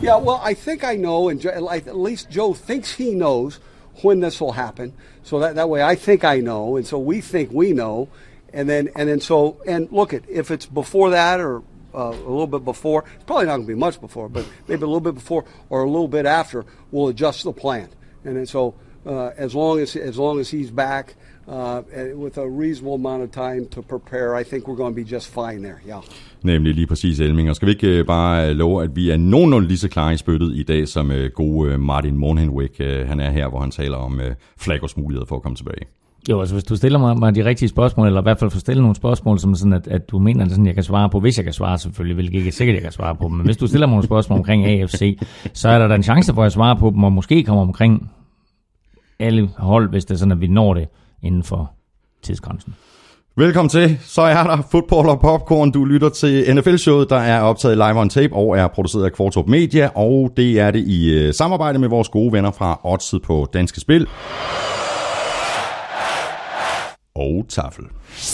Yeah, well, I think I know, and at least Joe thinks he knows when this will happen. So that way I think I know, and so we think we know. And then look, if it's before that or a little bit before, it's probably not going to be much before, but maybe a little bit before or a little bit after, we'll adjust the plan. And then so as long as he's back with a reasonable amount of time to prepare, I think we're going to be just fine there. Yeah. Nemlig lige præcis, Elming. Og skal vi ikke bare love, at vi er nogenlunde lige så klare i spyttet i dag, som gode Martin Monhenwick, han er her, hvor han taler om Flaggers muligheder for at komme tilbage. Jo, altså hvis du stiller mig de rigtige spørgsmål, eller i hvert fald får stillet nogle spørgsmål, som sådan, at du mener, at sådan, jeg kan svare på, hvis jeg kan svare selvfølgelig, hvilket ikke er sikkert, jeg kan svare på dem. Men hvis du stiller mig nogle spørgsmål omkring AFC, så er der en chance for at svare på dem, og måske kommer omkring alle hold, hvis det er sådan, at vi når det inden for tidsgrænsen. Velkommen til. Så er der Football og Popcorn. Du lytter til NFL-showet, der er optaget live on tape og er produceret af Kvartrup Media, og det er det i samarbejde med vores gode venner fra Oddset på Danske Spil og Tafel.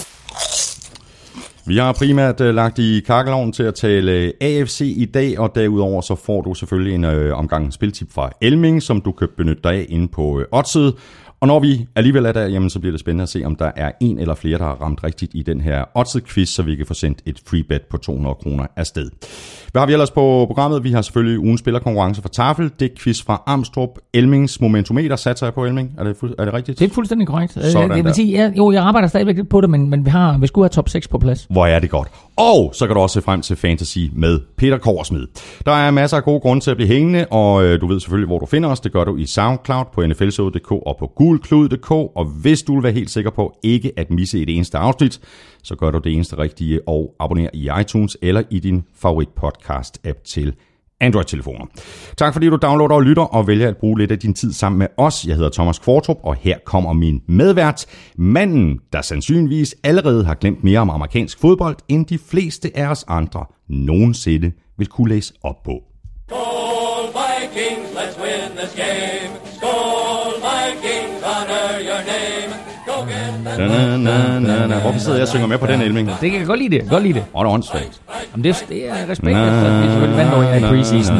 Vi har primært lagt i kakkelovnen til at tale AFC i dag, og derudover så får du selvfølgelig en omgang spiltip fra Elming, som du kan benytte dig af inde på Oddset. Og når vi alligevel er der, jamen, så bliver det spændende at se, om der er en eller flere, der har ramt rigtigt i den her Oddset-quiz, så vi kan få sendt et free bet på 200 kroner afsted. Hvad har vi ellers på programmet? Vi har selvfølgelig ugens spillerkonkurrence fra Tafel. Det er quiz fra Amstrup. Elmings momentometer satser jeg på, Elming. Er det rigtigt? Det er fuldstændig korrekt. Sådan jeg vil sige, jeg arbejder stadigvæk lidt på det, men vi skulle have top 6 på plads. Hvor er det godt. Og så kan du også se frem til Fantasy med Peter Korsmed. Der er masser af gode grunde til at blive hængende, og du ved selvfølgelig, hvor du finder os. Det gør du i SoundCloud, på nflshowet.dk og på gulklud.dk. Og hvis du vil være helt sikker på ikke at misse et eneste afsnit, så gør du det eneste rigtige og abonner i iTunes eller i din favorit podcast-app til Android-telefoner. Tak fordi du downloader og lytter og vælger at bruge lidt af din tid sammen med os. Jeg hedder Thomas Kvartrup, og her kommer min medvært, manden, der sandsynligvis allerede har glemt mere om amerikansk fodbold, end de fleste af os andre nogensinde vil kunne læse op på. Skål Vikings, let's win this game. Skål Vikings, honor your name. Go get that. Hvorfor sidder jeg og synger med på den, Elming? Det kan jeg godt lide det. Det er åndssvagt. Jamen det er respekt, at vi selvfølgelig vandt over i preseason.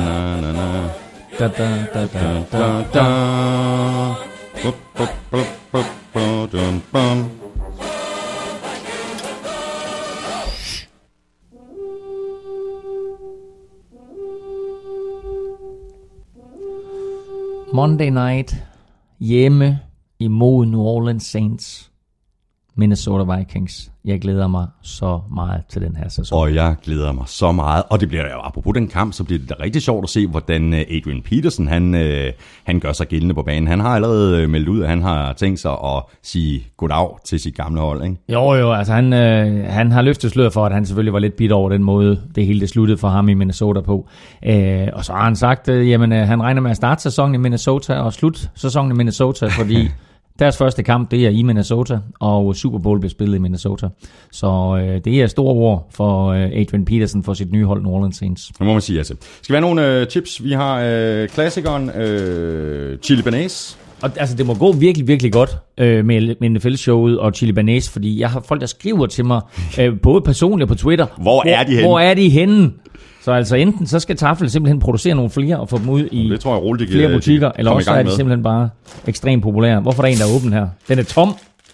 Monday night hjemme imod New Orleans Saints. Minnesota Vikings. Jeg glæder mig så meget til den her sæson. Og jeg glæder mig så meget. Og det bliver jo, apropos den kamp, så bliver det da rigtig sjovt at se, hvordan Adrian Peterson, han gør sig gældende på banen. Han har allerede meldt ud, at han har tænkt sig at sige goddag til sit gamle hold, ikke? Jo, altså han har løftet sløret for, at han selvfølgelig var lidt bitter over den måde, det hele det sluttede for ham i Minnesota på. Og så har han sagt, jamen han regner med at starte sæsonen i Minnesota og slutte sæsonen i Minnesota, fordi deres første kamp, det er i Minnesota, og Super Bowl bliver spillet i Minnesota. Så det er store ord for Adrian Peterson for sit nye hold, New Orleans Saints. Det må man sige, altså. Skal vi have nogle tips? Vi har klassikeren Chili Banase. Og altså, det må gå virkelig, virkelig godt med NFL-showet og Chili Banase, fordi jeg har folk, der skriver til mig, både personligt og på Twitter. Hvor er de henne? Så altså enten så skal Tafel simpelthen producere nogle flere og få dem ud i det tror jeg, roligt, flere butikker, eller også er de simpelthen bare ekstremt populære. Hvorfor er der en, der er åben her? Den er tom.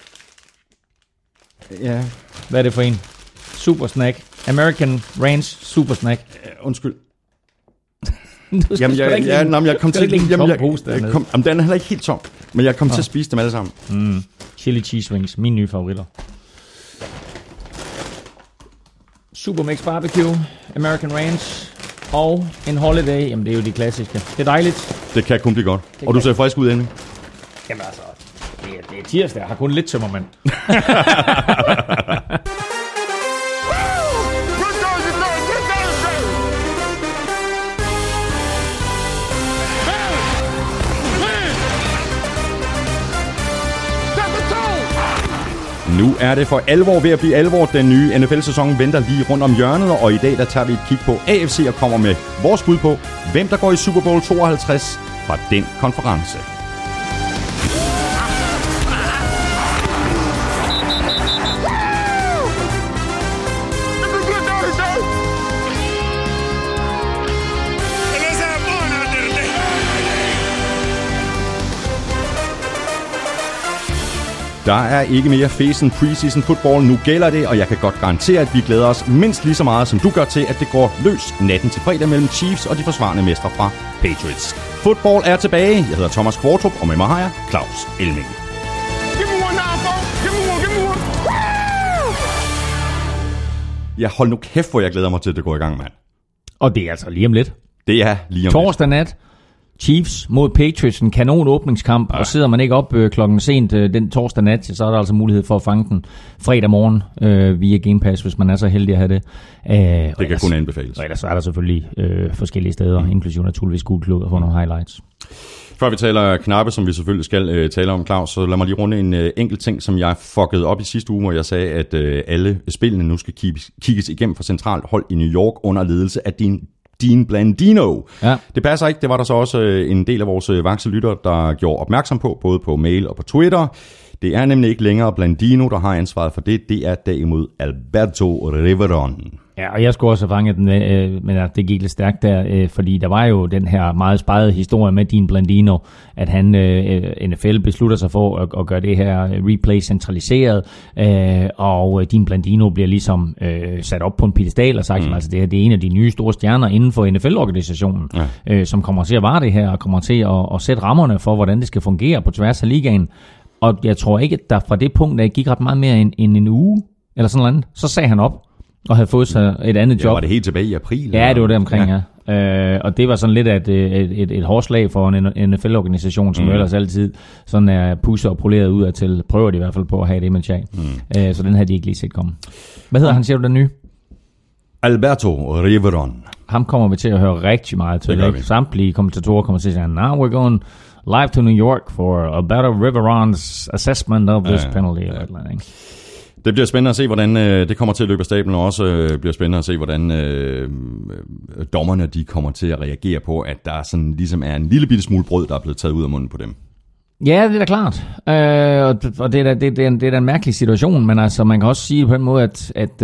Ja. Hvad er det for en? Super Snack. American Ranch Super Snack. Undskyld. Jeg kom til jamen, den er heller ikke helt tom, men jeg kom til at spise dem alle sammen. Chili cheese wings, mine nye favoritter. Super Mix Barbecue, American Ranch og en Holiday. Jamen, det er jo de klassiske. Det er dejligt. Det kan kun blive godt. Og du ser frisk ud, Emil. Jamen altså, det er tirsdag. Jeg har kun lidt tømmermand. Nu er det for alvor ved at blive alvor. Den nye NFL-sæson venter lige rundt om hjørnet, og i dag der tager vi et kig på AFC og kommer med vores bud på, hvem der går i Super Bowl 52 fra den konference. Let's have Der er ikke mere fesen preseason football. Nu gælder det, og jeg kan godt garantere, at vi glæder os mindst lige så meget, som du gør til, at det går løs natten til fredag mellem Chiefs og de forsvarende mestre fra Patriots. Football er tilbage. Jeg hedder Thomas Kvartrup, og med mig har jeg Claus Elming. Jeg hold nu kæft, hvor jeg glæder mig til, at det går i gang, mand. Og det er altså lige om lidt. Det er lige om torsdag nat. Chiefs mod Patriots, en kanon åbningskamp, og sidder man ikke op klokken sent den torsdag nat, så er der altså mulighed for at fange den fredag morgen via Game Pass, hvis man er så heldig at have det. Det kan kun anbefales. Og ellers er der selvfølgelig forskellige steder, inklusive naturligvis Gulklud og få nogle highlights. Før vi taler knappe, som vi selvfølgelig skal tale om, Claus, så lad mig lige runde en enkelt ting, som jeg fuckede op i sidste uge, hvor jeg sagde, at alle spillene nu skal kigges igennem fra centralt hold i New York under ledelse af Dean Blandino. Ja. Det passer ikke. Det var der så også en del af vores vakse lyttere, der gjorde opmærksom på, både på mail og på Twitter. Det er nemlig ikke længere Blandino, der har ansvaret for det. Det er derimod Alberto Riveron. Ja, og jeg skulle også have fanget den, men det gik lidt stærkt der, fordi der var jo den her meget spejede historie med Dean Blandino, at han NFL beslutter sig for at gøre det her replay centraliseret, og Dean Blandino bliver ligesom sat op på en pedestal og sagt, altså det er en af de nye store stjerner inden for NFL-organisationen, som kommer til at vare det her, og kommer til at sætte rammerne for, hvordan det skal fungere på tværs af ligaen. Og jeg tror ikke, at der fra det punkt af gik ret meget mere end en uge, eller sådan noget. Så sagde han op og havde fået sig et andet job. Var det helt tilbage i april? Ja, det var det omkring, ja. Og det var sådan lidt af et hårdslag for en NFL-organisation, som ellers altid sådan er pusset og poleret ud af til. Prøver de i hvert fald på at have det image af. Så den havde de ikke lige set komme. Hvad hedder han, siger du, den nye? Alberto Riveron. Ham kommer vi til at høre rigtig meget til. Samtlige kommentatorer kommer til at sige, now we're going live to New York for Alberto Riveron's assessment of this penalty. Det bliver spændende at se, hvordan det kommer til at løbe af stablen, og også bliver spændende at se, hvordan dommerne de kommer til at reagere på, at der sådan ligesom er en lille bitte smule brød, der er blevet taget ud af munden på dem. Ja, det er da klart. Og det er da en mærkelig situation, men altså man kan også sige på en måde, at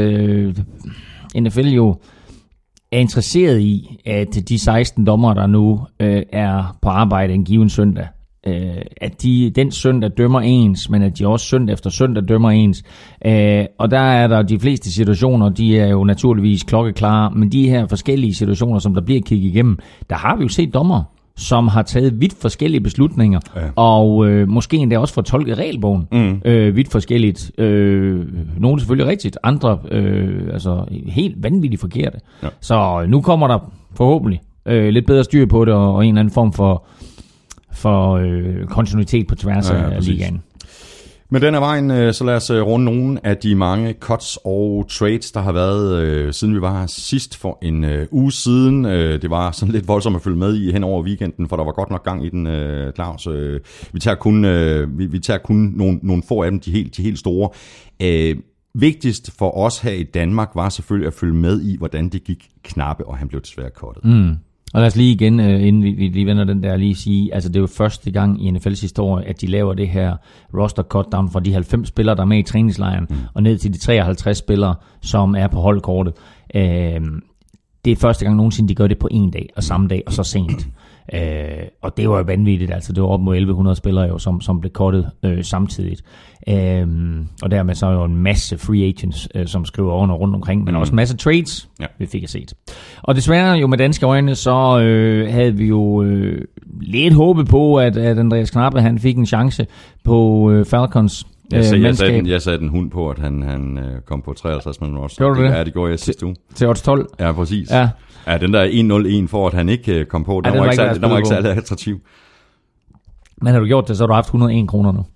NFL jo er interesseret i, at de 16 dommere, der nu er på arbejde en given søndag, at de den søndag dømmer ens, men at de også søndag efter søndag dømmer ens. Og der er der de fleste situationer, de er jo naturligvis klokkeklare, men de her forskellige situationer, som der bliver kigget igennem, der har vi jo set dommer, som har taget vidt forskellige beslutninger, og måske endda også fortolket regelbogen vidt forskelligt. Nogle selvfølgelig rigtigt, andre altså helt vanvittigt forkerte. Ja. Så nu kommer der forhåbentlig lidt bedre styr på det, og en eller anden form for kontinuitet på tværs af ligaen. Med den af vejen, så lad os runde nogle af de mange cuts og trades, der har været, siden vi var her sidst for en uge siden. Det var sådan lidt voldsomt at følge med i hen over weekenden, for der var godt nok gang i den, Claus. Vi tager kun nogle få af dem, de helt store. Vigtigst for os her i Danmark var selvfølgelig at følge med i, hvordan det gik knappe, og han blev desværre cuttet. Og lad os lige igen, inden vi lige vender den der, lige sige, altså det er jo første gang i NFL's historie, at de laver det her roster cutdown fra de 90 spillere, der er med i træningslejren, og ned til de 53 spillere, som er på holdkortet. Det er første gang nogensinde, de gør det på en dag, og samme dag, og så sent. Og det var jo vanvittigt, altså det var op mod 1100 spillere jo, som blev cuttet samtidigt. Og dermed så er jo en masse free agents, som skriver under rundt omkring, men også en masse trades, vi fik at set. Og desværre jo med danske øjne, så havde vi jo lidt håbet på, at Andreas Knappe, han fik en chance på Falcons. Jeg satte en hund på, at han kom på 53 minutter. Gjorde du det? Ja, det gjorde jeg sidste uge. Til odds 12? Ja, præcis. Ja, den der 1-0-1 for, at han ikke kom på, den var ikke særlig attraktiv. Men har du gjort det, så har du haft 101 kroner nu.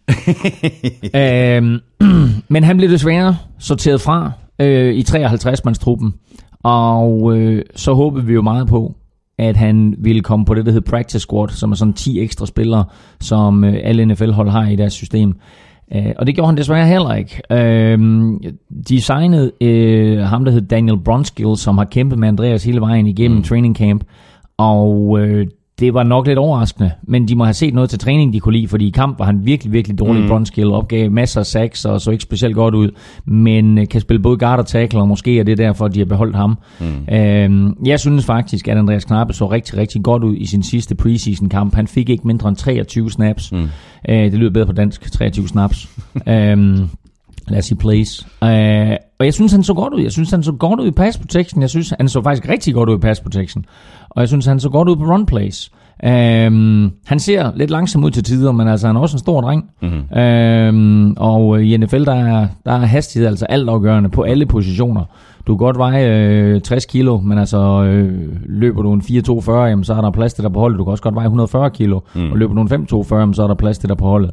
Men han blev desværre sorteret fra i 53-mandstruppen, og så håbede vi jo meget på, at han ville komme på det, der hedder practice squad, som er sådan 10 ekstra spillere, som alle NFL-hold har i deres system. Og det gjorde han desværre heller ikke. De signede ham, der hed Daniel Brunskill, som har kæmpet med Andreas hele vejen igennem training camp, og Det var nok lidt overraskende, men de må have set noget til træning, de kunne lide, fordi i kamp var han virkelig, virkelig dårlig i Brunskill, opgav masser af sacks og så ikke specielt godt ud, men kan spille både guard og tackle, og måske er det derfor, de har beholdt ham. Jeg synes faktisk, at Andreas Knappe så rigtig, rigtig godt ud i sin sidste preseason-kamp. Han fik ikke mindre end 23 snaps. Det lyder bedre på dansk, 23 snaps. Lad os sige plays. Og jeg synes, han så godt ud. Jeg synes, han så godt ud i pass protection. Jeg synes, han så faktisk rigtig godt ud i pass protection. Og jeg synes, han så godt ud på run plays. Han ser lidt langsom ud til tider, men altså, han er også en stor dreng. Og i NFL, der er hastighed altså altafgørende på alle positioner. Du kan godt veje 60 kilo, men altså løber du en 4.42, jamen, så er der plads til dig på holdet. Du kan også godt veje 140 kilo, og løber du en 5.42, jamen, så er der plads til dig på holdet.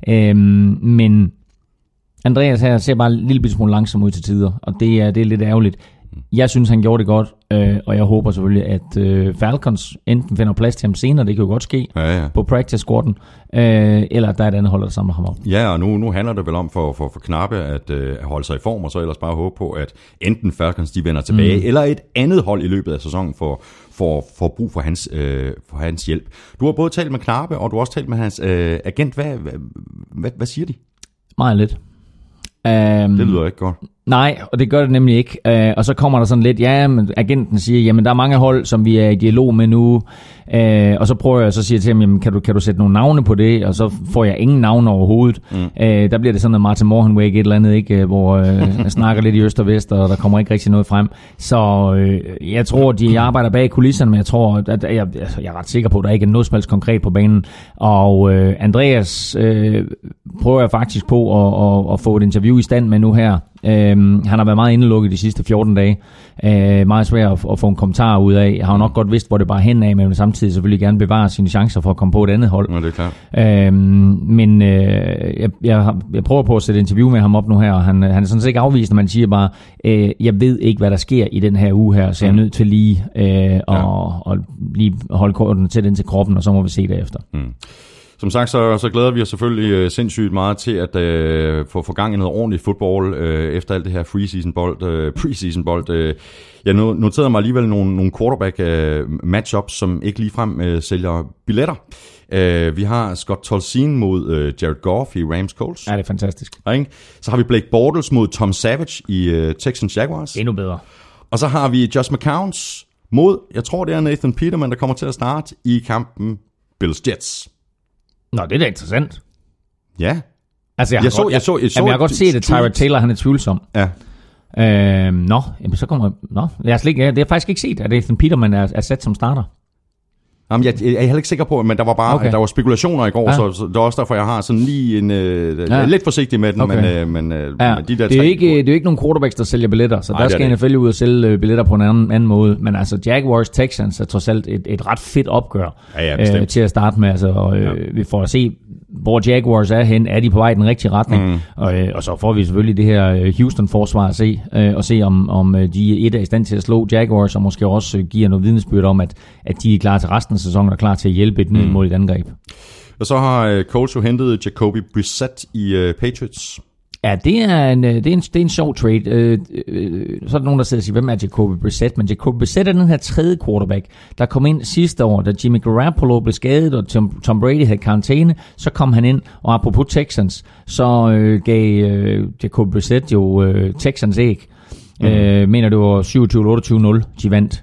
Men Andreas her ser bare en lille smule langsom ud til tider, og det er lidt ærgerligt. Jeg synes, han gjorde det godt, og jeg håber selvfølgelig, at Falcons enten finder plads til ham senere, det kan jo godt ske, på practice squaden, eller der er et andet hold, der samler ham op. Ja, og nu handler det vel om for Knappe at holde sig i form, og så ellers bare håbe på, at enten Falcons de vender tilbage, eller et andet hold i løbet af sæsonen får brug for hans hjælp. Du har både talt med Knappe, og du har også talt med hans agent. Hvad siger de? Meget lidt. Det lyder ikke godt. Nej, og det gør det nemlig ikke. Og så kommer der sådan lidt, men agenten siger, jamen der er mange hold, som vi er i dialog med nu. Og så prøver jeg så siger til ham, jamen kan du sætte nogle navne på det? Og så får jeg ingen navne overhovedet. Der bliver det sådan noget Martin Morhenweg et eller andet, ikke, hvor jeg snakker lidt i øst og vest, og der kommer ikke rigtig noget frem. Så jeg tror, de arbejder bag kulisserne, men jeg tror, at jeg er ret sikker på, at der ikke er noget som helst konkret på banen. Og Andreas prøver jeg faktisk på at få et interview i stand med nu her. Han har været meget indelukket de sidste 14 dage. Meget svært at få en kommentar ud af. Jeg har jo nok godt vidst, hvor det bare hen af, men samtidig selvfølgelig gerne bevare sine chancer for at komme på et andet hold. Ja, det er klart. Men jeg prøver på at sætte interview med ham op nu her, og han er sådan set ikke afvist, når man siger bare, jeg ved ikke, hvad der sker i den her uge her, så jeg er nødt til lige at lige holde korten tæt ind til kroppen, og så må vi se det efter. Som sagt, så glæder vi os selvfølgelig sindssygt meget til at få gang i noget ordentligt fodbold efter alt det her preseason-bold. Jeg noterede mig alligevel nogle quarterback-matchups, som ikke ligefrem sælger billetter. Vi har Scott Tolzien mod Jared Goff i Rams Colts. Ja, det er fantastisk. Ikke? Så har vi Blake Bortles mod Tom Savage i Texans Jaguars. Endnu bedre. Og så har vi Josh McCown mod, jeg tror det er Nathan Peterman, der kommer til at starte i kampen Bills Jets. Nå, det er da interessant. Ja. Altså, jeg kan godt se, at Tyrod Taylor, han er tvivlsom. Ja. Jamen så kommer... det er faktisk ikke set, at Nathan Peterman er sat som starter. Jamen, jeg er heller ikke sikker på, men der var bare der var spekulationer i går, så det er også derfor, jeg har sådan lige en lidt forsigtig med den, men de der det er jo ikke nogen quarterbacks, der sælger billetter, så der skal NFL ud og sælge billetter på en anden måde, men altså Jaguars Texans er trods alt et ret fedt opgør til at starte med, altså, vi får at se, hvor Jaguars er hen, er de på vej i den rigtige retning, og så får vi selvfølgelig det her Houston-forsvar at se om de er i stand til at slå Jaguars, og måske også giver noget vidnesbyrd om, at de er klar til resten af sæsonen, og er klar til at hjælpe et middelmåligt angreb. Og så har Colts jo hentet Jacoby Brissett i Patriots. Ja, det er en sjov trade. Så er der nogen, der sidder og siger, hvem er Jacoby Brissett? Men Jacoby Brissett er den her tredje quarterback, der kom ind sidste år, da Jimmy Garoppolo blev skadet, og Tom Brady havde karantæne, så kom han ind, og apropos Texans, så gav Jacoby Brissett jo Texans æg. Mener det var 27-28-0, de vandt.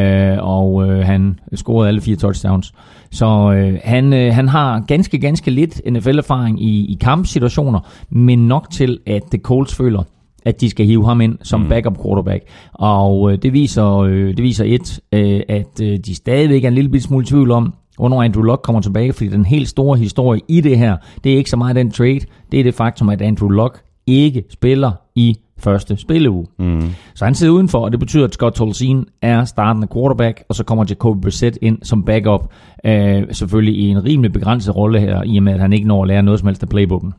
Og han scorede alle 4 touchdowns. Så han har ganske lidt NFL-erfaring i kampsituationer, men nok til, at The Colts føler, at de skal hive ham ind som backup quarterback. Og det viser at de stadigvæk er en lille smule tvivl om, hvornår Andrew Luck kommer tilbage, fordi den helt store historie i det her, det er ikke så meget den trade, det er det faktum, at Andrew Luck ikke spiller i første spilleuge. Så han sidder udenfor, og det betyder, at Scott Tolzien er startende quarterback, og så kommer Jacoby Brissett ind som backup, selvfølgelig i en rimelig begrænset rolle her, i og med, at han ikke når at lære noget som helst af playbooken.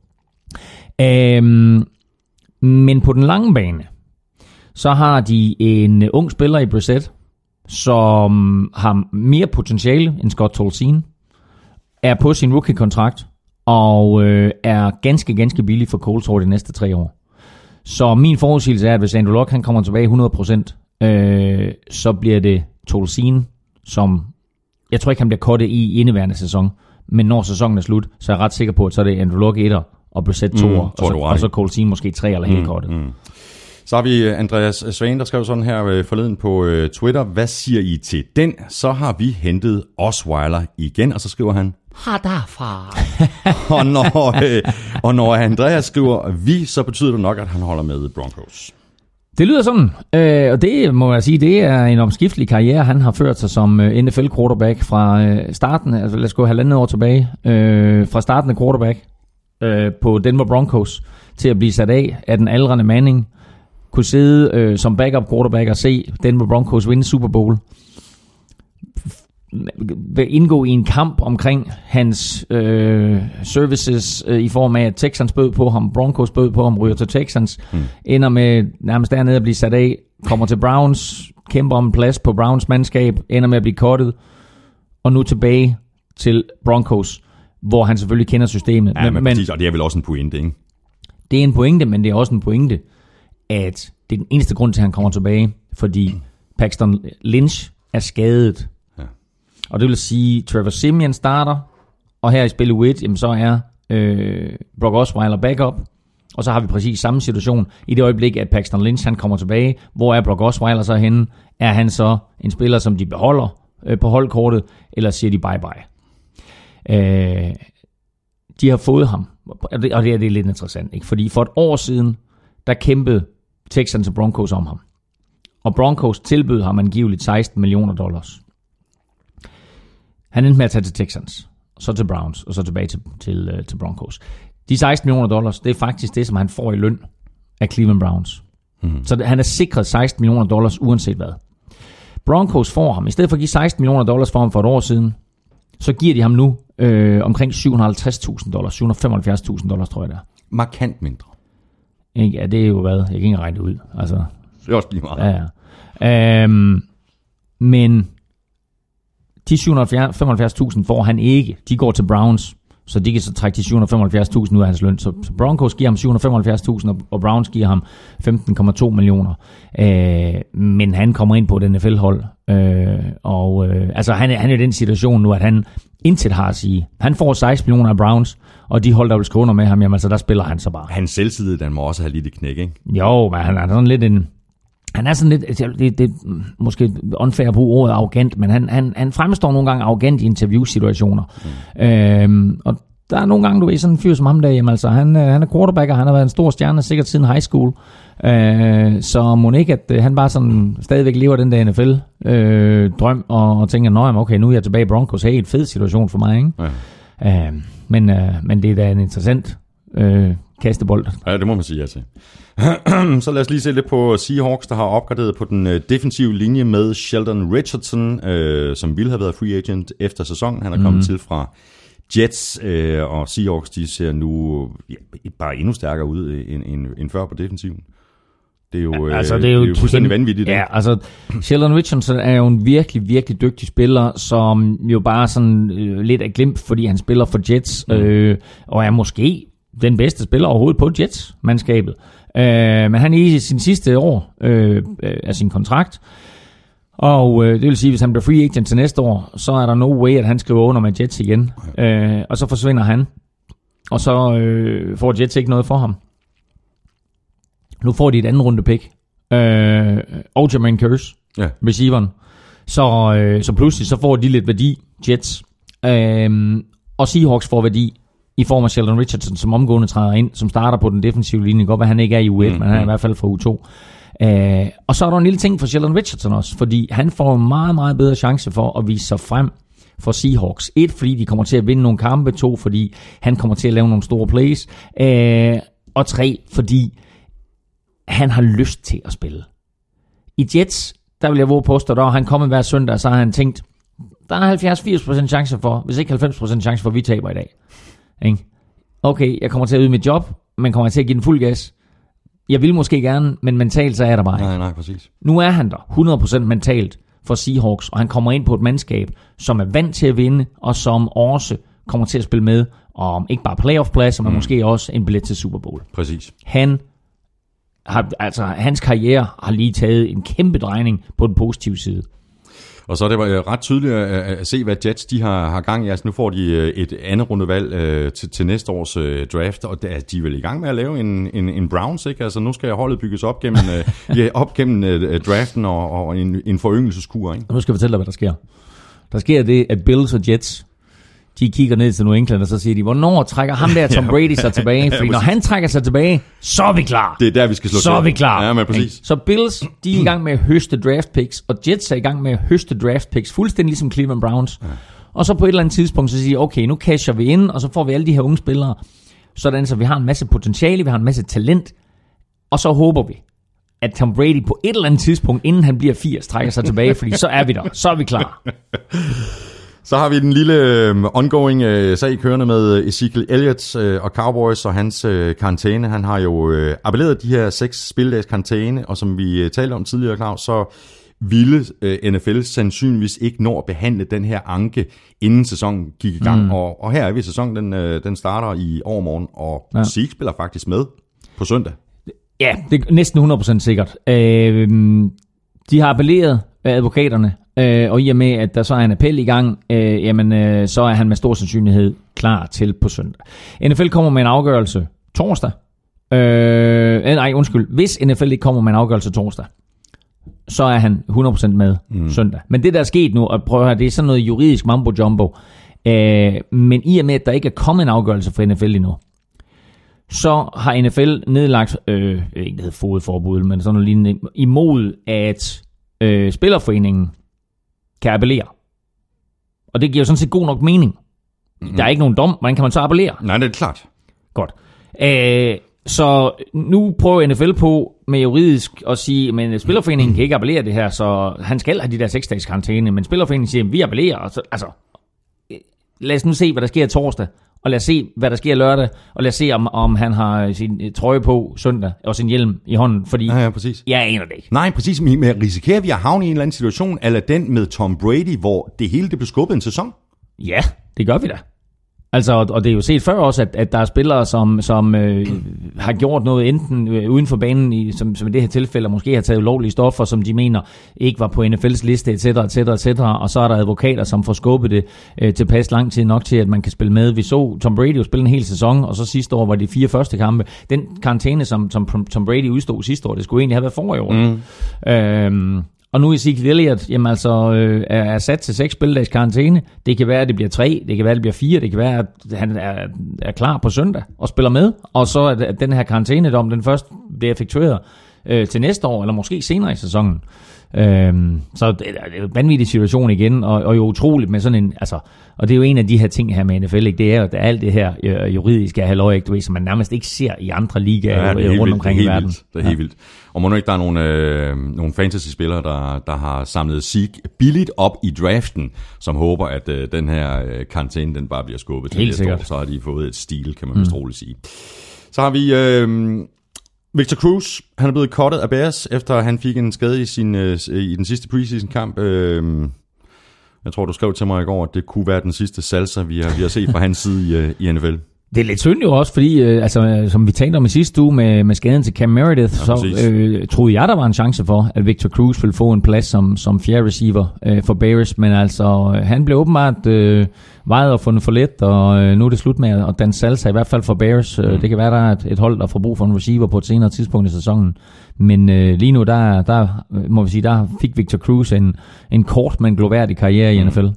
Men på den lange bane, så har de en ung spiller i Brissett, som har mere potentiale end Scott Tolzien, er på sin rookie-kontrakt, og er ganske billig for Colts over de næste 3 år. Så min forudsigelse er, at hvis Andrew Luck han kommer tilbage 100%, så bliver det Tolzien som Jeg tror ikke, han bliver cuttet i indeværende sæson. Men når sæsonen er slut, så er jeg ret sikker på, at så er det Andrew Luck 1'er og Brissett 2'er, og så Cole Steen måske 3 eller helt cuttet. Så har vi Andreas Svane, der skrev sådan her forleden på Twitter. Hvad siger I til den? Så har vi hentet Osweiler igen, og så skriver han... Ha derfra. og når Andreas skriver vi, så betyder det nok, at han holder med Broncos. Det lyder sådan, og det må jeg sige, det er en omskiftelig karriere, han har ført sig som NFL-quarterback fra starten, altså lad os gå 1,5 år tilbage, fra starten af quarterback på Denver Broncos til at blive sat af den aldrende Manning, kunne sidde som backup quarterback og se Denver Broncos vinde Super Bowl, indgå i en kamp omkring hans services i form af, at Texans bød på ham, Broncos bød på ham, ryger til Texans, ender med nærmest dernede at blive sat af, kommer til Browns, kæmper om en plads på Browns mandskab, ender med at blive cuttet, og nu tilbage til Broncos, hvor han selvfølgelig kender systemet. Ja, men præcis, og det er vel også en pointe, ikke? Det er en pointe, men det er også en pointe, at det er den eneste grund til, at han kommer tilbage, fordi Paxton Lynch er skadet. Og det vil sige, Trevor Siemian starter, og her i spillet Witt, jamen så er Brock Osweiler backup, og så har vi præcis samme situation i det øjeblik, at Paxton Lynch han kommer tilbage. Hvor er Brock Osweiler så henne? Er han så en spiller, som de beholder på holdkortet, eller siger de bye-bye? De har fået ham, og det er lidt interessant, ikke? Fordi for et år siden, der kæmpede Texans og Broncos om ham. Og Broncos tilbød ham angiveligt $16 million. Han endte med at tage til Texans, så til Browns, og så tilbage til Broncos. De $16 million, det er faktisk det, som han får i løn af Cleveland Browns. Så han er sikret $16 million uanset hvad. Broncos får ham, i stedet for at give $16 million for ham for et år siden, så giver de ham nu omkring $750,000, $775,000, tror jeg det er. Markant mindre. Ja, det er jo hvad? Jeg kan ikke regne det ud. Altså, det er også lige meget. Ja. Men de 775.000 får han ikke. De går til Browns, så de kan så trække de 775.000 ud af hans løn. Så Broncos giver ham 775.000, og Browns giver ham 15,2 millioner. Men han kommer ind på et NFL-hold. Altså han er i den situation nu, at han intet har at sige. Han får 16 millioner af Browns, og de hold, der vil skrive under med ham, jamen altså der spiller han så bare. Hans selvtillid, den må også have lidt et knæk, ikke? Jo, men han er sådan lidt en... Han er sådan lidt, det måske unfair at bruge ordet arrogant, men han fremstår nogle gange arrogant i interviewsituationer. Og der er nogle gange, du ved, sådan en fyr som ham der, jamen altså, han er quarterback, og han har været en stor stjerne, sikkert siden high school. Så må ikke, at han bare sådan stadigvæk lever den der NFL-drøm, og tænker, okay, nu er jeg tilbage i Broncos, hey, en fed situation for mig, ikke? Ja. Men det er da en interessant kastebold. Ja, det må man sige ja til. Så lad os lige se lidt på Seahawks, der har opgraderet på den defensive linje med Sheldon Richardson, som ville have været free agent efter sæsonen. Han er kommet til fra Jets, og Seahawks, de ser nu bare endnu stærkere ud end før på defensiven. Det er jo, det er jo fuldstændig vanvittigt. Ja, altså Sheldon Richardson er jo en virkelig, virkelig dygtig spiller, som jo bare sådan lidt er glemt, fordi han spiller for Jets, og er måske den bedste spiller overhovedet på Jets-mandskabet. Men han er i sin sidste år af sin kontrakt, og det vil sige, hvis han bliver free agent til næste år, så er der no way, at han skriver under med Jets igen. Og så forsvinder han, og så får Jets ikke noget for ham. Nu får de et anden runde pick, og Jermaine Kearse, receiveren. Så pludselig så får de lidt værdi, Jets. Og Seahawks får værdi i form af Sheldon Richardson, som omgående træder ind, som starter på den defensive linje. Godt, at han ikke er i U1, men han er i hvert fald fra U2. Og så er der en lille ting for Sheldon Richardson også, fordi han får en meget, meget bedre chance for at vise sig frem for Seahawks. 1, fordi de kommer til at vinde nogle kampe. 2, fordi han kommer til at lave nogle store plays. Og 3, fordi han har lyst til at spille. I Jets, der vil jeg våge påstå, at han kommer hver søndag, så har han tænkt, der er 70-80% chance for, hvis ikke 90% chance for, at vi taber i dag. Okay, jeg kommer til at yde mit job, men kommer jeg til at give den fuld gas? Jeg vil måske gerne, men mentalt så er der bare ikke. Nej, præcis. Nu er han der 100% mentalt for Seahawks, og han kommer ind på et mandskab, som er vant til at vinde, og som også kommer til at spille med om ikke bare playoff-pladser, men måske også en billet til Super Bowl. Præcis. Hans karriere har lige taget en kæmpe drejning på den positive side. Og så er det ret tydeligt at se, hvad Jets de har gang i. Altså nu får de et andet rundevalg til næste års draft, og de er vel i gang med at lave en Browns, ikke? Altså nu skal holdet bygges op gennem draften og en foryngelseskur, ikke? Og nu skal jeg fortælle dig, hvad der sker. Der sker det, at Bills og Jets, de kigger ned til New England, og så siger de, hvornår trækker ham der Tom Brady sig tilbage? Fordi når han trækker sig tilbage, så er vi klar. Det er der, vi skal slå til. Så er vi klar. Ja, men præcis. Så Bills, de er i gang med at høste draft picks, og Jets er i gang med at høste draft picks, fuldstændig ligesom Cleveland Browns. Ja. Og så på et eller andet tidspunkt, så siger okay, nu casher vi ind, og så får vi alle de her unge spillere, sådan så vi har en masse potentiale, vi har en masse talent, og så håber vi, at Tom Brady på et eller andet tidspunkt, inden han bliver 80, trækker sig tilbage, fordi så er vi der, så er vi klar. Så har vi den lille ongoing sag kørende med Ezekiel Elliott og Cowboys og hans karantæne. Han har jo appelleret de her 6 spilledags karantæne, og som vi talte om tidligere, Claus, så ville NFL sandsynligvis ikke nå at behandle den her anke, inden sæsonen gik i gang. Og her er vi, sæsonen den starter i overmorgen, og Zeke spiller faktisk med på søndag. Ja, det er næsten 100% sikkert. De har appelleret advokaterne, og i og med, at der så er en appel i gang, så er han med stor sandsynlighed klar til på søndag. NFL kommer med en afgørelse torsdag. Hvis NFL ikke kommer med en afgørelse torsdag, så er han 100% med søndag. Men det, der er sket nu, og prøv at høre, det er sådan noget juridisk mambo-jumbo, men i og med, at der ikke er kommet en afgørelse for NFL endnu, så har NFL nedlagt, ikke det hedder fodforbud, men sådan noget lignende, imod at spillerforeningen kan appellere. Og det giver jo sådan set god nok mening. Der er ikke nogen dom, hvordan kan man så appellere? Nej, det er klart. Godt. Så nu prøver NFL på med juridisk at sige, men spillerforeningen kan ikke appellere det her, så han skal have de der 6-dages karantæne, men spillerforeningen siger, at vi appellerer. Altså, lad os nu se, hvad der sker torsdag, og lad os se, hvad der sker lørdag, og lad os se, om han har sin trøje på søndag, og sin hjelm i hånden, fordi præcis. Jeg aner det ikke. Nej, præcis, men risikerer vi at havne i en eller anden situation, eller den med Tom Brady, hvor det hele det blev skubbet en sæson? Ja, det gør vi da. Altså, og det er jo set før også, at der er spillere, som har gjort noget enten uden for banen, som i det her tilfælde, måske har taget ulovlige stoffer, som de mener ikke var på NFL's liste, etc., og så er der advokater, som får skubbet det tilpas lang tid nok til, at man kan spille med. Vi så Tom Brady jo spille en hel sæson, og så sidste år var de 4 første kampe. Den karantæne, som Tom Brady udstod sidste år, det skulle egentlig have været forrige år. Og nu er Ezekiel Elliott er sat til 6 spilledags karantæne. Det kan være, at det bliver 3, det kan være, at det bliver 4, det kan være, at han er klar på søndag og spiller med. Og så er den her karantænedom, den først bliver effektueret til næste år, eller måske senere i sæsonen. Så det er en vanvittig situation igen, og jo utroligt med sådan en, altså, og det er jo en af de her ting her med NFL, ikke? Det er jo alt det her juridiske halløj, ikke, du ved, som man nærmest ikke ser i andre ligaer rundt omkring i verden. Det er helt vildt. Og må nu ikke der er nogle fantasy-spillere, der har samlet Zeke billigt op i draften, som håber, at den her karantæne, den bare bliver skubbet til næste år. Så har de fået et stil, kan man vist roligt sige. Så har vi Victor Cruz. Han er blevet cuttet af Bears, efter han fik en skade i den sidste preseason-kamp. Jeg tror, du skrev til mig i går, at det kunne være den sidste salsa, vi har set fra hans side i NFL. Det er lidt synd jo også, fordi som vi talte om i sidste uge med skaden til Cam Meredith, så troede jeg, der var en chance for, at Victor Cruz ville få en plads som fjerde receiver for Bears, men altså han blev åbenbart vejet og fundet for let, og nu er det slut med at danse salsa, i hvert fald for Bears. Det kan være, der er et hold, der får brug for en receiver på et senere tidspunkt i sæsonen, men lige nu, der må vi sige, der fik Victor Cruz en kort, men gloværdig karriere i NFL.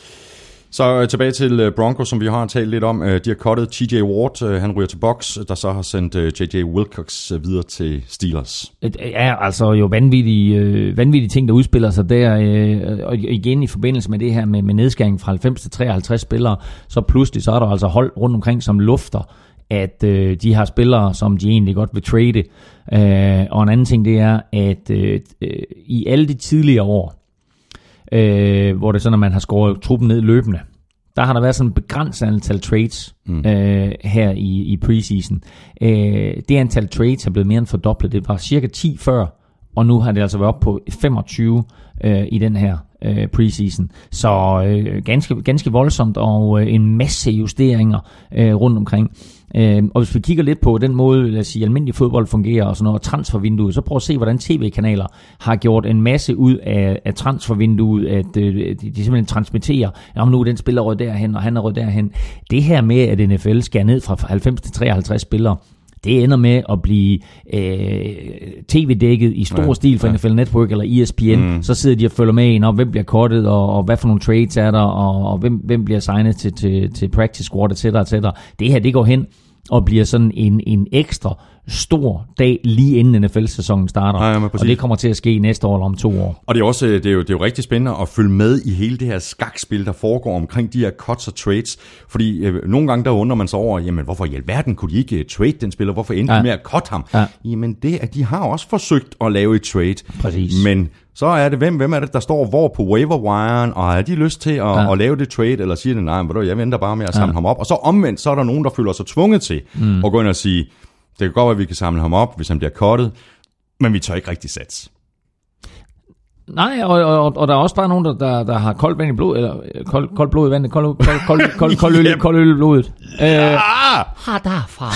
Så tilbage til Broncos, som vi har talt lidt om. De har cuttet TJ Ward, han ryger til Bucs, der så har sendt J.J. Wilcox videre til Steelers. Ja, altså jo vanvittige ting, der udspiller sig der. Og igen i forbindelse med det her med nedskæringen fra 90 til 53 spillere, så pludselig så er der altså hold rundt omkring, som lufter, at de har spillere, som de egentlig godt vil trade. Og en anden ting, det er, at i alle de tidligere år, hvor det er sådan, at man har skåret truppen ned løbende, der har der været sådan et begrænset antal trades her i preseason. Det antal trades er blevet mere end fordoblet. Det var cirka 10 før, og nu har det altså været op på 25 i den her preseason. Så ganske voldsomt, og en masse justeringer rundt omkring. Og hvis vi kigger lidt på den måde, lad os sige, almindelig fodbold fungerer og sådan noget, transfervinduet, så prøv at se, hvordan tv-kanaler har gjort en masse ud af transfervinduet, at de simpelthen transmitterer, om nu den spiller rød derhen, og han er rød derhen. Det her med, at NFL skærer ned fra 90 til 53 spillere, det ender med at blive tv-dækket i stor stil for NFL Network eller ESPN. Så sidder de og følger med ind, og hvem bliver cuttet, og hvad for nogle trades er der, og hvem bliver signet til practice squad, etc. Det her, det går hen og bliver sådan en ekstra stor dag lige inden NFL-sæsonen starter. Og det kommer til at ske næste år eller om 2 år. Og det er jo rigtig spændende at følge med i hele det her skakspil, der foregår omkring de her cuts og trades. Fordi nogle gange der undrer man sig over, jamen hvorfor i alverden kunne de ikke trade den spiller? Hvorfor endte de med at cut ham? Ja. Jamen det, at de har også forsøgt at lave et trade. Præcis. Men så er det, hvem er det, der står hvor på waiver-wiren, og har de lyst til at lave det trade, eller siger det, nej, jeg venter bare med at samle ham op. Og så omvendt, så er der nogen, der føler sig tvunget til at gå ind og sige, det kan godt være, at vi kan samle ham op, hvis han bliver cuttet, men vi tør ikke rigtig satse. Nej, og der er også bare nogen, der har koldt vand i blodet, eller koldt blod i vandet, kold øl i blodet. Har derfra.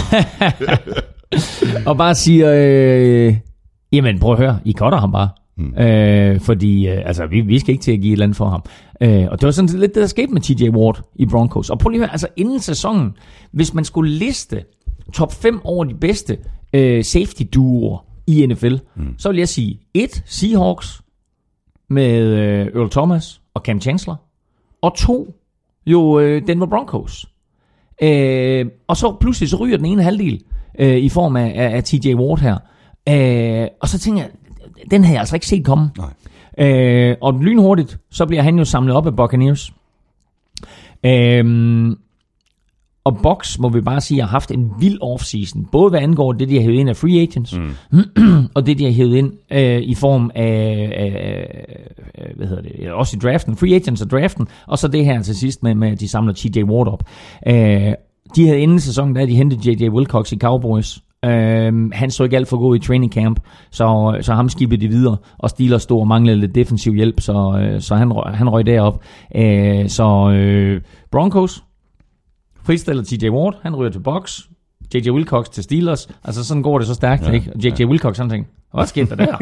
Og bare siger, jamen prøv at høre, I cutter ham bare. Fordi altså, vi skal ikke til at give et eller andet for ham. Og det var sådan lidt det, der skete med TJ Ward i Broncos. Og prøv lige at høre, altså inden sæsonen, hvis man skulle liste top 5 over de bedste safety-duoer i NFL, så vil jeg sige 1. Seahawks med Earl Thomas og Cam Chancellor, og 2. jo Denver Broncos. Og så pludselig så ryger den ene halvdel i form af TJ Ward her. Og så tænker jeg, den havde jeg altså ikke set komme. Og lynhurtigt, så bliver han jo samlet op af Buccaneers. Og Bucs, må vi bare sige, har haft en vild offseason. Både hvad angår det, de har hævet ind af free agents, og det, de har hævet ind i form af hvad hedder det, også i draften, free agents og draften, og så det her til sidst med de samler TJ Ward op. De havde inden sæsonen, der de hentet J.J. Wilcox i Cowboys. Han så ikke alt for god i training camp, så ham skibede de videre, og Steelers stod og manglede lidt defensiv hjælp, så han røg derop. Broncos fristiller TJ Ward, han ryger til Bucs, J.J. Wilcox til Steelers, altså sådan går det så stærkt, ikke? Og J.J. Wilcox, han tænker, hvad skete der der?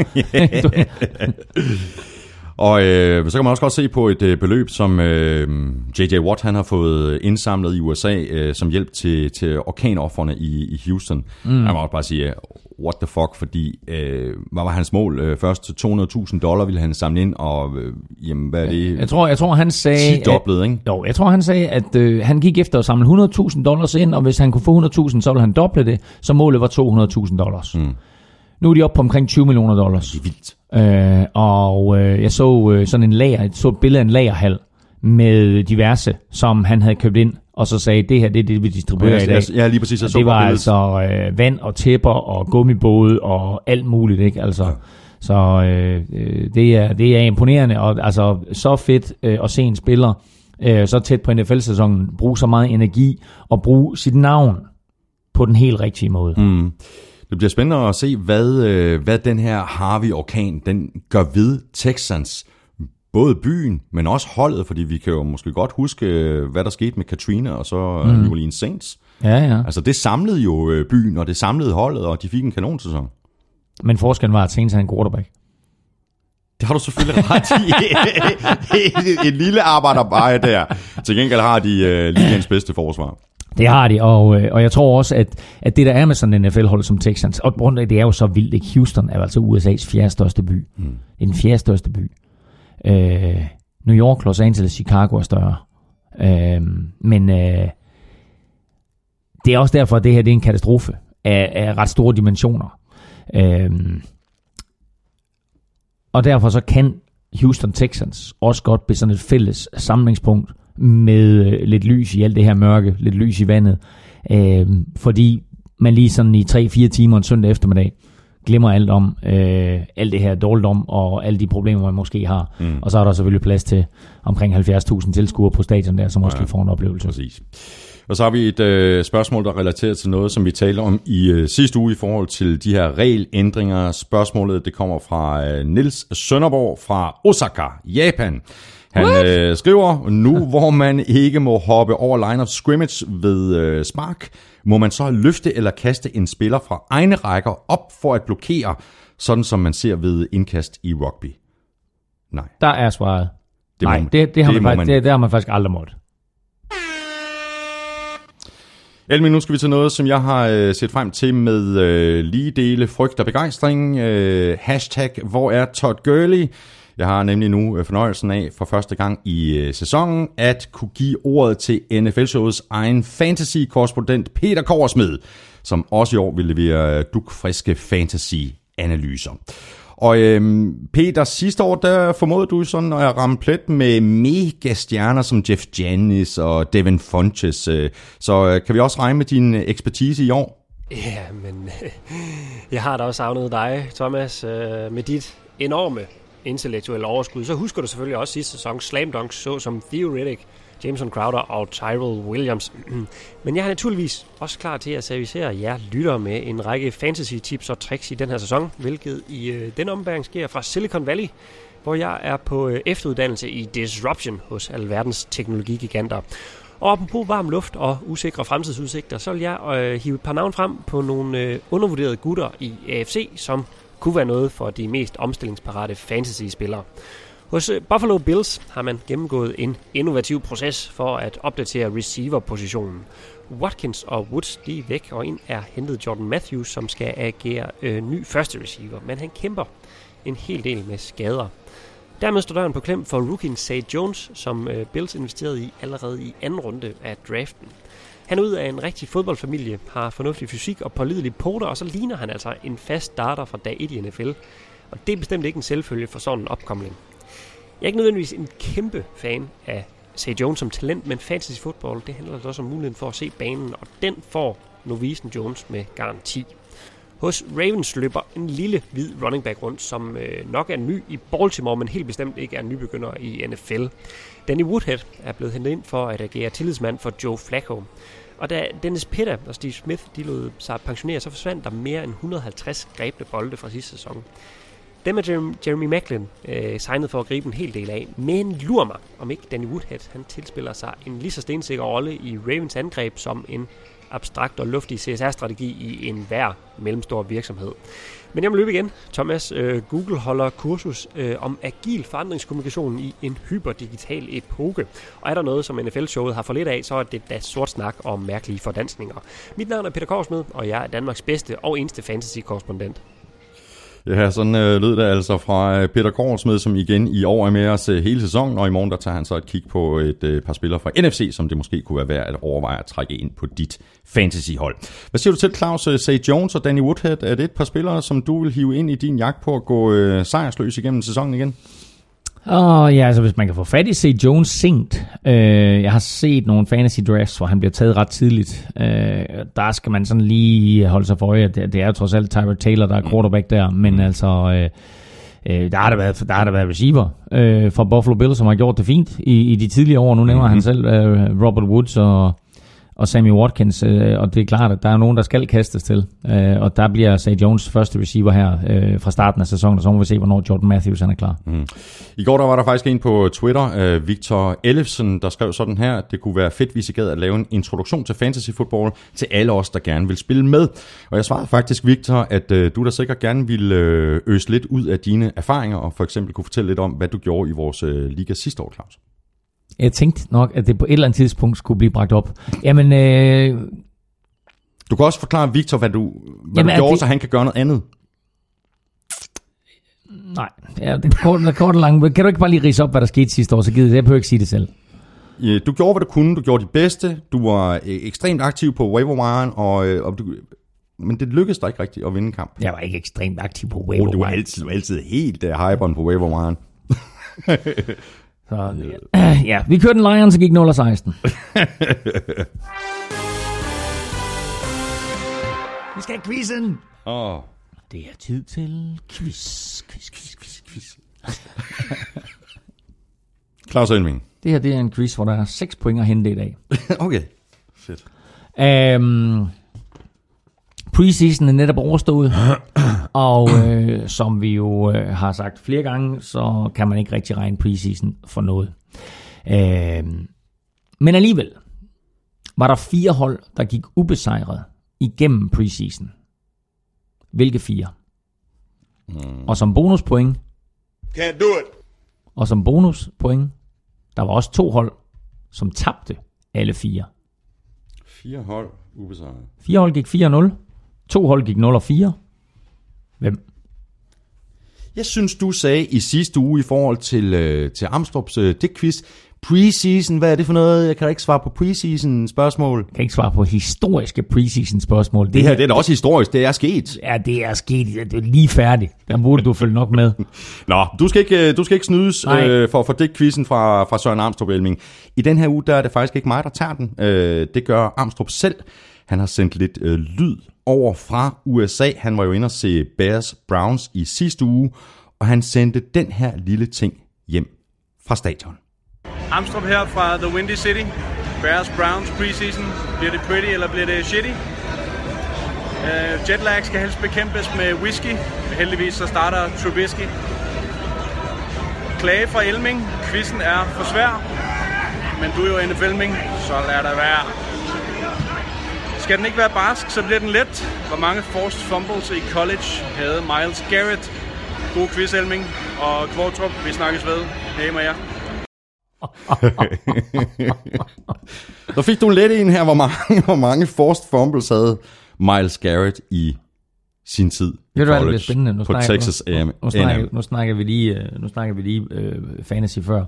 Og så kan man også godt se på et beløb, som J.J. Watt han har fået indsamlet i USA som hjælp til orkanofferne i Houston. Jeg må også bare sige, what the fuck, fordi hvad var hans mål? Først $200,000 ville han samle ind, og jamen, hvad er det? Jeg tror han sagde... 10-doblet, ikke? Jo, jeg tror han sagde, at han gik efter at samle $100,000 ind, og hvis han kunne få $100,000, så ville han doble det, så målet var $200,000. Nu er de oppe på omkring $20 million. Det er vildt. Jeg så sådan en lager, et billede af en lagerhal med diverse, som han havde købt ind, og så sagde, det her, det er det, vi distribuerer i dag. Ja, lige præcis. Det var altså vand og tæpper og gummibåde og alt muligt, ikke? Altså, ja. Så det er imponerende, og altså så fedt at se en spiller så tæt på NFL-sæsonen bruge så meget energi og bruge sit navn på den helt rigtige måde. Det bliver spændende at se, hvad den her Harvey-orkan den gør ved Texans. Både byen, men også holdet, fordi vi kan jo måske godt huske, hvad der skete med Katrina og så New Orleans Saints. Ja. Altså det samlede jo byen, og det samlede holdet, og de fik en kanonsæson. Men forskellen var, at Saints havde en quarterback. Det har du selvfølgelig ret i. Et lille arbejderbejde der. Til gengæld har de ligens bedste forsvar. Det har de, og jeg tror også, at det der er med sådan en NFL-hold som Texans, og rundt af det er jo så vildt, ikke? Houston er altså USA's 4. største by. Det er den 4. største by. New York, Los Angeles, Chicago er større. Men det er også derfor, at det her det er en katastrofe af ret store dimensioner. Og derfor så kan Houston Texans også godt blive sådan et fælles samlingspunkt med lidt lys i alt det her mørke, lidt lys i vandet, fordi man lige sådan i 3-4 timer en søndag eftermiddag glemmer alt om alt det her dårligdom og alle de problemer, man måske har. Og så er der selvfølgelig plads til omkring 70.000 tilskuere på stadion der, som måske får en oplevelse. Præcis. Og så har vi et spørgsmål, der er relateret til noget, som vi talte om i sidste uge i forhold til de her regelændringer. Spørgsmålet det kommer fra Niels Sønderborg fra Osaka, Japan. Han skriver, nu hvor man ikke må hoppe over line of scrimmage ved spark, må man så løfte eller kaste en spiller fra egne rækker op for at blokere, sådan som man ser ved indkast i rugby. Nej. Der er svaret. Det har man faktisk aldrig måttet. Elmin, nu skal vi til noget, som jeg har set frem til med lige dele frygt og begejstring. Hashtag, hvor er Todd Gurley? Jeg har nemlig nu fornøjelsen af for første gang i sæsonen at kunne give ordet til NFL-showets egen fantasy-korrespondent Peter Korsmed, som også i år vil levere dugfriske fantasy-analyser. Og Peter, sidste år, der formåede du sådan at ramme plet med mega-stjerner som Jeff Janis og Devin Funches. Så kan vi også regne med din ekspertise i år? Ja, men jeg har da også savnet dig, Thomas, med dit enorme intellektuelle overskud. Så husker du selvfølgelig også sidste sæson Slam Dunks, så som Theoretic, Jameson Crowder og Tyrell Williams. Men jeg er naturligvis også klar til at servicere jer lyttere med en række fantasy-tips og tricks i den her sæson, hvilket i den ombæring sker fra Silicon Valley, hvor jeg er på efteruddannelse i Disruption hos alverdens teknologigiganter. Og apropos varm luft og usikre fremtidsudsigter, så vil jeg hive et par navn frem på nogle undervurderede gutter i AFC, som kunne være noget for de mest omstillingsparate fantasy-spillere. Hos Buffalo Bills har man gennemgået en innovativ proces for at opdatere receiver-positionen. Watkins og Woods de er væk, og ind er hentet Jordan Matthews, som skal agere ny første receiver, men han kæmper en hel del med skader. Dermed står døren på klem for rookien Zay Jones, som Bills investerede i allerede i anden runde af draften. Han er ud af en rigtig fodboldfamilie, har fornuftig fysik og pålidelig poter, og så ligner han altså en fast starter fra dag 1 i NFL. Og det er bestemt ikke en selvfølge for sådan en opkomling. Jeg er ikke nødvendigvis en kæmpe fan af Zay Jones som talent, men fantasy football, det handler også om muligheden for at se banen, og den får novisen Jones med garanti. Hos Ravens løber en lille hvid running back rundt, som nok er ny i Baltimore, men helt bestemt ikke er nybegynder i NFL. Danny Woodhead er blevet hentet ind for at agere tillidsmand for Joe Flacco. Og da Dennis Pitta og Steve Smith de lod sig pensionere, så forsvandt der mere end 150 grebne bolde fra sidste sæson. Dem er Jeremy Maclin signet for at gribe en hel del af. Men lur mig, om ikke Danny Woodhead han tilspiller sig en lige så stensikker rolle i Ravens angreb som en abstrakt og luftig CSR-strategi i enhver mellemstor virksomhed. Men jeg må løbe igen. Thomas, Google holder kursus om agil forandringskommunikation i en hyperdigital epoke. Og er der noget, som NFL-showet har for lidt af, så er det da sort snak om mærkelige fordanskninger. Mit navn er Peter Korsmed, og jeg er Danmarks bedste og eneste fantasy-korrespondent. Ja, sådan lød det altså fra Peter Korsmed, som igen i år er med os hele sæsonen, og i morgen der tager han så et kig på et par spillere fra NFC, som det måske kunne være værd at overveje at trække ind på dit fantasyhold. Hvad siger du til, Claus? Zay Jones og Danny Woodhead, er det et par spillere, som du vil hive ind i din jagt på at gå sejrsløs igennem sæsonen igen? Ja, altså hvis man kan få fat i Zay Jones sent. Jeg har set nogle fantasy drafts, hvor han bliver taget ret tidligt. Der skal man sådan lige holde sig for øje. Det er jo trods alt Tyrod Taylor, der er quarterback der. Men altså, der har der været receiver fra Buffalo Bills, som har gjort det fint i de tidligere år. Nu nævner han selv Robert Woods og Sammy Watkins, og det er klart, at der er nogen, der skal kastes til. Og der bliver Zay Jones første receiver her fra starten af sæsonen, og så må vi se, hvornår Jordan Matthews han er klar. I går der var der faktisk en på Twitter, Victor Ellefsen, der skrev sådan her: det kunne være fedt, hvis I gad at lave en introduktion til fantasy football til alle os, der gerne vil spille med. Og jeg svarede faktisk, Victor, at du da sikkert gerne ville øse lidt ud af dine erfaringer, og for eksempel kunne fortælle lidt om, hvad du gjorde i vores liga sidste år, Claus. Jeg tænkte nok, at det på et eller andet tidspunkt skulle blive bragt op. Jamen, du kan også forklare Victor, hvad du gjorde, så han kan gøre noget andet. Nej, ja, det er kort og langt. Kan du ikke bare lige ridse op, hvad der skete sidste år, så gider jeg behøver ikke sige det selv. Du gjorde, hvad du kunne. Du gjorde dit bedste. Du var ekstremt aktiv på waiver-wiren, men det lykkedes dig ikke rigtigt at vinde en kamp. Jeg var ikke ekstremt aktiv på waiver-wiren. Du var altid helt hyperen på waiver-wiren. Så, ja, vi kørte en Lions og gik 0-16. Vi skal have quizzen. Det er tid til quiz. Claus Elming. Det her det er en quiz, hvor der er 6 point at hente i dag. Okay, fedt. Preseason er netop overstået, og som vi jo har sagt flere gange, så kan man ikke rigtig regne preseason for noget. Men alligevel var der 4 hold, der gik ubesejret igennem preseason. Hvilke 4? Og som bonuspoint, Can't do it. der var også 2 hold, som tabte alle 4. 4 hold ubesejret. 4 hold gik 4-0, 2 hold gik 0-4. Hvem? Jeg synes, du sagde i sidste uge i forhold til Amstrups quiz, preseason, hvad er det for noget? Jeg kan ikke svare på preseason spørgsmål. Jeg kan ikke svare på historiske preseason spørgsmål. Det her det er da også historisk, det er sket. Ja, det er sket. Det er lige færdigt. Der burde du følge nok med. Nå, du skal ikke snydes for at få det quizzen fra Søren Amstrup Elming. I den her uge, der er det faktisk ikke mig, der tager den. Det gør Amstrup selv. Han har sendt lidt lyd over fra USA. Han var jo inde og se Bears Browns i sidste uge, og han sendte den her lille ting hjem fra stadion. Amstrup her fra The Windy City. Bears Browns preseason. Bliver det pretty, eller bliver det shitty? Jetlag skal helst bekæmpes med whisky. Heldigvis så starter Trubisky. Klage fra Elming. Quizzen er for svær. Men du er jo NFL-ming, så lad det være. Skal den ikke være barsk, så bliver den let. Hvor mange forced fumbles i college havde Myles Garrett? God quiz, Elming. Og Kvartrup, vi snakkes ved. Hej med jer. Så fik du en let en her, hvor mange forced fumbles havde Myles Garrett i sin tid. Det er det spændende. Nu på Texas A&M. Nu snakker vi lige fantasy før.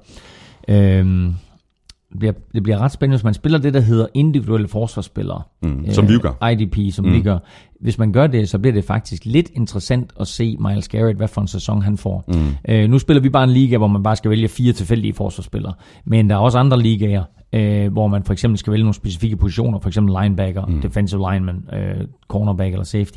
Det bliver ret spændende, hvis man spiller det, der hedder individuelle forsvarsspillere. Som vi gør. IDP, som vi gør. Hvis man gør det, så bliver det faktisk lidt interessant at se Myles Garrett, hvad for en sæson han får. Nu spiller vi bare en liga, hvor man bare skal vælge 4 tilfældige forsvarsspillere. Men der er også andre ligaer, hvor man for eksempel skal vælge nogle specifikke positioner, for eksempel linebacker, defensive lineman, cornerback eller safety.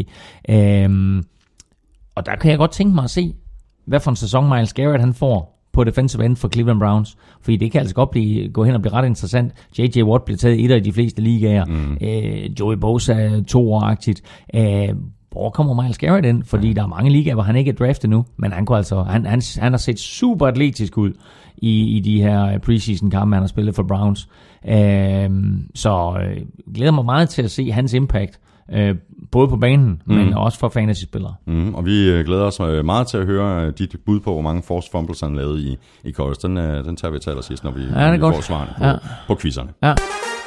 Og der kan jeg godt tænke mig at se, hvad for en sæson Myles Garrett han får på defensive end for Cleveland Browns. Fordi det kan altså godt gå hen og blive ret interessant. J.J. Watt bliver taget i et af de fleste ligaer. Joey Bosa 2-åragtigt. Hvor kommer Myles Garrett ind? Fordi der er mange ligaer, hvor han ikke er draftet nu. Men han kunne altså, han har set super atletisk ud i de her preseason kampe, han har spillet for Browns. Så glæder mig meget til at se hans impact. Både på banen, men også for fantasy-spillere. Og vi glæder os meget til at høre dit bud på, hvor mange forced fumbles han lavede i college. Den tager vi til allersidst, når vi får svarene på quizzerne. Ja.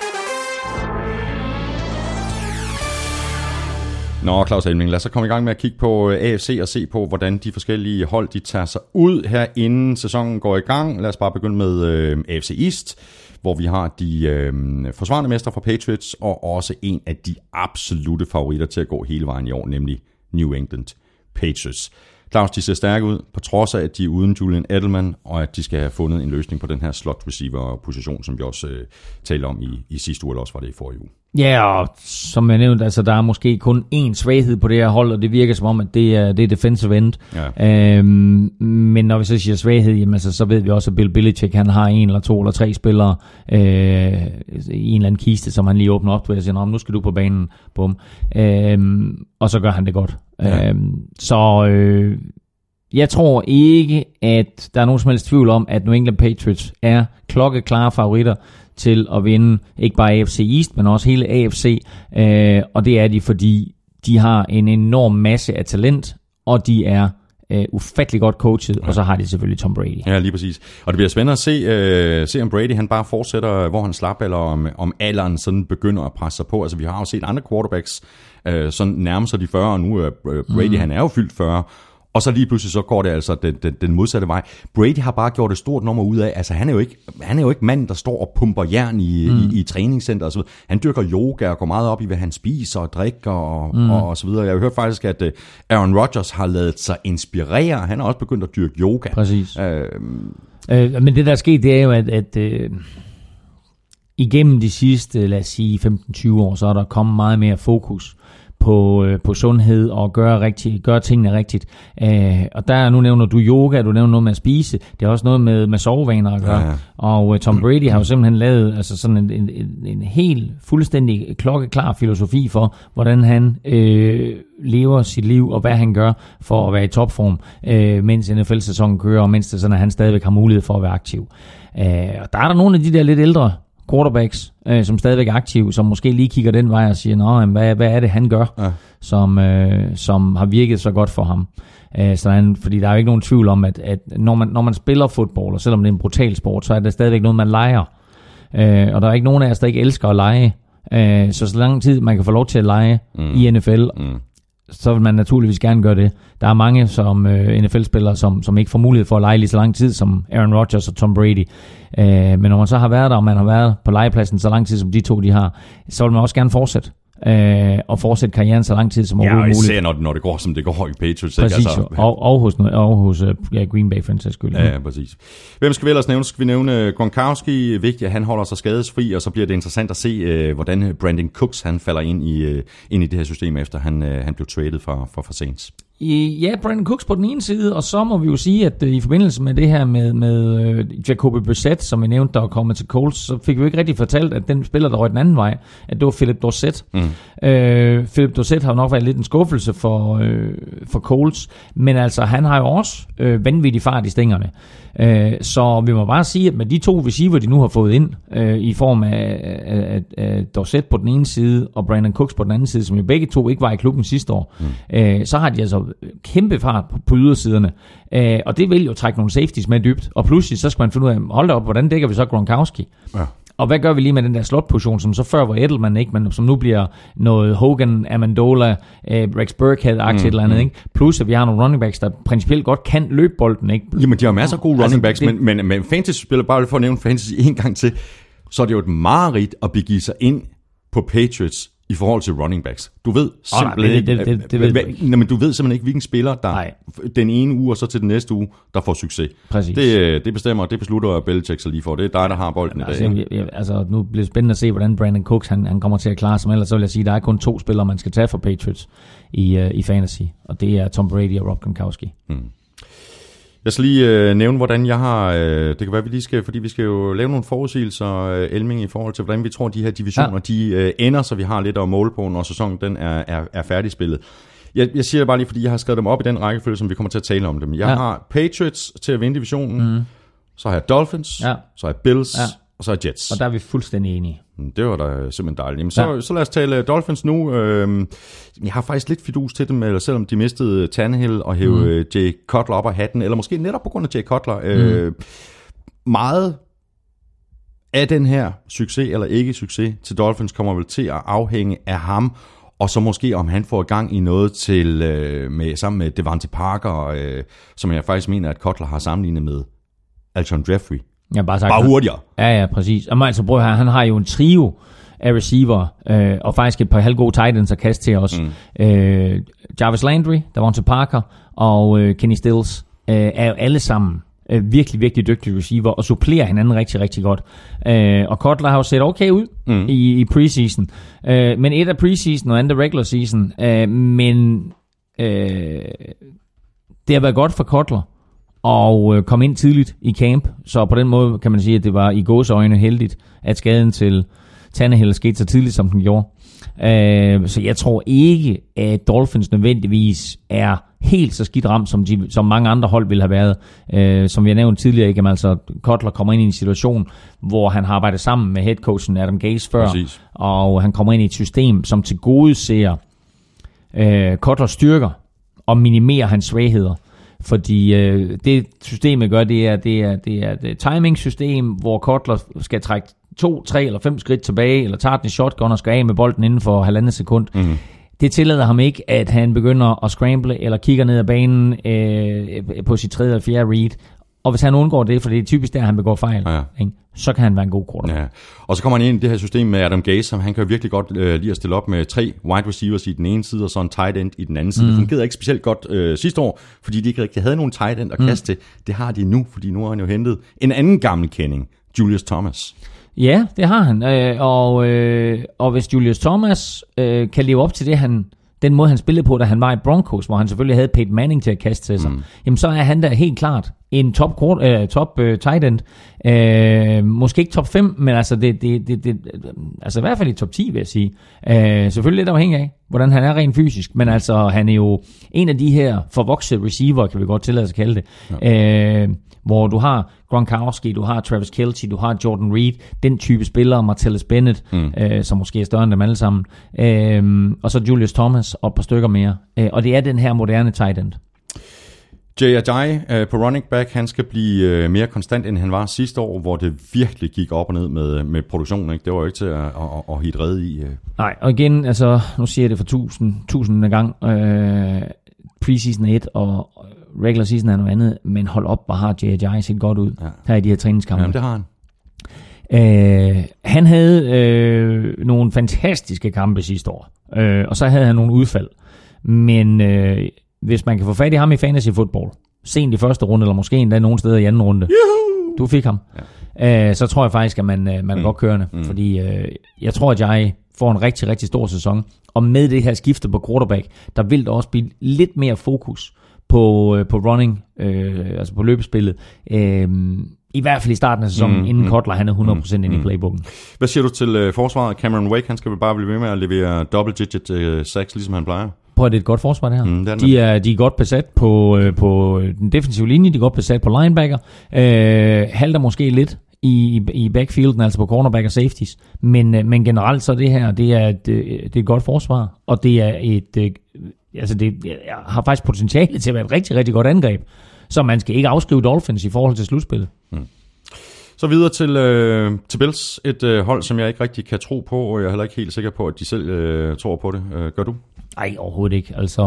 Nå, Claus Elming, lad os så komme i gang med at kigge på AFC og se på, hvordan de forskellige hold de tager sig ud her, inden sæsonen går i gang. Lad os bare begynde med AFC East, hvor vi har de forsvarende mestre fra Patriots, og også en af de absolutte favoritter til at gå hele vejen i år, nemlig New England Patriots. Claus, de ser stærke ud, på trods af, at de er uden Julian Edelman, og at de skal have fundet en løsning på den her slot receiver-position, som vi også talte om i sidste uge, eller også var det i forrige uge. Ja, og som jeg nævnte, altså der er måske kun én svaghed på det her hold, og det virker som om, at det er defensive end. Ja. Men når vi så siger svaghed, jamen, altså, så ved vi også, at Bill Belichick, han har 1 eller 2 eller 3 spillere i en eller anden kiste, som han lige åbner op til, og siger, nu skal du på banen, bum. Og så gør han det godt. Ja. Jeg tror ikke, at der er nogen som helst tvivl om, at New England Patriots er klokkeklare favoritter til at vinde ikke bare AFC East, men også hele AFC. Og det er de, fordi de har en enorm masse af talent, og de er ufattelig godt coachet, og så har de selvfølgelig Tom Brady. Ja, lige præcis. Og det bliver spændende at se om Brady han bare fortsætter, hvor han slap, eller om alderen sådan begynder at presse sig på. Altså vi har jo set andre quarterbacks sådan nærme sig de 40, og nu Brady han er jo fyldt 40, og så lige pludselig så går det altså den modsatte vej. Brady har bare gjort et stort nummer ud af, altså han er jo ikke manden, der står og pumper jern i træningscenter og så videre. Han dyrker yoga og går meget op i, hvad han spiser og drikker og så videre. Jeg har hørt faktisk, at Aaron Rodgers har ladet sig inspirere. Han har også begyndt at dyrke yoga. Præcis. Men det der er sket, det er jo, at igennem de sidste, lad os sige, 15-20 år, så er der kommet meget mere fokus på sundhed og gøre tingene rigtigt. Og der nu nævner du yoga, du nævner noget med at spise, det er også noget med sovevaner at gøre. Ja. Og Tom Brady har jo simpelthen lavet altså sådan en helt fuldstændig klokkeklar filosofi for, hvordan han lever sit liv, og hvad han gør for at være i topform, mens NFL-sæsonen kører, og mens det sådan, at han stadigvæk har mulighed for at være aktiv. Og der er der nogle af de der lidt ældre quarterbacks, som stadigvæk er aktive, som måske lige kigger den vej og siger, hvad er det, han gør, som har virket så godt for ham. Fordi der er jo ikke nogen tvivl om, at når man spiller fodbold, og selvom det er en brutal sport, så er det stadigvæk noget, man leger. Og der er ikke nogen af os, der ikke elsker at lege. Så lang tid man kan få lov til at lege i NFL, så vil man naturligvis gerne gøre det. Der er mange som NFL-spillere, som ikke får mulighed for at lege lige så lang tid som Aaron Rodgers og Tom Brady. Men når man så har været der, og man har været på legepladsen så lang tid som de to de har, så vil man også gerne fortsætte. Og fortsætte karrieren så lang tid som overhovedet muligt. Ja, især når det går, som det går i Patriots. Præcis, altså, og hos Green Bay for en sags skyld. Ja, præcis. Hvem skal vi ellers nævne? Skal vi nævne Gronkowski? Vigtigt, at han holder sig skadesfri, og så bliver det interessant at se, hvordan Brandon Cooks han falder ind i det her system, efter han blev traded for Saints. Ja, Brandon Cooks på den ene side, og så må vi jo sige, at i forbindelse med det her med Jacoby Brissett, som vi nævnte, der var kommet til Colts, så fik vi jo ikke rigtig fortalt, at den spiller, der røg den anden vej, at det var Philip Dorsett. Philip Dorsett har jo nok været lidt en skuffelse for Colts, men altså, han har jo også vanvittig fart i stængerne. Så vi må bare sige, at med de to receiver, de nu har fået ind, i form af Dorsett på den ene side, og Brandon Cooks på den anden side, som jo begge to ikke var i klubben sidste år, så har de altså kæmpe fart på ydersiderne. Og det vil jo trække nogle safeties med dybt. Og pludselig så skal man finde ud af, hold da op, hvordan dækker vi så Gronkowski? Ja. Og hvad gør vi lige med den der slot-position, som så før var Edelman, ikke, men som nu bliver noget Hogan, Amendola, Rex Burkhead-aktigt eller andet, ikke? Plus at vi har nogle running backs, der principielt godt kan løbe bolden, ikke? Jamen, de har masser af gode running backs, men fantasy-spiller, bare for at nævne fantasy en gang til, så er det jo et mareridt at begive sig ind på Patriots i forhold til running backs. Du ved simpelthen du ved simpelthen ikke, hvilken spiller, der den ene uge og så til den næste uge, der får succes. Præcis. Det beslutter Belichick så lige for. Det er dig, der har bolden i dag. Altså, nu bliver det spændende at se, hvordan Brandon Cooks han kommer til at klare sig. Ellers så vil jeg sige, at der er kun 2 spillere, man skal tage for Patriots i fantasy. Og det er Tom Brady og Rob Gronkowski. Jeg skal lige nævne, hvordan jeg har... det kan være, vi lige skal... Fordi vi skal jo lave nogle forudsigelser, Elming, i forhold til, hvordan vi tror, de her divisioner, de ender, så vi har lidt at måle på, når sæsonen den er færdigspillet. Jeg siger det bare lige, fordi jeg har skrevet dem op i den rækkefølge, som vi kommer til at tale om dem. Jeg har Patriots til at vinde divisionen, så har jeg Dolphins, så har jeg Bills, og så har jeg Jets. Og der er vi fuldstændig enige. Det var da simpelthen dejligt. Jamen, så lad os tale Dolphins nu. Jeg har faktisk lidt fidus til dem, eller selvom de mistede Tannehill og hæve Jay Cutler op af hatten, eller måske netop på grund af Jay Cutler. Meget af den her succes eller ikke succes til Dolphins kommer vel til at afhænge af ham, og så måske om han får i gang i noget til sammen med Devante Parker, som jeg faktisk mener, at Cutler har sammenlignet med Alshon Jeffrey. Ja, bare hurtigere. Ja, præcis. Og altså, prøv at høre, han har jo en trio af receiver, og faktisk et par halvgode tight ends at kaste til os. Jarvis Landry, Devante Parker og Kenny Stills er jo alle sammen virkelig, virkelig dygtige receiver, og supplerer hinanden rigtig, rigtig godt. Og Cutler har jo set okay ud i preseason. Men et af preseason og andet regular season. Men det har været godt for Cutler og kom ind tidligt i camp, så på den måde kan man sige, at det var i gåseøjne heldigt, at skaden til Tannehill skete så tidligt, som den gjorde. Så jeg tror ikke, at Dolphins nødvendigvis er helt så skidt ramt, som mange andre hold ville have været. Som vi har nævnt tidligere, ikke? Altså, Cutler kommer ind i en situation, hvor han har arbejdet sammen med headcoachen Adam Gase før, præcis. Og han kommer ind i et system, som til gode ser Cutlers styrker og minimerer hans svagheder. Fordi det systemet gør, det er et timing-system, hvor Cutler skal trække 2, 3 eller 5 skridt tilbage, eller tager den i shotgun og skal af med bolden inden for 1,5 sekund. Det tillader ham ikke, at han begynder at scramble eller kigger ned ad banen på sit 3. eller 4. read. Og hvis han undgår det, for det er typisk der, han begår fejl, ikke? Så kan han være en god quarterback. Ja. Og så kommer han ind i det her system med Adam Gase, som han kan jo virkelig godt lide at stille op med 3 wide receivers i den ene side, og så en tight end i den anden side. Det fungerede ikke specielt godt sidste år, fordi de ikke rigtig havde nogen tight end at kaste til. Det har de nu, fordi nu har han jo hentet en anden gammel kending, Julius Thomas. Ja, det har han. Og hvis Julius Thomas kan leve op til det, han den måde, han spillede på, da han var i Broncos, hvor han selvfølgelig havde Peyton Manning til at kaste til sig, jamen så er han da helt klart en top tight end. Måske ikke top 5, men altså, altså i hvert fald i top 10, vil jeg sige. Selvfølgelig lidt afhængig af, hvordan han er rent fysisk, men altså, han er jo en af de her forvoksede receiver, kan vi godt tillade os at kalde det, hvor du har Gronkowski, du har Travis Kelce, du har Jordan Reed, den type spillere, Martellus Bennett, som måske er større end dem alle sammen, og så Julius Thomas og et par stykker mere. Og det er den her moderne tight end. Jay Ajayi på running back, han skal blive mere konstant, end han var sidste år, hvor det virkelig gik op og ned med produktionen. Ikke? Det var jo ikke til at hitte redde i. Nej, og igen, altså, nu siger jeg det for tusindende gang, preseason 1 og regular season er noget andet, men hold op, hvor har Jay Ajayi set godt ud her i de her træningskampe. Jamen, det har han. Han havde nogle fantastiske kampe sidste år, og så havde han nogle udfald. Men hvis man kan få fat i ham i fantasy football, sent i første runde, eller måske endda nogle steder i anden runde, du fik ham, så tror jeg faktisk, at man er godt kørende. Fordi jeg tror, at jeg får en rigtig, rigtig stor sæson. Og med det her skifte på quarterback, der vil der også blive lidt mere fokus på running, altså på løbespillet. I hvert fald i starten af sæsonen, inden Cutler han er 100% ind i playbooken. Hvad siger du til forsvaret? Cameron Wake, han skal vel bare blive ved med at levere double-digit sacks, ligesom han plejer? Prøv at det er et godt forsvar, det her. De er godt besat på den defensive linje, de er godt besat på linebacker. Halter måske lidt i backfielden, altså på cornerback og safeties. Men generelt så det her, det er et godt forsvar, og det er det har faktisk potentiale til at være et rigtig, rigtig godt angreb. Så man skal ikke afskrive Dolphins i forhold til slutspillet. Så videre til Bills. Et hold, som jeg ikke rigtig kan tro på, og jeg er heller ikke helt sikker på, at de selv tror på det. Gør du? Nej, overhovedet ikke. Altså,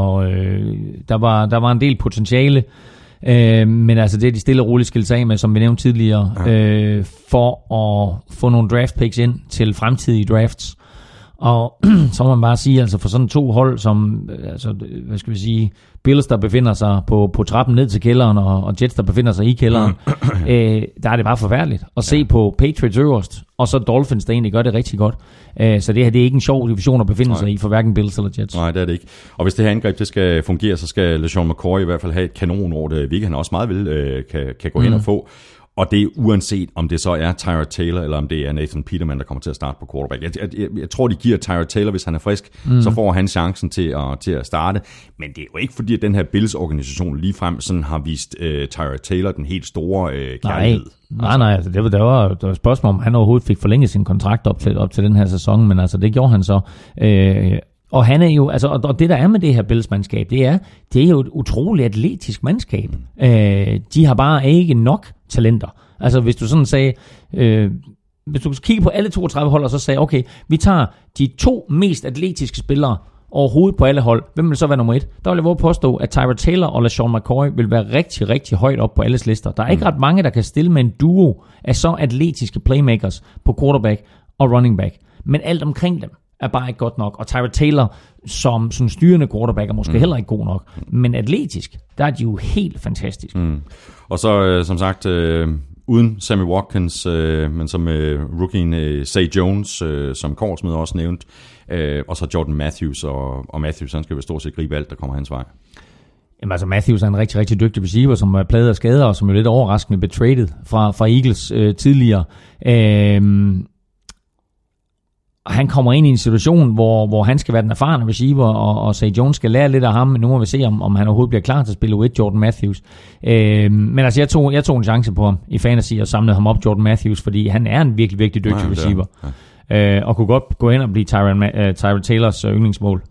der var en del potentiale, men altså det er de stille og roligt skilt sig af med, som vi nævnte tidligere, for at få nogle draft picks ind til fremtidige drafts. Og så må man bare sige, altså for sådan to hold som, altså, hvad skal vi sige, Bills, der befinder sig på trappen ned til kælderen, og Jets, der befinder sig i kælderen, der er det bare forfærdeligt at se på Patriots øverst, og så Dolphins, der egentlig gør det rigtig godt. Så det her, det er ikke en sjov division at befinde sig i for hverken Bills eller Jets. Nej, det er det ikke. Og hvis det her angreb, det skal fungere, så skal LeSean McCoy i hvert fald have et kanonår, det han også meget vil kan gå hen og få. Og det er uanset, om det så er Tyrod Taylor, eller om det er Nathan Peterman, der kommer til at starte på quarterback. Jeg tror, de giver Tyrod Taylor, hvis han er frisk, så får han chancen til at starte. Men det er jo ikke fordi, at den her Bills-organisation ligefrem sådan har vist Tyrod Taylor den helt store kærlighed. Nej, altså, det var et spørgsmål, om han overhovedet fik forlænget sin kontrakt op til den her sæson, men altså det gjorde han så. Og han er jo, altså, og det der er med det her Bills-mandskab, det er jo et utroligt atletisk mandskab. De har bare ikke nok talenter. Altså hvis du sådan sagde, hvis du kigger på alle 32 hold, og så sagde, okay, vi tager de 2 mest atletiske spillere overhovedet på alle hold, hvem vil så være nummer 1? Der vil jeg våge påstå, at Tyrod Taylor og LeSean McCoy vil være rigtig, rigtig højt op på alles lister. Der er ikke ret mange, der kan stille med en duo af så atletiske playmakers på quarterback og running back. Men alt omkring dem er bare ikke godt nok. Og Tyrod Taylor som styrende quarterback er måske heller ikke god nok. Men atletisk, der er de jo helt fantastisk. Og så som sagt, uden Sammy Watkins, men som rookien Zay Jones, som Korsmed også nævnt, og så Jordan Matthews, og Matthews, han skal vel stort set gribe alt, der kommer hans vej. Jamen altså Matthews er en rigtig, rigtig dygtig receiver, som er plaget af skader, og som jo lidt overraskende blev traded fra Eagles tidligere. Og han kommer ind i en situation, hvor han skal være den erfarne receiver, og Zay Jones skal lære lidt af ham, men nu må vi se, om han overhovedet bliver klar til at spille with Jordan Matthews. Men altså, jeg tog en chance på ham i fantasy, og samlede ham op, Jordan Matthews, fordi han er en virkelig, virkelig dygtig receiver. Og kunne godt gå ind og blive Tyrod Taylors yndlingsmål.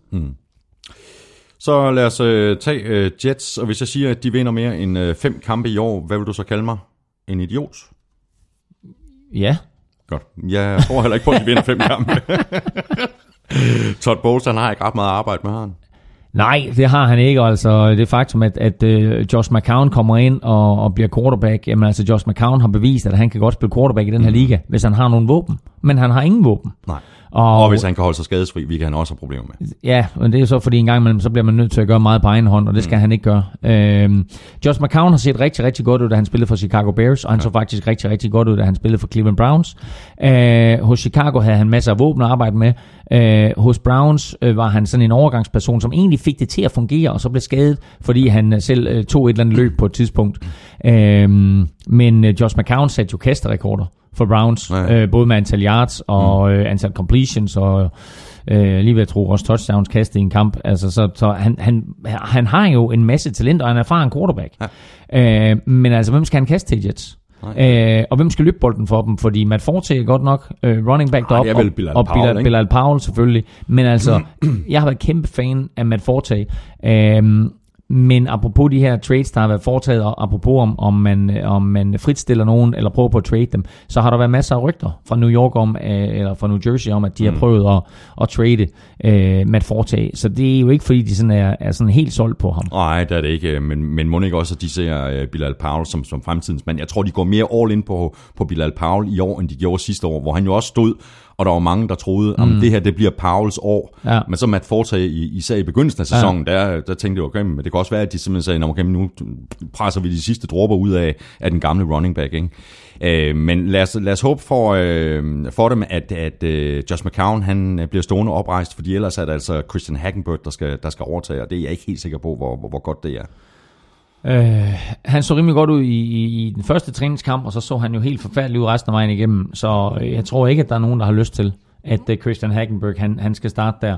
Så lad os tage Jets, og hvis jeg siger, at de vinder mere end 5 kampe i år, hvad vil du så kalde mig? En idiot? Ja. Godt. Jeg tror heller ikke på, at de vinder 5 kampe. Todd Bowles, han har ikke ret meget arbejde med ham. Nej, det har han ikke. Altså det faktum, at Josh McCown kommer ind og bliver quarterback, jamen altså Josh McCown har bevist, at han kan godt spille quarterback i den her liga, hvis han har nogle våben men han har ingen våben. Nej. Og hvis han kan holde sig skadesfri, hvilket han også har problemer med. Ja, men det er jo så, fordi en gang imellem, så bliver man nødt til at gøre meget på egen hånd, og det skal han ikke gøre. Josh McCown har set rigtig, rigtig godt ud, da han spillede for Chicago Bears, og han så faktisk rigtig, rigtig godt ud, da han spillede for Cleveland Browns. Hos Chicago havde han masser af våben at arbejde med. Hos Browns var han sådan en overgangsperson, som egentlig fik det til at fungere, og så blev skadet, fordi han selv tog et eller andet løb på et tidspunkt. Men Josh McCown satte jo kasterekorder for Browns, både med antal yards og antal completions og lige ved at tro også touchdowns kastet i en kamp. Altså, så han har jo en masse talent, og han er erfaren quarterback. Ja. Men altså, hvem skal han kaste til, Jets? Og hvem skal løbe bolden for dem? Fordi Matt Forte er godt nok running back deroppe, og Bilal Powell selvfølgelig. Men altså, jeg har været kæmpe fan af Matt Forte. Men apropos de her trades, der har været foretaget, og apropos om man fritstiller nogen, eller prøver på at trade dem, så har der været masser af rygter fra New York eller fra New Jersey om, at de har prøvet at trade Matt Forte. Så det er jo ikke, fordi de sådan er sådan helt solgt på ham. Nej, det er det ikke. Men må ikke også, at de ser Bilal Powell som fremtidens mand. Jeg tror, de går mere all in på Bilal Powell i år, end de gjorde sidste år, hvor han jo også stod. Og der var mange, der troede, at det her det bliver Powells år. Ja. Men så Matt Forte, især i begyndelsen af sæsonen, der tænkte jeg, okay, men det kan også være, at de simpelthen sagde, okay, nu presser vi de sidste dråber ud af den gamle running back. Ikke? Men lad os håbe for dem, at Josh McCown han bliver stående oprejst, fordi ellers er det altså Christian Hackenberg, der skal overtage, og det er jeg ikke helt sikker på, hvor godt det er. Han så rimelig godt ud i den første træningskamp, og så han jo helt forfærdelig ud resten af vejen igennem, så jeg tror ikke, at der er nogen, der har lyst til, at Christian Hackenberg han skal starte der.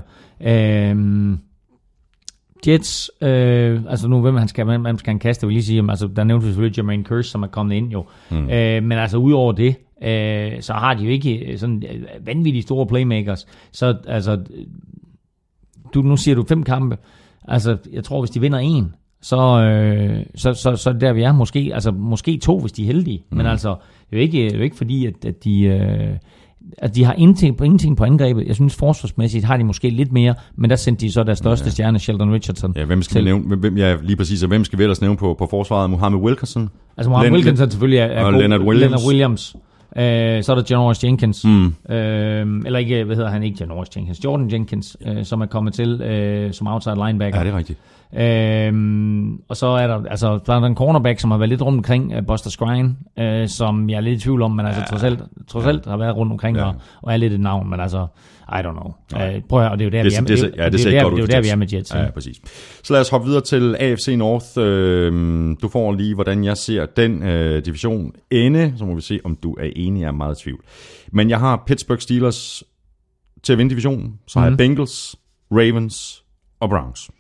Jets, altså nu hvem skal han kaste, vil jeg lige sige, altså der nævnte vi selvfølgelig Jermaine Kearse, som er kommet ind jo, men altså udover det, så har de jo ikke sådan vanvittigt store playmakers, så altså, nu siger du 5 kampe, altså jeg tror, hvis de vinder 1, så der vi er, måske 2, hvis de er heldige. Men altså, det er jo ikke fordi, at de har ingenting på angrebet. Jeg synes, forsvarsmæssigt har de måske lidt mere, men der sendte de så deres største stjerne, Sheldon Richardson. Ja, hvem skal vi nævne? Lige præcis, og hvem skal vi ellers nævne på forsvaret? Mohamed Wilkerson? Altså, Mohamed Wilkerson selvfølgelig er og Leonard Williams. Så er der Janoris Jenkins. Eller ikke, hvad hedder han? Ikke Janoris Jenkins. Jordan Jenkins, som er kommet til som outside linebacker. Ja, det er rigtigt. Og så er der en cornerback, som har været lidt rundt omkring, Buster Skrine, som jeg er lidt i tvivl om, men altså trods alt har været rundt omkring og er lidt et navn, men altså I don't know. Prøv at, og det er jo der, vi er med Jets. Ja, præcis. Så lad os hoppe videre til AFC North. Du får lige, hvordan jeg ser den division ende, så må vi se, om du er enig. Jeg er meget i tvivl. Men jeg har Pittsburgh Steelers til at vinde divisionen. Så har jeg Bengals, Ravens og Browns.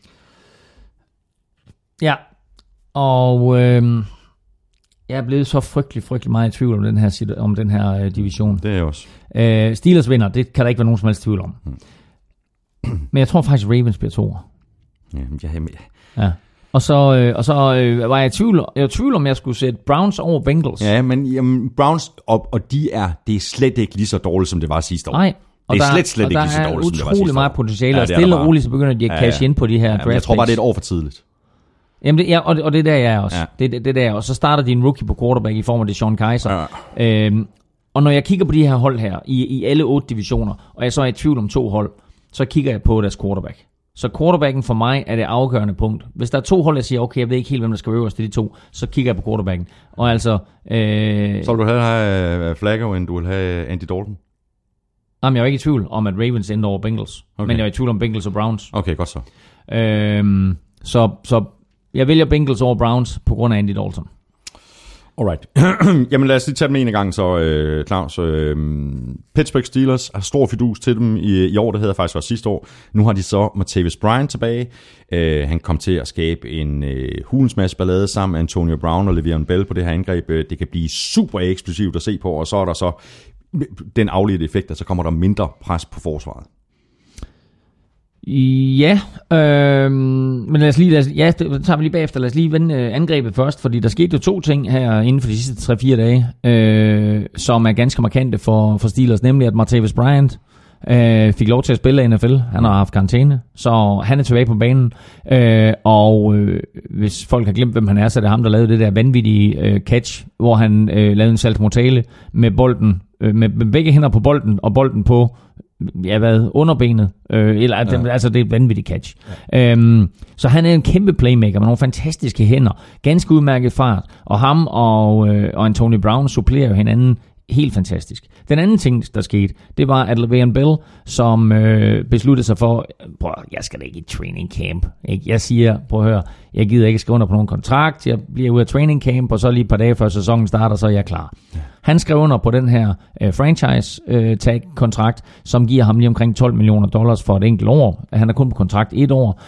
Ja, og jeg er blevet så frygtelig meget i tvivl om den her division. Det er jeg også. Steelers vinder, det kan der ikke være nogen som helst tvivl om. Men jeg tror faktisk, Ravens bliver 2. Ja. Og så var jeg i tvivl om jeg skulle sætte Browns over Bengals. Ja, men Browns, og det er slet ikke lige så dårligt, som det var sidste år. Nej. Og det er slet ikke lige så dårligt, som det var sidste år. Der er utrolig meget potentiale, og stille og roligt, så begynder de at cash ind på de her draft picks. Jeg tror bare, det er et år for tidligt. Jamen og det er der, jeg er også. Ja. Det der, og så starter de en rookie på quarterback i form af Deshaun Kaiser. Ja. Og når jeg kigger på de her hold her, i alle 8 divisioner, og jeg så er i tvivl om 2 hold, så kigger jeg på deres quarterback. Så quarterbacken for mig er det afgørende punkt. Hvis der er 2 hold, jeg siger, okay, jeg ved ikke helt, hvem der skal øverst, det er de 2, så kigger jeg på quarterbacken. Og altså... Så vil du have Flacco, end du vil have Andy Dalton? Jamen, jeg er ikke i tvivl om, at Ravens ender over Bengals. Okay. Men jeg er i tvivl om Bengals og Browns. Okay, godt så. Så jeg vælger Bengals over Browns på grund af Andy Dalton. Alright. Jamen lad os lige tage dem en gang så, Claus. Pittsburgh Steelers har stor fidus til dem i år. Det havde faktisk været sidste år. Nu har de så Martavis Bryant tilbage. Han kom til at skabe en hulens masse ballade sammen med Antonio Brown og Le'Veon Bell på det her angreb. Det kan blive super eksplosivt at se på, og så er der så den afledte effekt, at så kommer der mindre pres på forsvaret. Ja, men lad os det tager vi lige bagefter. Lad os lige vende angrebet først, fordi der skete jo 2 ting her inden for de sidste 3-4 dage, som er ganske markante for Steelers, nemlig at Martavis Bryant, fik lov til at spille i NFL. Han har haft karantæne, så han er tilbage på banen. Hvis folk har glemt, hvem han er, så er det ham, der lavede det der vanvittige catch, hvor han lavede en saltomortale med bolden, med begge hænder på bolden, og bolden på underbenet. Altså, det er et vanvittigt catch. Ja. Så han er en kæmpe playmaker med nogle fantastiske hænder, ganske udmærket fart, og ham og Antonio Brown supplerer jo hinanden helt fantastisk. Den anden ting, der skete, det var, at Le'Veon Bell, som besluttede sig for, jeg skal da ikke i training camp. Ikke? Jeg siger, prøv at høre, jeg gider ikke skrive under på nogen kontrakt, jeg bliver ude af training camp, og så lige et par dage før sæsonen starter, så er jeg klar. Han skrev under på den her franchise-tag-kontrakt, som giver ham lige omkring $12 million for et enkelt år. Han er kun på kontrakt 1 år,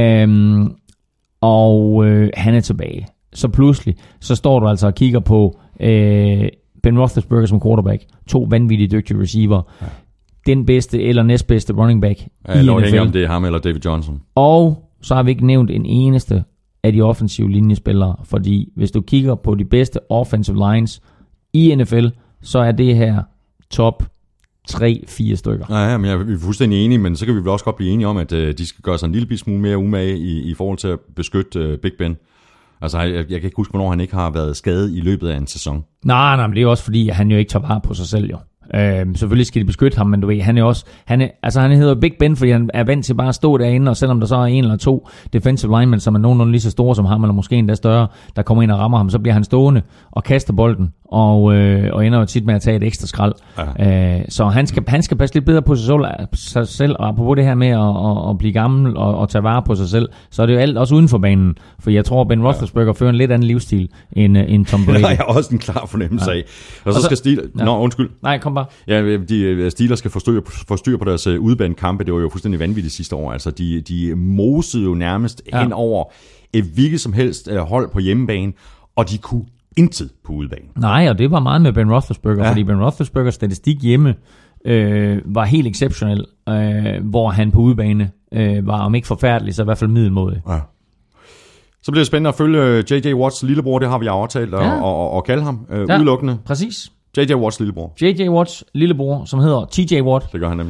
og han er tilbage. Så pludselig, så står du altså og kigger på Ben Roethlisberger som quarterback, 2 vanvittigt dygtige receiver, den bedste eller næstbedste running back i NFL. Om det er ham eller David Johnson. Og så har vi ikke nævnt en eneste af de offensive linjespillere, fordi hvis du kigger på de bedste offensive lines i NFL, så er det her top 3-4 stykker. Ja, men jeg er fuldstændig enig, men så kan vi vel også godt blive enige om, at de skal gøre sig en lille smule mere umage i forhold til at beskytte Big Ben. Altså, jeg kan ikke huske, hvornår han ikke har været skadet i løbet af en sæson. Nej, men det er jo også fordi, han jo ikke tager vare på sig selv, jo. Selvfølgelig skal de beskytte ham, men du ved, han hedder Big Ben, fordi han er vant til bare at stå derinde, og selvom der så er 1 eller 2 defensive linemen, som er nogenlunde lige så store som ham, eller måske endda større, der kommer ind og rammer ham, så bliver han stående og kaster bolden, og ender jo tit med at tage et ekstra skrald. Ja. Så han skal passe lidt bedre på sig selv, og apropos det her med at blive gammel og tage vare på sig selv, så er det jo alt også uden for banen, for jeg tror, Ben Roethlisberger fører en lidt anden livsstil end Tom Brady. Det har jeg også en klar fornemmelse af. Og så skal Steelers... Ja. Nå, undskyld. Nej, kom bare. Ja, de Steelers skal få styr på deres udbanekampe. Det var jo fuldstændig vanvittigt sidste år. Altså, de mosede jo nærmest hen over et hvilket som helst hold på hjemmebane, og de kunne intet på udebane. Nej, og det var meget med Ben Roethlisberger, fordi Ben Roethlisbergers statistik hjemme var helt exceptionel, hvor han på udebane var om ikke forfærdelig, så i hvert fald middelmådig. Ja. Så bliver det spændende at følge J.J. Watts lillebror, det har vi aftalt og kalde ham udelukkende. Præcis. J.J. Watts lillebror. J.J. Watts lillebror, som hedder T.J. Watt. Det gør han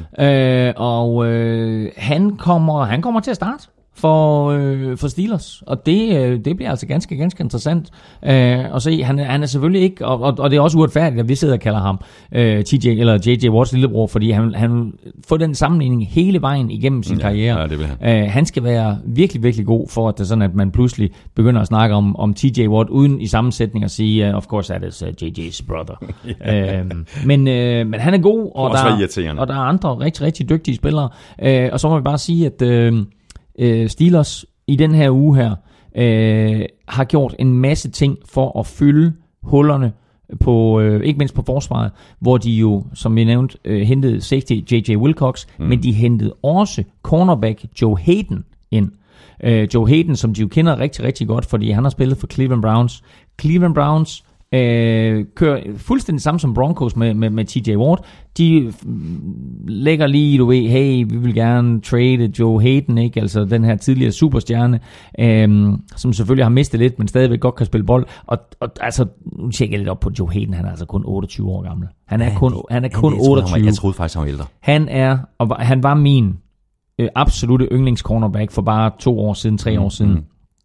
nemlig. Han kommer til at starte for Steelers, og det bliver altså ganske interessant at se. Han er selvfølgelig ikke, og det er også uretfærdigt, at vi sidder og kalder ham TJ eller J.J. Watts lillebror, fordi han får den sammenligning hele vejen igennem sin karriere. Ja, det vil han. Han skal være virkelig, virkelig god for, at det er sådan, at man pludselig begynder at snakke om TJ Watt, uden i sammensætning at sige, of course that is J.J.'s brother. Men han er god, og der er andre rigtig, rigtig dygtige spillere. Og så må vi bare sige, at Steelers i den her uge her har gjort en masse ting for at fylde hullerne på, ikke mindst på forsvaret, hvor de jo, som vi nævnte, hentede safety J.J. Wilcox, men de hentede også cornerback Joe Hayden ind. Joe Hayden, som de jo kender rigtig, rigtig godt, fordi han har spillet for Cleveland Browns. Cleveland Browns kører fuldstændig samme som Broncos med TJ Watt. De lægger lige, du ved, hey, vi vil gerne trade Joe Hayden, ikke? Altså den her tidligere superstjerne, som selvfølgelig har mistet lidt, men stadigvæk godt kan spille bold. Og altså, nu tjekker jeg lidt op på Joe Hayden, han er altså kun 28 år gammel. Han er kun 28. Jeg troede faktisk, han var ældre. Han var min absolutte yndlingscornerback for bare 2 år siden, 3 år siden.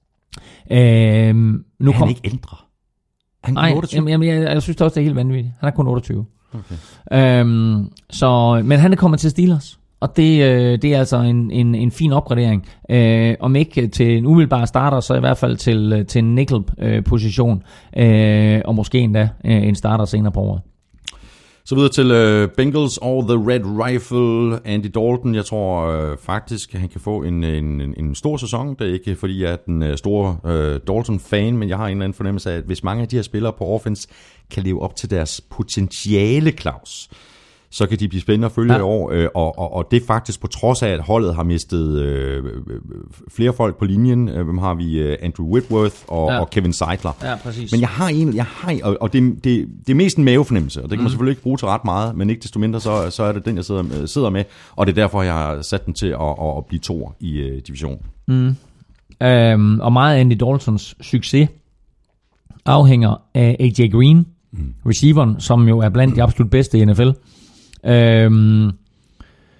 Nu han er ikke ældre. Nej, jeg synes også, det er helt vanvittigt. Han er kun 28. Okay. Men han er kommet til Steelers, og det er altså en fin opgradering. Om ikke til en umiddelbar starter, så i hvert fald til en nickel-position, og måske endda en starter senere på året. Så videre til Bengals og The Red Rifle, Andy Dalton. Jeg tror faktisk, at han kan få en stor sæson. Det er ikke, fordi jeg er den store Dalton-fan, men jeg har en eller anden fornemmelse af, at hvis mange af de her spillere på offense kan leve op til deres potentiale, Claus, så kan de blive spændende at følge i år. Og det er faktisk på trods af, at holdet har mistet flere folk på linjen. Hvem har vi? Andrew Whitworth og Kevin Seidler. Ja, præcis. Men jeg har og det er mest en mavefornemmelse, og det kan man selvfølgelig ikke bruge til ret meget, men ikke desto mindre, så er det den, jeg sidder med, og det er derfor, jeg har sat den til at blive 2 i divisionen. Og meget af Andy Daltons succes afhænger af AJ Green, receiveren, som jo er blandt de absolut bedste i NFL.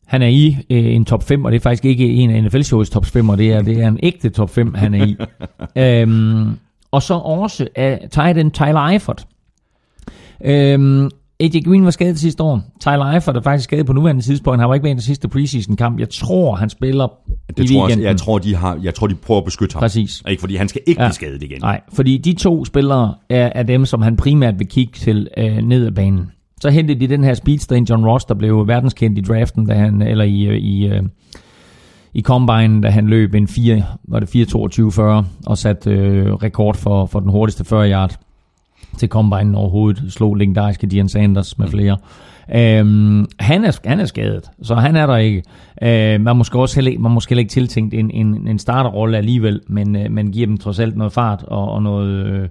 Han er i en top 5, og det er faktisk ikke en af NFL-shows top 5, og det er en ægte top 5, han er i. Og så også af tight end Tyler Eifert. AJ Green var skadet sidste år. Tyler Eifert er faktisk skadet på nuværende tidspunkt. Han var ikke med i den sidste preseason-kamp. Jeg tror, han spiller i weekenden. Jeg tror, de prøver at beskytte ham. Præcis. Ikke, fordi han skal ikke blive skadet igen. Nej, fordi de 2 spillere er dem, som han primært vil kigge til ned ad banen. Så hentede de den her speedster, John Ross, der blev verdenskendt i draften, da han, eller i Combine, da han løb en 4.22.40 og satte rekord for den hurtigste 40 yard til Combine overhovedet. Slog legendariske Deion Sanders med flere. Han er skadet, så han er der ikke. Man måske ikke tiltænkt en starterrolle alligevel, men giver dem trods alt noget fart og noget...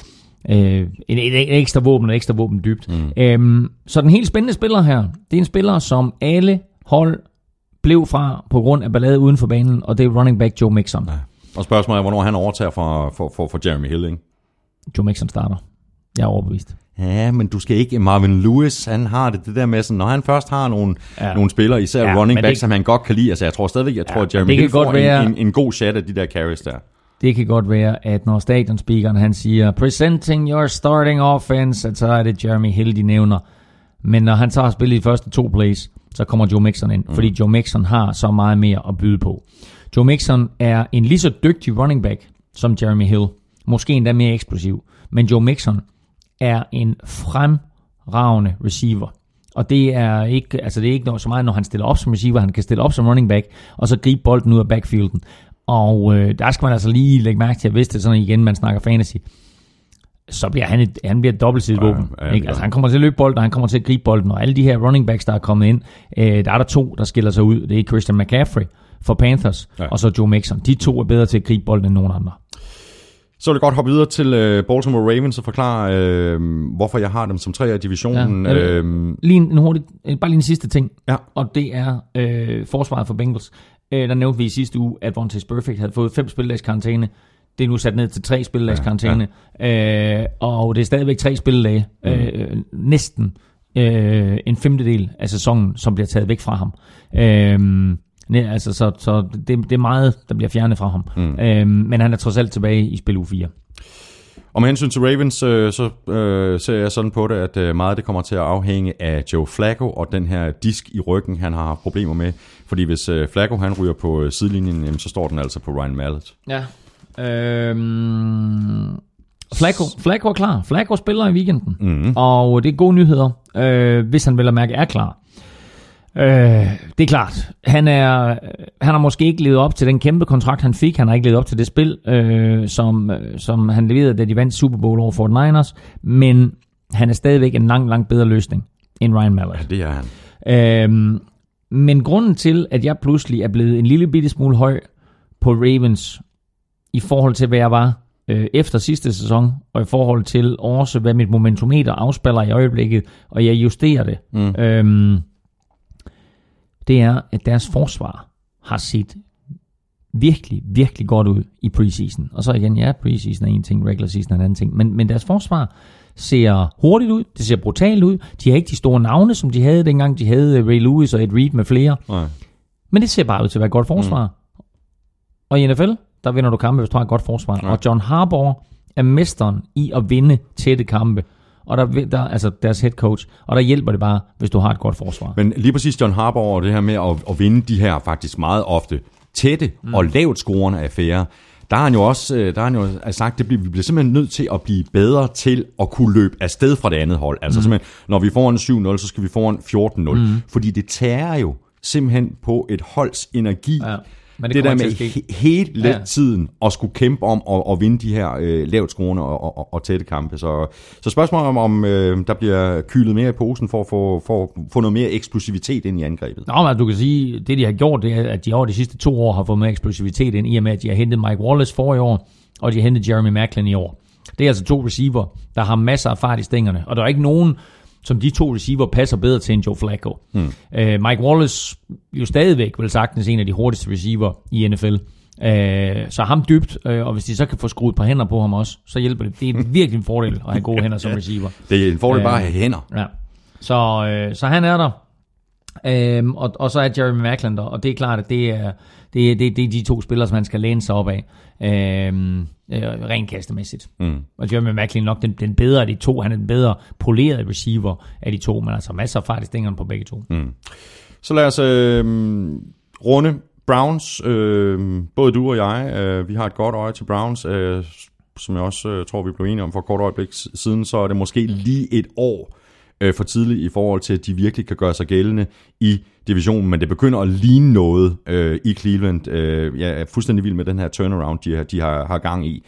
en ekstra våben dybt. Så den helt spændende spiller her, det er en spiller, som alle hold blev fra på grund af ballade uden for banen, og det er running back Joe Mixon. Ja. Og spørgsmålet er, hvornår han overtager for Jeremy Hill, ikke? Joe Mixon starter. Jeg er overbevist. Ja, men du skal ikke... Marvin Lewis, han har det der med, sådan, når han først har nogle spillere, især running back, som han godt kan lide. Altså, jeg tror stadigvæk, at Jeremy Hill får en god shot af de der carries der. Det kan godt være, at når stadionspeakeren han siger, presenting your starting offense, at så er det Jeremy Hill, de nævner. Men når han så har spillet de første 2 plays, så kommer Joe Mixon ind, fordi Joe Mixon har så meget mere at byde på. Joe Mixon er en lige så dygtig running back som Jeremy Hill. Måske endda mere eksplosiv. Men Joe Mixon er en fremragende receiver. Og det er ikke så meget, når han stiller op som receiver. Han kan stille op som running back, og så gribe bolden ud af backfielden. Og der skal man altså lige lægge mærke til, at hvis det sådan igen, man snakker fantasy, så bliver han bliver et dobbeltsidigt våben. Altså, han kommer til at løbe bolden, og han kommer til at gribe bolden. Og alle de her running backs, der er kommet ind, der er der 2, der skiller sig ud. Det er Christian McCaffrey for Panthers, og så Joe Mixon. De 2 er bedre til at gribe bolden end nogen andre. Så vil jeg godt hoppe videre til Baltimore Ravens og forklare, hvorfor jeg har dem som 3 af divisionen. Ja, bare lige en sidste ting, og det er forsvaret for Bengals. Der nævnte vi i sidste uge, at Vontaze Burfict havde fået 5 spilledags karantæne. Det er nu sat ned til 3 spilledags karantæne. Og det er stadigvæk 3 spilledage. Næsten en 1/5 af sæsonen, som bliver taget væk fra ham. Så det er meget, der bliver fjernet fra ham. Men han er trods alt tilbage i spil uge 4. Og med hensyn til Ravens, så ser jeg sådan på det, at meget det kommer til at afhænge af Joe Flacco og den her disk i ryggen, han har problemer med. Fordi hvis Flacco han ryger på sidelinjen, jamen, så står den altså på Ryan Mallett. Ja. Flacco er klar. Flacco spiller i weekenden. Og det er gode nyheder, hvis han vel at mærke er klar. Det er klart. Han har måske ikke levet op til den kæmpe kontrakt, han fik. Han har ikke levet op til det spil, som han leverede, da de vandt Super Bowl over 49ers. Men han er stadigvæk en langt bedre løsning end Ryan Mallett. Ja, det er han. Men grunden til, at jeg pludselig er blevet en lille bitte smule høj på Ravens, i forhold til, hvad jeg var efter sidste sæson, og i forhold til også, hvad mit momentometer afspiller i øjeblikket, og jeg justerer det, det er, at deres forsvar har set virkelig, virkelig godt ud i preseason. Og så igen, preseason er en ting, regular season er en anden ting, men deres forsvar ser hurtigt ud, det ser brutalt ud, de har ikke de store navne, som de havde dengang, de havde Ray Lewis og Ed Reed med flere, men det ser bare ud til at være et godt forsvar. Og i NFL, der vinder du kampe, hvis du har et godt forsvar. Og John Harbaugh er mesteren i at vinde tætte kampe. Og der altså deres head coach, og der hjælper det bare, hvis du har et godt forsvar. Men lige præcis John Harbaugh og det her med at vinde de her faktisk meget ofte tætte og lavt scorende affærer, der har han jo også sagt, at vi bliver simpelthen nødt til at blive bedre til at kunne løbe afsted fra det andet hold. Altså simpelthen, når vi får en 7-0, så skal vi få en 14-0. Fordi det tærer jo simpelthen på et holds energi. Ja. Men det der med hele tiden at skulle kæmpe om at vinde de her lavt skruende og tætte kampe. Så spørgsmålet om der bliver kylet mere i posen for at få noget mere eksplosivitet ind i angrebet. Nå, men du kan sige, det de har gjort, det er, at de over de sidste 2 år har fået mere eksplosivitet ind, i og med, at de har hentet Mike Wallace forrige år, og de har hentet Jeremy Maclin i år. Det er altså 2 receiver, der har masser af fart i stængerne, og der er ikke nogen, som de 2 receiver passer bedre til end Joe Flacco. Mike Wallace jo stadigvæk vel sagtens en af de hurtigste receiver i NFL. Så ham dybt, og hvis de så kan få skruet et par hænder på ham også, så hjælper det. Det er virkelig en fordel at have gode hænder som receiver. Det er en fordel bare at have hænder. Ja. Så han er der. Og så er Jeremy Maclin der, og det er klart, at det er de to spillere, som man skal læne sig op af, rent kastemæssigt. Og Jeremy Maclin nok den bedre af de to. Han er den bedre polerede receiver af de to, men altså masser af fart i stængerne på begge to. Så lad os runde Browns. Både du og jeg, vi har et godt øje til Browns. Som jeg også tror, vi blev enige om for et kort øjeblik siden, så er det måske lige et år for tidligt i forhold til, at de virkelig kan gøre sig gældende i divisionen, men det begynder at ligne noget i Cleveland. Jeg er fuldstændig vild med den her turnaround, de har gang i.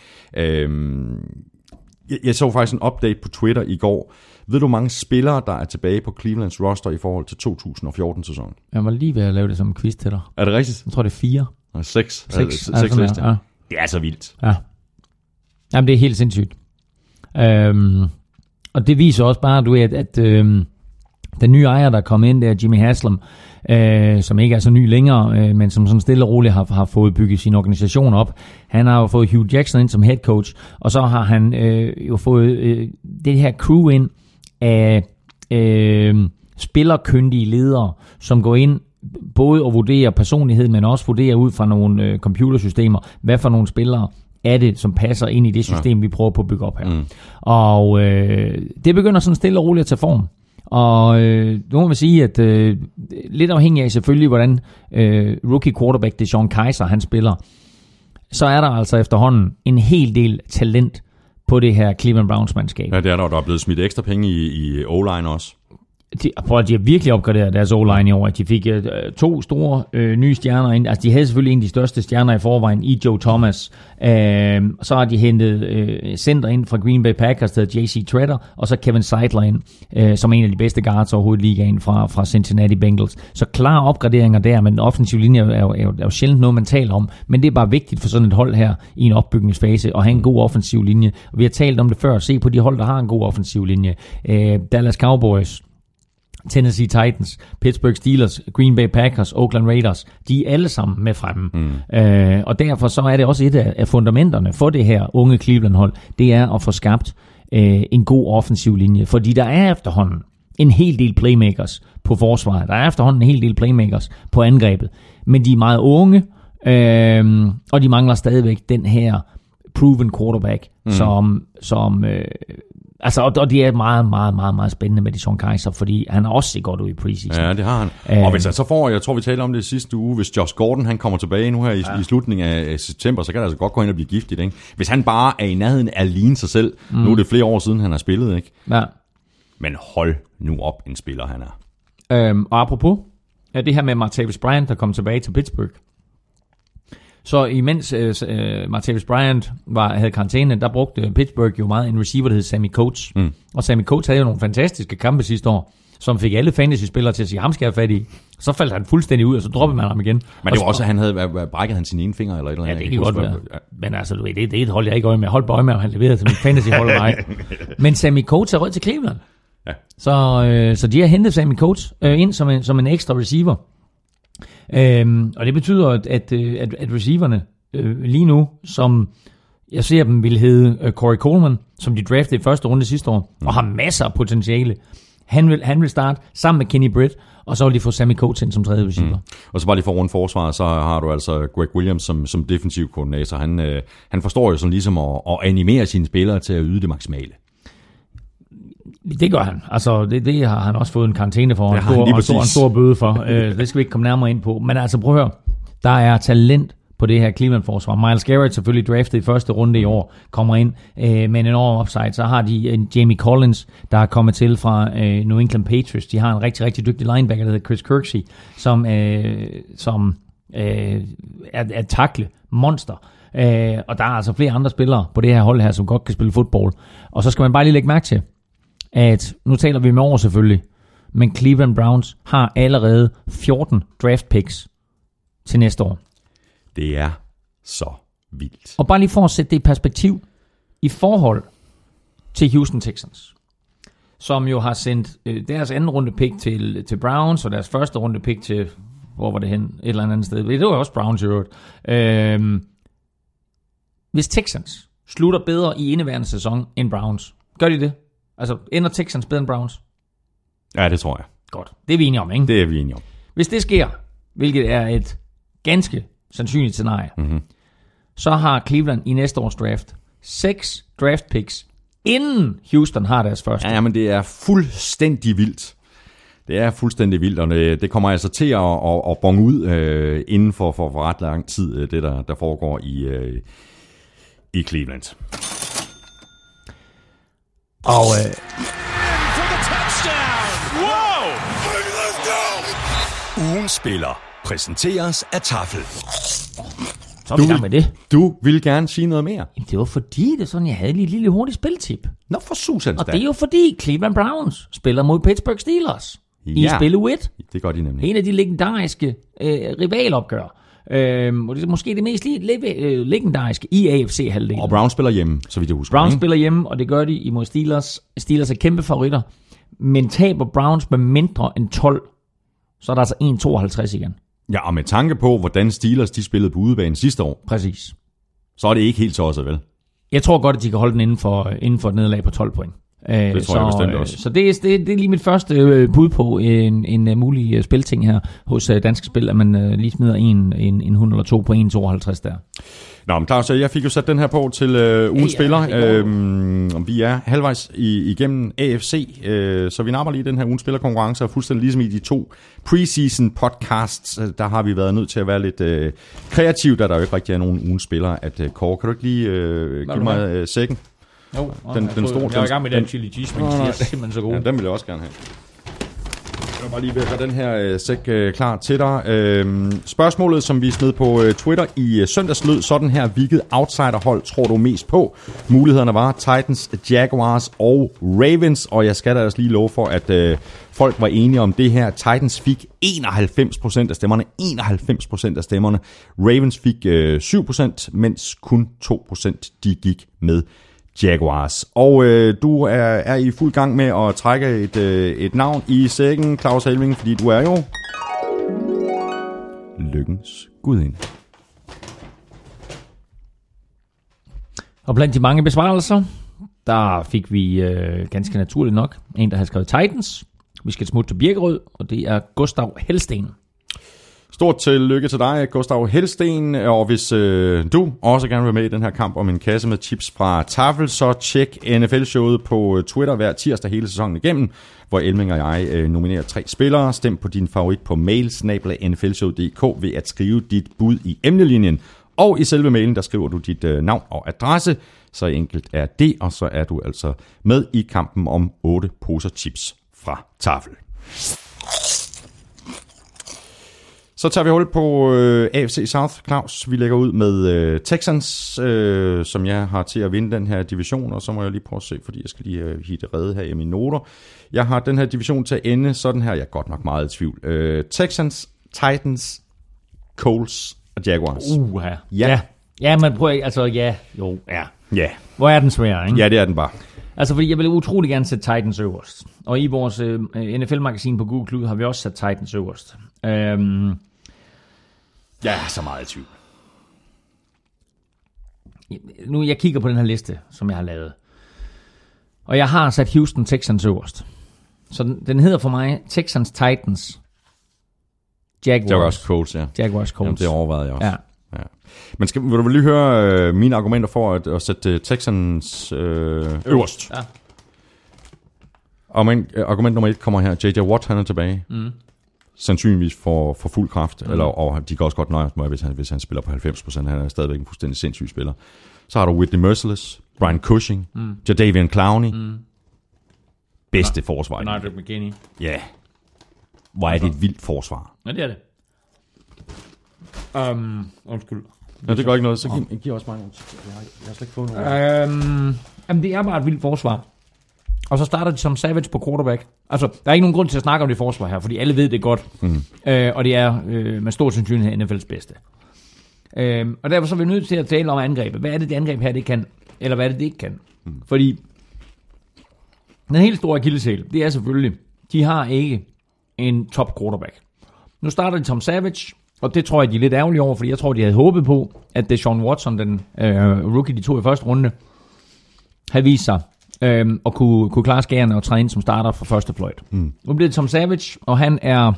Jeg så faktisk en update på Twitter i går. Ved du, hvor mange spillere, der er tilbage på Clevelands roster i forhold til 2014-sæsonen? Jeg var lige ved at lave det som en quiz til dig. Er det rigtigt? Jeg tror, det er 4. 6 lister. Ja. Det er så vildt. Ja. Jamen, det er helt sindssygt. Og det viser også bare, at den nye ejer, der er kommet ind, der Jimmy Haslam, som ikke er så ny længere, men som sådan stille og roligt har fået bygget sin organisation op. Han har jo fået Hugh Jackson ind som head coach, og så har han jo fået det her crew ind af spillerkyndige ledere, som går ind både og vurderer personlighed, men også vurderer ud fra nogle computersystemer, hvad for nogle spillere er det, som passer ind i det system, vi prøver på at bygge op her. Og det begynder sådan stille og roligt at tage form. Og nu må man sige, at lidt afhængig af selvfølgelig, hvordan rookie quarterback Deshaun Kaiser, han spiller, så er der altså efterhånden en hel del talent på det her Cleveland Browns-mandskab. Ja, det er der er blevet smidt ekstra penge i O-line også. De har virkelig opgraderet deres O-line i år. De fik 2 store nye stjerner ind. Altså, de havde selvfølgelig en af de største stjerner i forvejen i Joe Thomas. Så har de hentet center ind fra Green Bay Packers, der hedder J.C. Tretter, og så Kevin Seidler ind, som er en af de bedste guards overhovedet i ligaen fra Cincinnati Bengals. Så klare opgraderinger der, men den offensive linje er jo sjældent noget, man taler om. Men det er bare vigtigt for sådan et hold her i en opbygningsfase at have en god offensiv linje. Og vi har talt om det før. Se på de hold, der har en god offensiv linje. Dallas Cowboys, Tennessee Titans, Pittsburgh Steelers, Green Bay Packers, Oakland Raiders, de er alle sammen med fremme. Og derfor så er det også et af fundamenterne for det her unge Cleveland-hold, det er at få skabt en god offensiv linje. Fordi der er efterhånden en hel del playmakers på forsvaret. Der er efterhånden en hel del playmakers på angrebet. Men de er meget unge, og de mangler stadigvæk den her proven quarterback, som altså, og det er meget, meget, meget, meget spændende med Deshaun Kaiser, fordi han har også set godt ud i preseason. Ja, det har han. Og hvis han så får, jeg tror vi talte om det sidste uge, hvis Josh Gordon han kommer tilbage nu her i slutningen af september, så kan det altså godt gå ind og blive giftigt, ikke? Hvis han bare er i nærheden af at ligne sig selv, nu er det flere år siden han har spillet, ikke? Ja. Men hold nu op en spiller han er. Og apropos det her med Martavis Bryant, der kom tilbage til Pittsburgh. Så imens Martavis Bryant havde karantæne, der brugte Pittsburgh jo meget en receiver, der hed Sammy Coates. Og Sammy Coates havde jo nogle fantastiske kampe sidste år, som fik alle fantasy-spillere til at sige, ham skal jeg have fat i. Så faldt han fuldstændig ud, og så droppede man ham igen. Men det var også, at han havde brækket han sin ene finger eller et eller andet. Ja, det kan godt være. Men altså, det er et hold, jeg ikke øje med. Hold på øje med, om han leverede til min fantasy-hold eller ej. Men Sammy Coates er rød til Cleveland. Ja. Så de har hentet Sammy Coates ind som en ekstra receiver. Og det betyder, at receiverne lige nu, som jeg ser dem, vil hedde Corey Coleman, som de draftede i første runde sidste år, og har masser af potentiale. Han vil starte sammen med Kenny Britt, og så vil de få Sammy Coates ind som tredje receiver. Og så bare lige for rundt forsvaret, så har du altså Greg Williams som defensiv koordinator. Han forstår jo sådan ligesom at animere sine spillere til at yde det maksimale. Det gør han. Altså, det har han også fået en karantæne for, en stor bøde for. Det skal vi ikke komme nærmere ind på. Men altså, prøv at høre. Der er talent på det her Cleveland-forsvar. Miles Garrett selvfølgelig draftet i første runde i år, kommer ind med en enorm upside. Så har de en Jamie Collins, der er kommet til fra New England Patriots. De har en rigtig, rigtig dygtig linebacker, der hedder Chris Kirksey, som er tackle monster. Og der er altså flere andre spillere på det her hold her, som godt kan spille fodbold. Og så skal man bare lige lægge mærke til, at nu taler vi med år selvfølgelig, men Cleveland Browns har allerede 14 draft picks til næste år. Det er så vildt. Og bare lige for at sætte det i perspektiv, i forhold til Houston Texans, som jo har sendt deres anden runde pick til Browns, og deres første runde pick til, hvor var det hen? Et eller andet sted. Det var også Browns i øvrigt. Hvis Texans slutter bedre i indeværende sæson end Browns, gør de det? Altså, ender Texans bedre end Browns? Ja, det tror jeg. Godt. Det er vi enige om, ikke? Det er vi enige om. Hvis det sker, hvilket er et ganske sandsynligt scenarie, så har Cleveland i næste års draft 6 draft picks, inden Houston har deres første. Ja, men det er fuldstændig vildt. Det er fuldstændig vildt, og det kommer altså til at bonge ud inden for ret lang tid, det der foregår i Cleveland. Og Ugens spiller præsenteres af Tafel. så er vi i gang med det. Du vil gerne sige noget mere? Jamen, det var fordi, det er sådan, jeg havde lige et lille hurtigt spiltip. Nå, for susans Og da. det er jo fordi Cleveland Browns spiller mod Pittsburgh Steelers i spil 1. Det gør de nemlig. En af de legendariske rivalopgør. Og det er måske det mest legendariske i AFC-halvdelen. Og Browns spiller hjemme, så vidt jeg husker. Browns spiller hjemme, og det gør de imod Steelers. Steelers er kæmpe favoritter. Men taber Browns med mindre end 12, så er der altså 1,52 igen. Ja, og med tanke på, hvordan Steelers de spillede på udebane sidste år, Præcis. så er det ikke helt tosset, vel? Jeg tror godt, at de kan holde den inden for et nederlag på 12 point. Det tror jeg bestemt også. Så det er lige mit første bud på en mulig spilting her hos Danske Spil, at man lige smider en 100 eller 2 på 1,52 der. Nå, men Claus, jeg fik jo sat den her på til ugens spiller. Vi er halvvejs igennem AFC, så vi napper lige den her ugens spillerkonkurrence, og fuldstændig ligesom i de 2 preseason podcasts, der har vi været nødt til at være lidt kreativ, da der jo ikke rigtig er nogen ugens spillere at kåre. Kan du ikke lige give mig sækken? Jo, Den store, jeg er i gang med den chili cheese, men de er simpelthen så gode. Ja, den vil jeg også gerne have. Jeg vil bare lige ved at gøre den her sæk klar til dig. Spørgsmålet, som vi smed på Twitter i søndags, lød sådan her: hvilket outsiderhold tror du mest på? Mulighederne var Titans, Jaguars og Ravens, og jeg skal da også lige love for, at folk var enige om det her. Titans fik 91% af stemmerne. 91% af stemmerne. Ravens fik 7%, mens kun 2% de gik med Jaguars. Og du er i fuld gang med at trække et navn i sækken, Claus Helming, fordi du er jo lykkens gudinde. Og blandt de mange besvarelser, der fik vi ganske naturligt nok en, der har skrevet Titans. Vi skal smutte til Birkerød, og det er Gustav Helsten. Stort tillykke til dig, Gustav Helsten, og hvis du også gerne vil være med i den her kamp om en kasse med chips fra Tafel, så tjek NFL-showet på Twitter hver tirsdag hele sæsonen igennem, hvor Elming og jeg nominerer 3 spillere. Stem på din favorit på mail@nflshow.dk ved at skrive dit bud i emnelinjen, og i selve mailen, der skriver du dit navn og adresse. Så enkelt er det, og så er du altså med i kampen om 8 poser chips fra Tafel. Så tager vi hul på AFC South, Claus. Vi lægger ud med Texans, som jeg har til at vinde den her division, og så må jeg lige prøve at se, fordi jeg skal lige hitte redde her i mine noter. Jeg har den her division til at ende sådan her. Jeg er godt nok meget i tvivl. Texans, Titans, Colts og Jaguars. Ja. Ja, man prøver altså, ja. Ja. Hvor er den svær, ikke? Ja, det er den bare. Altså, fordi jeg vil utrolig gerne sætte Titans øverst. Og i vores NFL-magasin på Google Klud har vi også sat Titans øverst. Jeg er så meget i tvivl. Nu jeg kigger på den her liste, som jeg har lavet. Og jeg har sat Houston Texans øverst. Så den hedder for mig Texans, Titans, Jaguars Colts, ja. Jaguars Colts. Jamen, det overvejede jeg også. Ja. Ja. Men vil du lige høre mine argumenter for at sætte Texans øverst? Ja. Argument nummer 1 kommer her. J.J. Watt, han er tilbage. Sandsynligvis for fuld kraft, og de kan også godt nøjes med, hvis han spiller på 90%. Han er stadigvæk en fuldstændig sindssyg spiller. Så har du Whitney Merciless, Brian Cushing, Jadeveon Clowney. Bedste forsvar. Nigel McKinney. Ja. Hvor er det et vildt forsvar. Ja, det er det. Undskyld. Nå, det gør ikke noget. Så giv også mig nogle. Jeg har slet ikke fået noget. Jamen, det er bare et vildt forsvar. Og så starter de som Savage på quarterback. Altså, der er ikke nogen grund til at snakke om det forsvar her, fordi alle ved det godt. Og det er med stor sandsynlighed NFL's bedste. Og derfor så er vi nødt til at tale om angrebet. Hvad er det angreb her, det kan? Eller hvad er det ikke kan? Fordi den helt store akilleshæl, det er selvfølgelig, de har ikke en top quarterback. Nu starter de som Savage, og det tror jeg, de er lidt ærgerlige over, fordi jeg tror, de havde håbet på, at Deshaun Watson, den rookie, de tog i første runde, havde vist sig og kunne klare skærene og træde ind som starter for første fløjt. Nu bliver det Tom Savage, og han er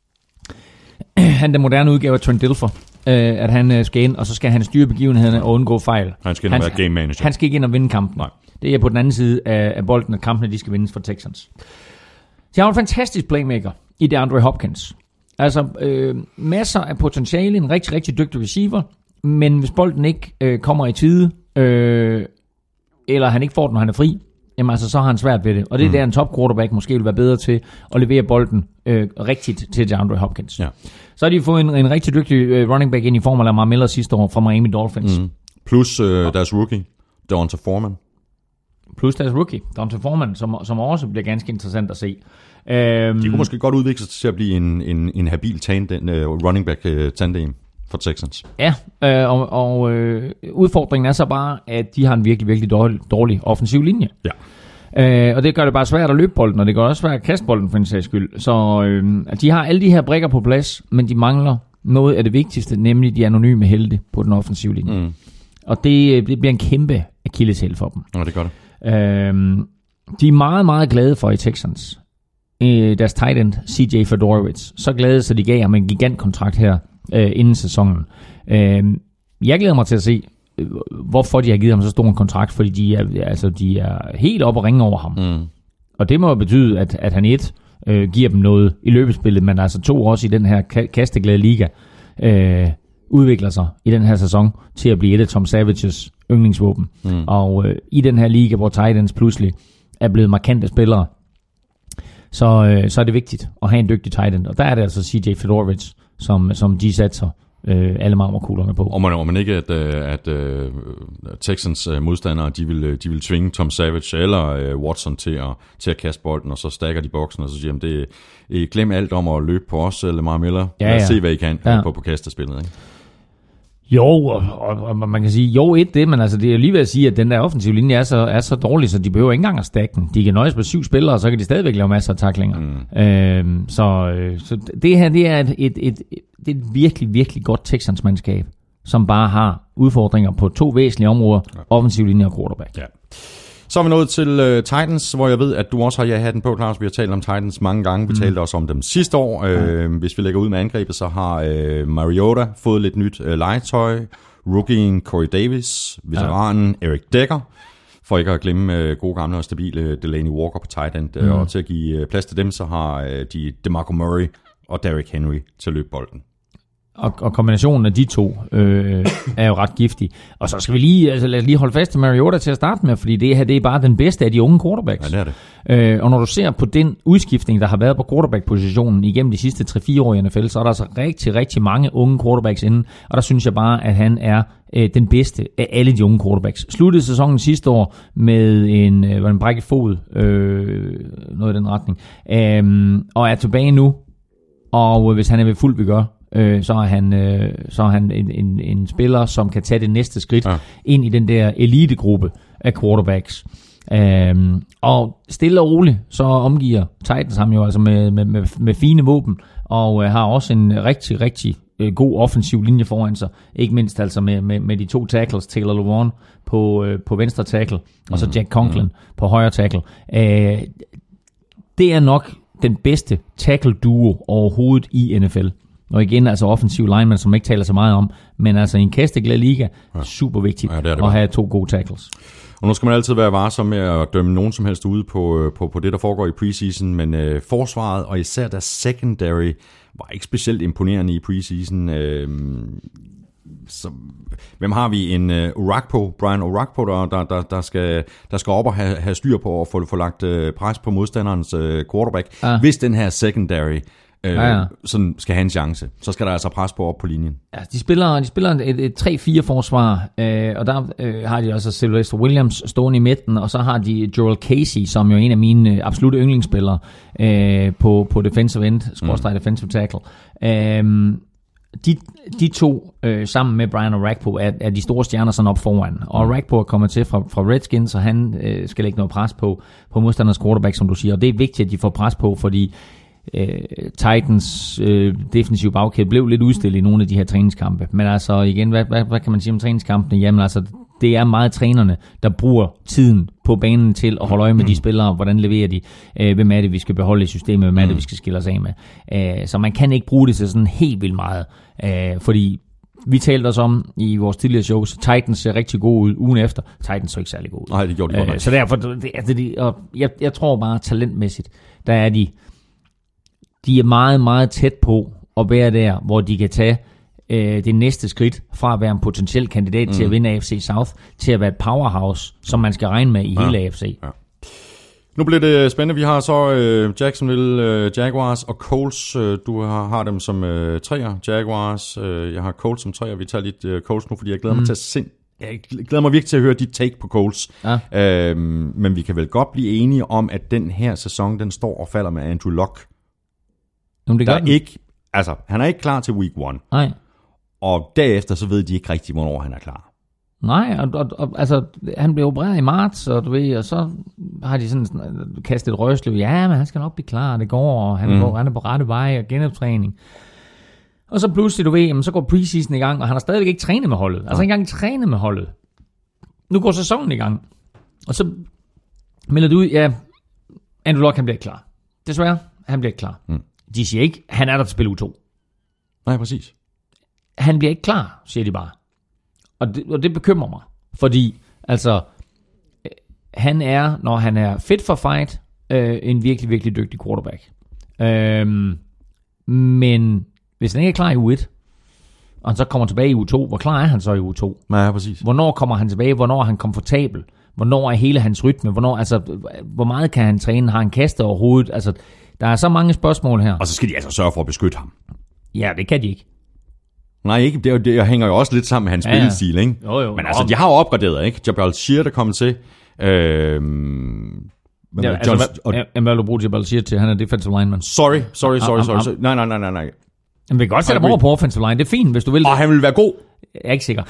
den moderne udgave af Trent Dilfer, at han skal ind, og så skal han styre begivenhederne og undgå fejl. Han skal ind og være game manager. Han skal ikke ind og vinde kampen. Nej. Det er på den anden side af bolden, at kampene de skal vindes for Texans. De har en fantastisk playmaker i DeAndre Hopkins. Altså masser af potentiale, en rigtig, rigtig dygtig receiver, men hvis bolden ikke kommer i tide, eller han ikke får den, når han er fri, jamen altså, så har han svært ved det. Og det er der en top quarterback måske vil være bedre til at levere bolden rigtigt til DeAndre Hopkins. Ja. Så har de fået en rigtig dygtig running back ind i form af Lamar Miller sidste år fra Miami Dolphins. Plus deres rookie, Devonta Foreman. Som også bliver ganske interessant at se. De kunne måske godt udvikle sig til at blive en habil running back tandem for Texans. Ja, og udfordringen er så bare, at de har en virkelig, virkelig dårlig offensiv linje. Ja. Og det gør det bare svært at løbe bolden, og det gør også svært at kaste bolden for en sags skyld. Så de har alle de her brikker på plads, men de mangler noget af det vigtigste, nemlig de anonyme helte på den offensive linje. Og det bliver en kæmpe akilleshæl for dem. Ja, det gør det. De er meget, meget glade for i Texans. Deres tight end, CJ Fedorowicz. Så glade, så de gav ham en gigantkontrakt her inden sæsonen. Jeg glæder mig til at se, hvorfor de har givet ham så stor en kontrakt, fordi de er helt oppe og ringe over ham. Og det må jo betyde, at han giver dem noget i løbespillet, men altså 2 også i den her kasteglade liga udvikler sig i den her sæson til at blive et af Tom Savages yndlingsvåben. Og i den her liga, hvor tight ends pludselig er blevet markante spillere, så er det vigtigt at have en dygtig tight end. Og der er det altså CJ Fedorowicz, som de satser alle marmorkuglerne på. Og man ikke, at Texans modstandere, de vil tvinge Tom Savage eller Watson til at kaste bolden, og så stakker de boksen, og så siger de, glem alt om at løbe på os, eller Lamar Miller. Lad os se, hvad I kan på kastespillet, ikke? Jo, og man kan sige, det, men altså det er lige ved at sige, at den der offensive linje er så dårlig, så de behøver ikke engang at stakke den. De kan nøjes med 7 spillere, og så kan de stadigvæk lave masser af tacklinger. Så det her, det er et virkelig, virkelig godt Texans-mandskab, som bare har udfordringer på 2 væsentlige områder, offensiv linje og quarterback. Ja. Så er vi nået til Titans, hvor jeg ved, at du også har hatten på, Claus. Vi har talt om Titans mange gange. Vi talte også om dem sidste år. Hvis vi lægger ud med angrebet, så har Mariota fået lidt nyt legetøj. Rookien Corey Davis, veteranen Eric Decker, for ikke at glemme gode gamle og stabile Delaney Walker på tight end. Og til at give plads til dem, så har de DeMarco Murray og Derrick Henry til at løbe bolden. Og kombinationen af de to er jo ret giftig. Og så skal vi lad os lige holde fast til Mariota til at starte med, fordi det her det er bare den bedste af de unge quarterbacks. Ja, det er det. Og når du ser på den udskiftning, der har været på quarterback-positionen igennem de sidste 3-4 år i NFL, så er der altså rigtig, rigtig mange unge quarterbacks inde. Og der synes jeg bare, at han er den bedste af alle de unge quarterbacks. Sluttede sæsonen sidste år med en brækket fod, noget i den retning, og er tilbage nu. Og hvis han er ved fuld vigør, så er han en spiller, som kan tage det næste skridt ind i den der elitegruppe af quarterbacks. Og stille og roligt, så omgiver Titans ham jo altså med fine våben, og har også en rigtig, rigtig god offensiv linje foran sig. Ikke mindst altså med de 2 tackles, Taylor Lewan på venstre tackle, og så Jack Conklin på højre tackle. Det er nok den bedste tackle-duo overhovedet i NFL. Og igen, altså offensiv lineman, som ikke taler så meget om, men altså i en kasteglad liga, super vigtigt at have 2 gode tackles. Og nu skal man altid være varsom med at dømme nogen som helst ude på det, der foregår i preseason, men forsvaret, og især deres secondary, var ikke specielt imponerende i preseason. Hvem har vi? En Brian Orakpo, der skal op og have styr på og få lagt pres på modstanderens quarterback. Hvis den her secondary sådan skal have en chance, så skal der altså pres på linjen. Ja, de spiller et 3-4 forsvar, og der har de også Sylvester Williams stående i midten, og så har de Joel Casey, som jo er en af mine absolutte yndlingsspillere på defensive end, defensive tackle. De 2 sammen med Brian Orakpo er de store stjerner sådan op foran. Og Orakpo er kommet til fra Redskins, så han skal lægge noget pres på modstanders quarterback, som du siger. Og det er vigtigt, at de får pres på, fordi Titans defensive bagkæde blev lidt udstillet i nogle af de her træningskampe. Men altså igen, hvad kan man sige om træningskampene? Jamen altså, det er meget trænerne, der bruger tiden på banen til at holde øje med de spillere, hvordan leverer de, hvem er det, vi skal beholde i systemet, hvem er det, vi skal skille os af med. Så man kan ikke bruge det til sådan helt vildt meget, fordi vi talte os om i vores tidligere shows, Titans ser rigtig gode ud ugen efter, Titans så ikke særlig gode ud. Nej, det gjorde de godt nok. Så derfor, jeg tror bare talentmæssigt, der er de er meget, meget tæt på at være der, hvor de kan tage det næste skridt fra at være en potentiel kandidat til at vinde AFC South, til at være et powerhouse, som man skal regne med i hele AFC. Ja. Nu bliver det spændende. Vi har så Jacksonville Jaguars og Colts. Du har dem som treer, Jaguars. Jeg har Colts som treer. Vi tager lidt Colts nu, fordi jeg glæder mig til jeg glæder mig virkelig til at høre dit take på Colts. Ja. Men vi kan vel godt blive enige om, at den her sæson, den står og falder med Andrew Luck. Han er ikke klar til week 1. Nej. Og derefter så ved de ikke rigtig, hvornår han er klar. Nej, og altså, han blev opereret i marts, og du ved, og så har de sådan kastet et røgsløb. Ja, men han skal nok blive klar, det går, og han er på rette vej, og genoptræning. Og så pludselig, du ved, så går preseason i gang, og han har stadigvæk ikke trænet med holdet. Altså ikke engang trænet med holdet. Nu går sæsonen i gang. Og så melder du ud, ja, Andrew Luck, han bliver ikke klar. Desværre, han bliver ikke klar. De siger ikke, han er der til spil U2. Nej, præcis. Han bliver ikke klar, siger de bare. Og det bekymrer mig. Fordi, altså, han er, når han er fit for fight, en virkelig, virkelig dygtig quarterback. Men hvis han ikke er klar i U1, og han så kommer tilbage i U2, hvor klar er han så i U2? Nej, præcis. Hvornår kommer han tilbage? Hvornår er han komfortabel? Hvornår er hele hans rytme? Hvor meget kan han træne? Har han kastet overhovedet? Altså, der er så mange spørgsmål her. Og så skal de altså sørge for at beskytte ham. Ja, det kan de ikke. Nej, ikke. Det hænger jo også lidt sammen med hans spillestil, ikke? Jo. Men altså, de har jo opgraderet, ikke? Jabal Sheard er kommet til. Hvad vil du bruge Jabal Sheard til? Han er defensive lineman. Sorry. Nej. Men vi kan godt sætte ham over på offensive line. Det er fint, hvis du vil. Og han vil være god. Jeg er ikke sikker.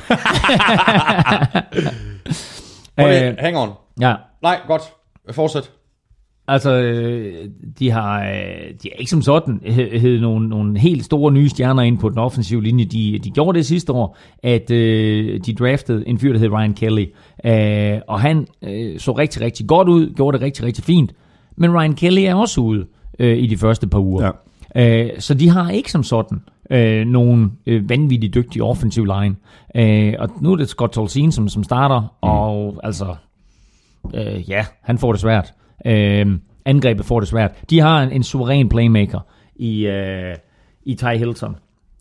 Okay, hang on. Ja. Nej, godt. Fortsæt. Altså, de har ikke som sådan hed nogle helt store nye stjerner ind på den offensive linje. De gjorde det sidste år, at de draftede en fyr, der hed Ryan Kelly. Og han så rigtig, rigtig godt ud, gjorde det rigtig, rigtig fint. Men Ryan Kelly er også ude i de første par uger. Ja. Så de har ikke som sådan nogen vanvittigt dygtige offensive line. Og nu er det Scott Tolzien, som starter, og altså, han får det svært. Angrebet får det svært. De har en suveræn playmaker i Ty Hilton.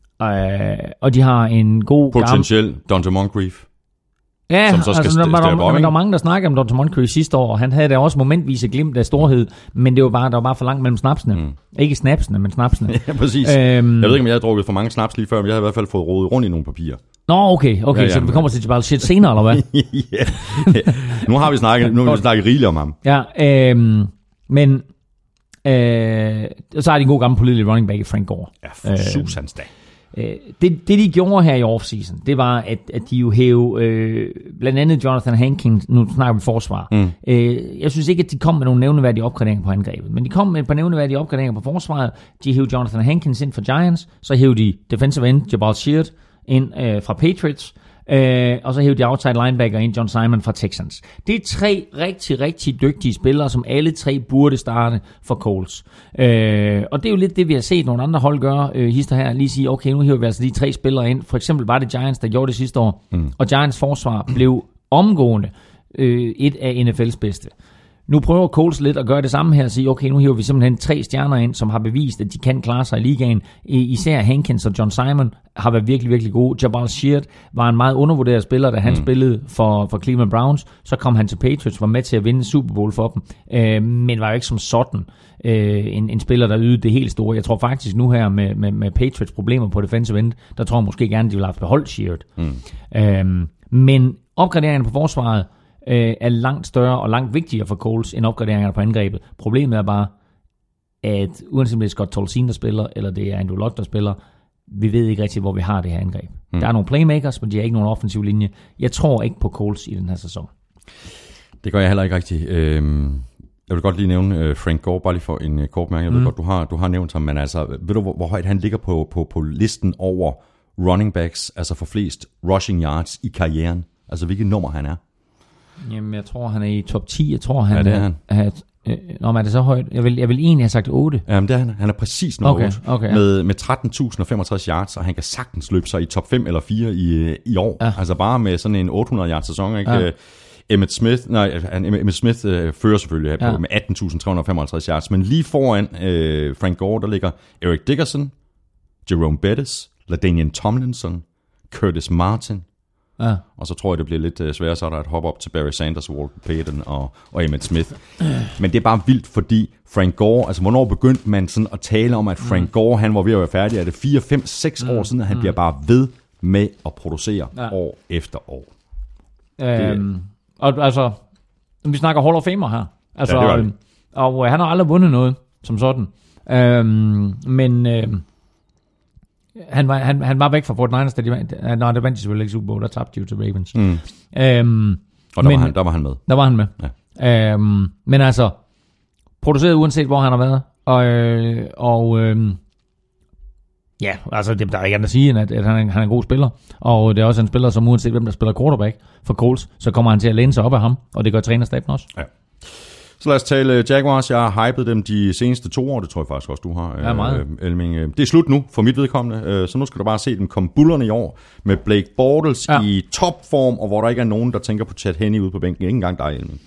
Og de har en god potentiel Donte Moncrief. Ja, som så skal der var mange, der snakkede om Donte Moncrief sidste år, og han havde da også momentvis et glimt af storhed, men der var bare for langt mellem snapsene. Ikke snapsene, men snapsene. Ja, præcis. Jeg ved ikke, om jeg havde drukket for mange snaps lige før, men jeg havde i hvert fald fået rodet rundt i nogle papirer. Nå, okay, ja, så vi kommer til Jabal Sheard senere, eller hvad? Ja. Nu har vi snakket rigeligt om ham. Ja, men så har de en god gammel pålidelig running back i Frank Gore. Ja, for susans da. Det de gjorde her i offseason, det var, at de jo hævde blandt andet Jonathan Hankins, nu snakker vi forsvar. Jeg synes ikke, at de kom med nogle nævneværdige opgraderinger på angrebet, men de kom med et par nævneværdige opgraderinger på forsvaret. De hævde Jonathan Hankins ind for Giants, så hævde de defensive end Jabal Sheard ind fra Patriots, og så hævde de outside linebacker ind John Simon fra Texans. Det er 3 rigtig, rigtig dygtige spillere, som alle 3 burde starte for Colts. Og det er jo lidt det, vi har set nogle andre hold gøre, hister her, lige sige, okay, nu hæver vi altså de 3 spillere ind. For eksempel var det Giants, der gjorde det sidste år, og Giants forsvar blev omgående et af NFL's bedste. Nu prøver Colts lidt at gøre det samme her og sige, okay, nu hiver vi simpelthen 3 stjerner ind, som har bevist, at de kan klare sig i ligaen. Især Hankins og John Simon har været virkelig, virkelig gode. Jabal Sheard var en meget undervurderet spiller, da han spillede for Cleveland Browns. Så kom han til Patriots, var med til at vinde Super Bowl for dem, men var jo ikke som sådan en spiller, der ydede det helt store. Jeg tror faktisk nu her med Patriots problemer på defensive end, der tror jeg måske gerne, de vil have beholdt Sheard. Men opgraderingerne på forsvaret er langt større og langt vigtigere for Colts end opgraderingerne på angrebet. Problemet er bare, at uanset om det er Scott Tolzien, der spiller, eller det er Andrew Luck, der spiller, vi ved ikke rigtig, hvor vi har det her angreb. Der er nogle playmakers, men de har ikke nogen offensiv linje. Jeg tror ikke på Colts i den her sæson. Det gør jeg heller ikke rigtig. Jeg vil godt lige nævne Frank Gore, bare lige for en kort mærke. Jeg ved godt, du har nævnt ham, men altså, ved du, hvor højt han ligger på listen over running backs, altså for flest rushing yards i karrieren? Altså, hvilket nummer han er? Jamen, jeg tror, han er i top 10. Jeg tror, han det er han. Nå, men er det så højt? Jeg vil egentlig have sagt 8. Jamen, det er han. Han er præcis nummer 8. Okay, med 13.065 yards, og han kan sagtens løbe sig i top 5 eller 4 i år. Ja. Altså bare med sådan en 800 yards sæson, ikke? Ja. Emmitt Smith fører selvfølgelig med 18.355 yards, men lige foran Frank Gore, der ligger Eric Dickerson, Jerome Bettis, LaDainian Tomlinson, Curtis Martin, og så tror jeg, det bliver lidt sværere, så er der et hop op til Barry Sanders, Walter Payton og Emmitt Smith. Men det er bare vildt, fordi Frank Gore, altså hvornår begyndte man sådan at tale om, at Frank Gore, han var ved at være færdig? Er det 4, 5, 6 år siden, at han bliver bare ved med at producere år efter år? Og altså, vi snakker Hall of Famer her. Altså, ja, det og han har aldrig vundet noget som sådan. Men han var væk fra 49ers, det vandt de selvfølgelig ikke Super Bowl, der tabte de jo til Ravens. Og der var han med. Der var han med. Ja. Men altså, produceret uanset hvor han har været. Ja, altså der er ikke andet at sige, end at han er en god spiller. Og det er også en spiller, som uanset hvem der spiller quarterback for Colts, så kommer han til at læne sig op af ham. Og det gør trænerstaben også. Ja. Så lad os tale Jaguars. Jeg har hypet dem de seneste 2 år. Det tror jeg faktisk også, du har, ja, meget. Elming. Det er slut nu, for mit vedkommende. Så nu skal du bare se dem komme bullerne i år med Blake Bortles i topform, og hvor der ikke er nogen, der tænker på Chad Henne ude på bænken. Ikke engang dig, Elming.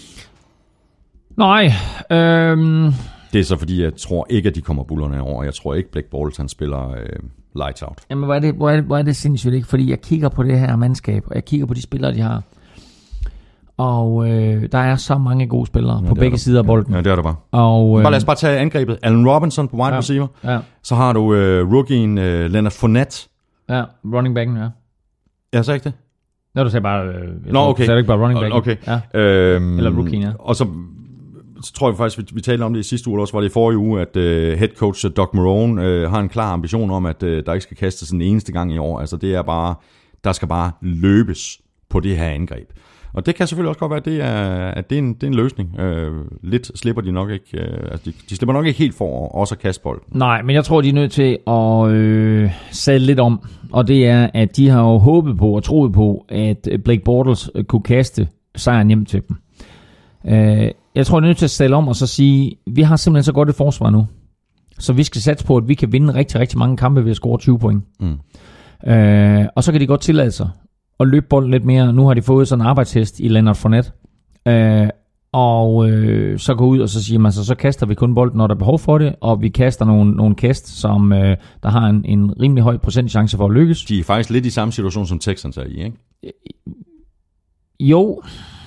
Nej. Det er så fordi, jeg tror ikke, at de kommer bullerne i år. Jeg tror ikke, Blake Bortles, han spiller lights out. Jamen, hvor er det sindssygt, ikke? Fordi jeg kigger på det her mandskab, og jeg kigger på de spillere, de har. Og der er så mange gode spillere på begge sider af bolden. Ja, det er der bare. Og, lad os bare tage angrebet. Allen Robinson på wide receiver. Ja. Så har du rookien Leonard Fournette. Ja, running backen, ja. Jeg sagde ikke det? Nå, du sagde bare... okay. Du sagde ikke bare running backen. Okay. Ja. Eller rookien, ja. Og så tror jeg faktisk, vi talte om det i sidste uge, også var det i forrige uge, at head coach Doug Marrone har en klar ambition om, at der ikke skal kastes en eneste gang i år. Altså det er bare, der skal bare løbes på det her angreb. Og det kan selvfølgelig også godt være, at det er en løsning. Lidt slipper de nok ikke. Altså de slipper nok ikke helt for også at kaste bolden. Nej, men jeg tror, de er nødt til at sadle lidt om. Og det er, at de har jo håbet på og troet på, at Blake Bortles kunne kaste sejren hjem til dem. Jeg tror, de er nødt til at sadle om og så sige, vi har simpelthen så godt et forsvar nu. Så vi skal satse på, at vi kan vinde rigtig, rigtig mange kampe ved at score 20 point. Og så kan de godt tillade sig og løbe bolden lidt mere. Nu har de fået sådan en arbejdshest i Leonard Fournette. Så gå ud og så siger man, så kaster vi kun bolden, når der er behov for det, og vi kaster nogle kast, som der har en rimelig høj procentchance for at lykkes. De er faktisk lidt i samme situation, som Texans er i, ikke? Jo.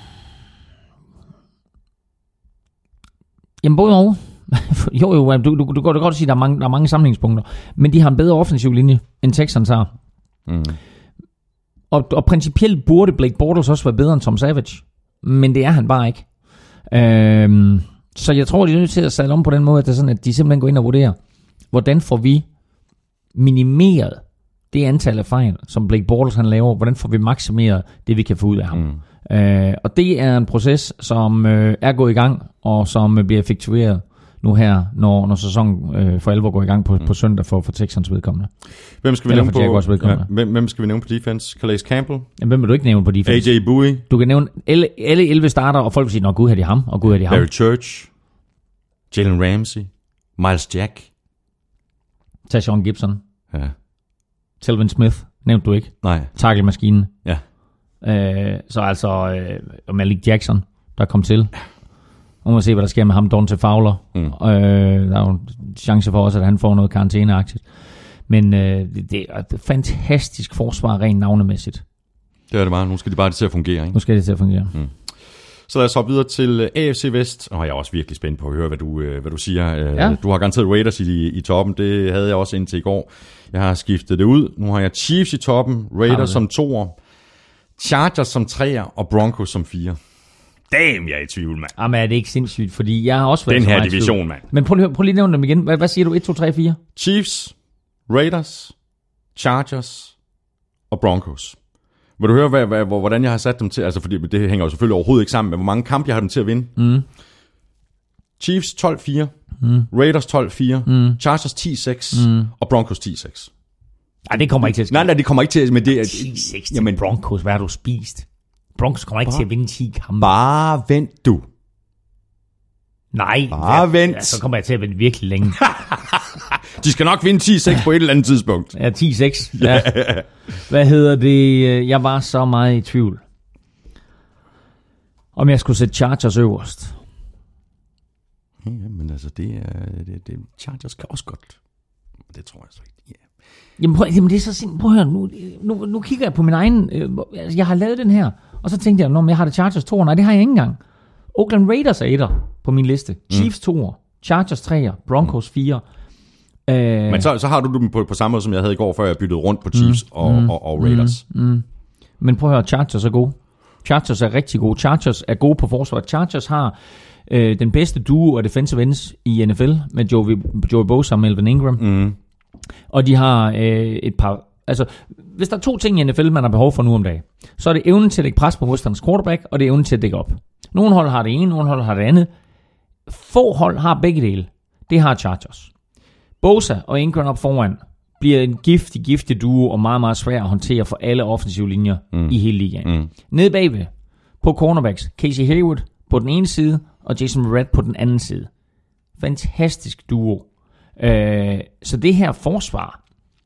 Jamen både og. jo, du kan godt sige, at der er mange sammenhængspunkter. Men de har en bedre offensiv linje, end Texans har. Og principielt burde Blake Bortles også være bedre end Tom Savage. Men det er han bare ikke. Så jeg tror, de er nødt til at sadle om på den måde, at, det er sådan, at de simpelthen går ind og vurderer, hvordan får vi minimeret det antal af fejl, som Blake Bortles han laver, hvordan får vi maksimeret det, vi kan få ud af ham. Og det er en proces, som er gået i gang, og som bliver effektueret nu her, når sæsonen for alvor går i gang på søndag for Texans vedkommende. Hvem skal vi nævne på? Hvem skal vi nævne på defense? Calais Campbell? Jamen, hvem vil du ikke nævne på defense? AJ Bowie? Du kan nævne alle 11 starter, og folk vil sige, nå gud, har de ham, og gud, har de ham. Barry Church? Jalen Ramsey? Miles Jack? Tashawn Gibson? Ja. Telvin Smith? Nævnte du ikke? Nej. Tackle-maskinen? Ja. Så altså Malik Jackson, der kom til. Og må se, hvad der sker med ham, Dante Fowler. Der er jo en chance for også, at han får noget karantæneagtigt. Men det er et fantastisk forsvar, rent navnemæssigt. Det er det bare. Nu skal de bare til at fungere, ikke? Nu skal det til at fungere. Så lad os hoppe videre til AFC Vest. Jeg er også virkelig spændt på at høre, hvad du siger. Ja. Du har garanteret Raiders i toppen. Det havde jeg også indtil i går. Jeg har skiftet det ud. Nu har jeg Chiefs i toppen, Raiders som 2'er, Chargers som 3'er og Broncos som 4'er. Damn, jeg er i tvivl, mand. Jamen er det ikke sindssygt, fordi jeg har også været den her division, mand. Men prøv lige at nævne dem igen. Hvad siger du? 1, 2, 3, 4? Chiefs, Raiders, Chargers og Broncos. Vil du høre, hvordan jeg har sat dem til? Altså, fordi det hænger jo selvfølgelig overhovedet ikke sammen med, hvor mange kampe jeg har dem til at vinde. Chiefs 12-4, Raiders 12-4, Chargers 10-6 og Broncos 10-6. Nej, det kommer ikke til at ske. Nej, det kommer ikke til. Men det er 10-6 jamen, Broncos, hvad har du spist? Broncos kommer ikke til at vinde 10 kampe. Bare vent du. Nej, bare vent. Ja, så kommer jeg til at vente virkelig længe. De skal nok vinde 10-6 på et eller andet tidspunkt. Ja, 10-6. Ja. Hvad hedder det? Jeg var så meget i tvivl. Om jeg skulle sætte Chargers øverst. Ja, men altså, det Chargers kan også godt. Det tror jeg så ikke. Yeah. Jamen det er så simpelthen. Prøv at høre, nu kigger jeg på min egen. Jeg har lavet den her, og så tænkte jeg, jeg har det Chargers 2'er. Nej, det har jeg ikke engang. Oakland Raiders er 1'er på min liste. Chiefs 2'er. Chargers 3'er. Broncos 4'er. Men så har du dem på samme måde, som jeg havde i går, før jeg byttede rundt på Chiefs og Raiders. Men prøv at høre, Chargers er gode. Chargers er rigtig gode. Chargers er gode på forsvaret. Chargers har den bedste duo af defensive ends i NFL med Joey Bosa og Melvin Ingram. Og de har et par... Altså, hvis der er 2 ting i NFL, man har behov for nu om dagen, så er det evnen til at lægge pres på modstanders quarterback, og det er evnen til at dække op. Nogle hold har det ene, nogle hold har det andet. Få hold har begge dele. Det har Chargers. Bosa og Ingram op foran bliver en giftig duo og meget, meget svær at håndtere for alle offensive linjer i hele ligaen. Nede bagved på cornerbacks, Casey Hayward på den ene side, og Jason Verrett på den anden side. Fantastisk duo. Så det her forsvar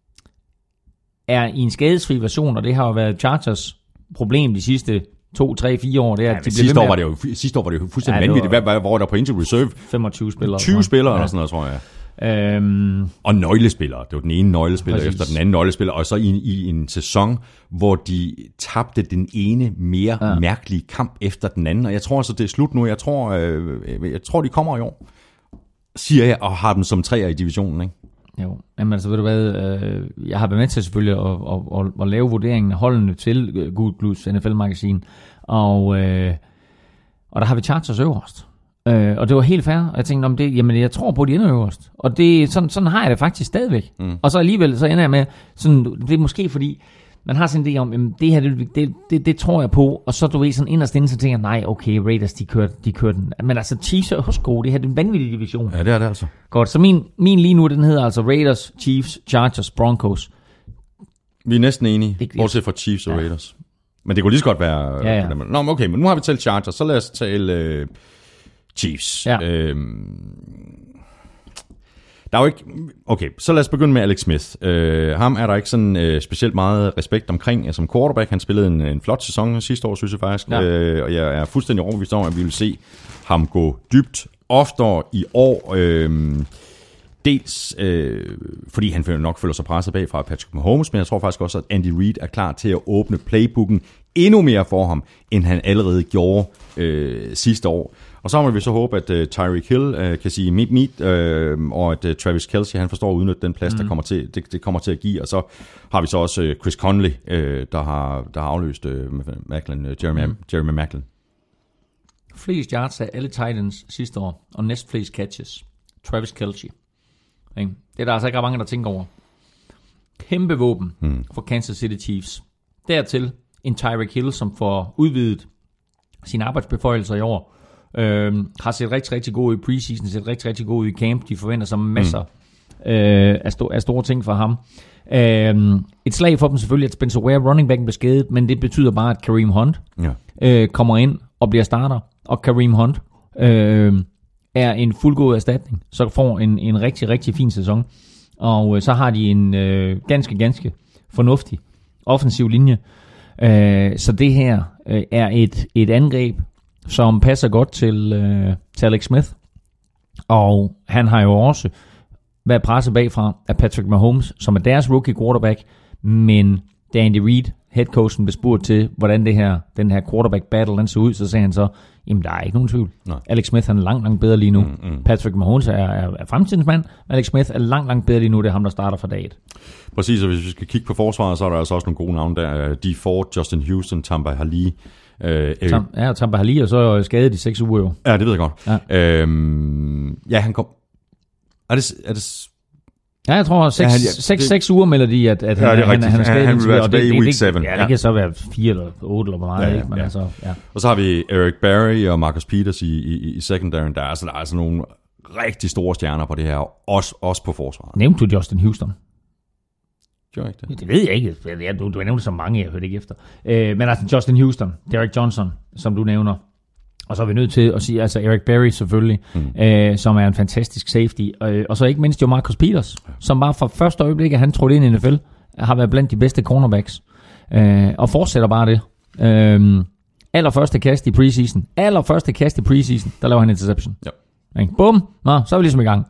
er i en skadesfri version, og det har jo været Chargers problem de sidste 2, 3, 4 år. Det er, de sidste år var det jo fuldstændig vanvittigt. Hvad var der på injury reserve? 25 spillere. 20 spillere eller sådan noget, tror jeg. Og nøglespillere. Det var den ene nøglespiller efter den anden nøglespiller. Og så i en sæson, hvor de tabte den ene mere mærkelige kamp efter den anden. Og jeg tror altså, det er slut nu. Jeg tror de kommer i år, siger jeg, og har dem som 3'er i divisionen, ikke? Jo, men altså ved du hvad, jeg har været med til selvfølgelig at lave vurderingen af holdene til Gul Blues NFL-magasin, og der har vi Chargers øverst. Og det var helt fair, og jeg tænkte, jamen jeg tror på, at de ender øverst. Og det, sådan har jeg det faktisk stadigvæk. Og så alligevel, så ender jeg med, sådan, det er måske fordi, man har sådan en idé om, jamen, det her, det tror jeg på, og så du ved sådan inderst inde, så tænker jeg, nej, okay, Raiders, de kører den. Men altså, Chiefs er også gode, det her er en vanvittig division. Ja, det er det altså. Godt, så min lige nu, den hedder altså Raiders, Chiefs, Chargers, Broncos. Vi er næsten enige, bortset fra Chiefs og Raiders. Men det kunne lige så godt være... Ja. Nå, okay, men nu har vi talt Chargers, så lad os tale Chiefs. Ja. Der er jo ikke... Okay, så lad os begynde med Alex Smith. Ham er der ikke sådan specielt meget respekt omkring som quarterback. Han spillede en flot sæson sidste år, synes jeg faktisk. Ja. Og jeg er fuldstændig overbevist om, at vi vil se ham gå dybt oftere i år. Dels fordi han nok føler sig presset bag fra Patrick Mahomes, men jeg tror faktisk også, at Andy Reid er klar til at åbne playbooken endnu mere for ham, end han allerede gjorde sidste år. Og så må vi så håbe, at Tyreek Hill kan sige meet, og at Travis Kelce, han forstår at udnytte den plads, der kommer til, det kommer til at give. Og så har vi så også Chris Conley, der har afløst Jeremy Maclin. Flest yards af alle Titans sidste år, og næst flest catches. Travis Kelce. Det er der altså ikke mange, der tænker over. Kæmpe våben for Kansas City Chiefs. Dertil en Tyreek Hill, som får udvidet sine arbejdsbeføjelser i år. Har set rigtig, rigtig god ud i preseason, set rigtig, rigtig god ud i camp. De forventer sig masser af store ting fra ham. Et slag for dem selvfølgelig, at Spencer Ware, running backen, blev skadet, men det betyder bare, at Kareem Hunt kommer ind og bliver starter. Og Kareem Hunt er en fuldgod erstatning, så får en rigtig, rigtig fin sæson. Og så har de en ganske fornuftig offensiv linje. Så det her er et angreb, som passer godt til Alex Smith. Og han har jo også været presset bagfra af Patrick Mahomes, som er deres rookie quarterback. Men da Andy Reid, headcoachen, blev spurgt til, hvordan den her quarterback battle den så ud, så sagde han så, jamen der er ikke nogen tvivl. Nej. Alex Smith han er langt bedre lige nu. Patrick Mahomes er fremtidens mand. Alex Smith er langt bedre lige nu. Det er ham, der starter fra dag 1. Præcis, og hvis vi skal kigge på forsvaret, så er der altså også nogle gode navne der. Dee Ford, Justin Houston, Tamba Hali. Tamba Hali, og så skadet i 6 uger jo. Ja, det ved jeg godt. Ja, han kom... Ja, jeg tror 6 uger melder de, at han er skadet. Han vil være tilbage i week 7. Ja, det kan så være 4 eller 8 eller hvor meget. Ikke? Men altså, ja. Og så har vi Eric Berry og Marcus Peters i secondary. Der er altså nogle rigtig store stjerner på det her, også på forsvaret. Nævnte du Justin Houston? Gjorde ikke det? Det ved jeg ikke. Du har nævnt så mange, jeg hørte ikke efter. Men altså Justin Houston, Derek Johnson, som du nævner. Og så er vi nødt til at sige, altså Eric Berry selvfølgelig, som er en fantastisk safety. Og så ikke mindst jo Marcus Peters, som bare fra første øjeblik, at han trådte ind i NFL, har været blandt de bedste cornerbacks. Og fortsætter bare det. Allerførste kast i preseason, der laver han interception. Ja. Bum, så er vi ligesom i gang.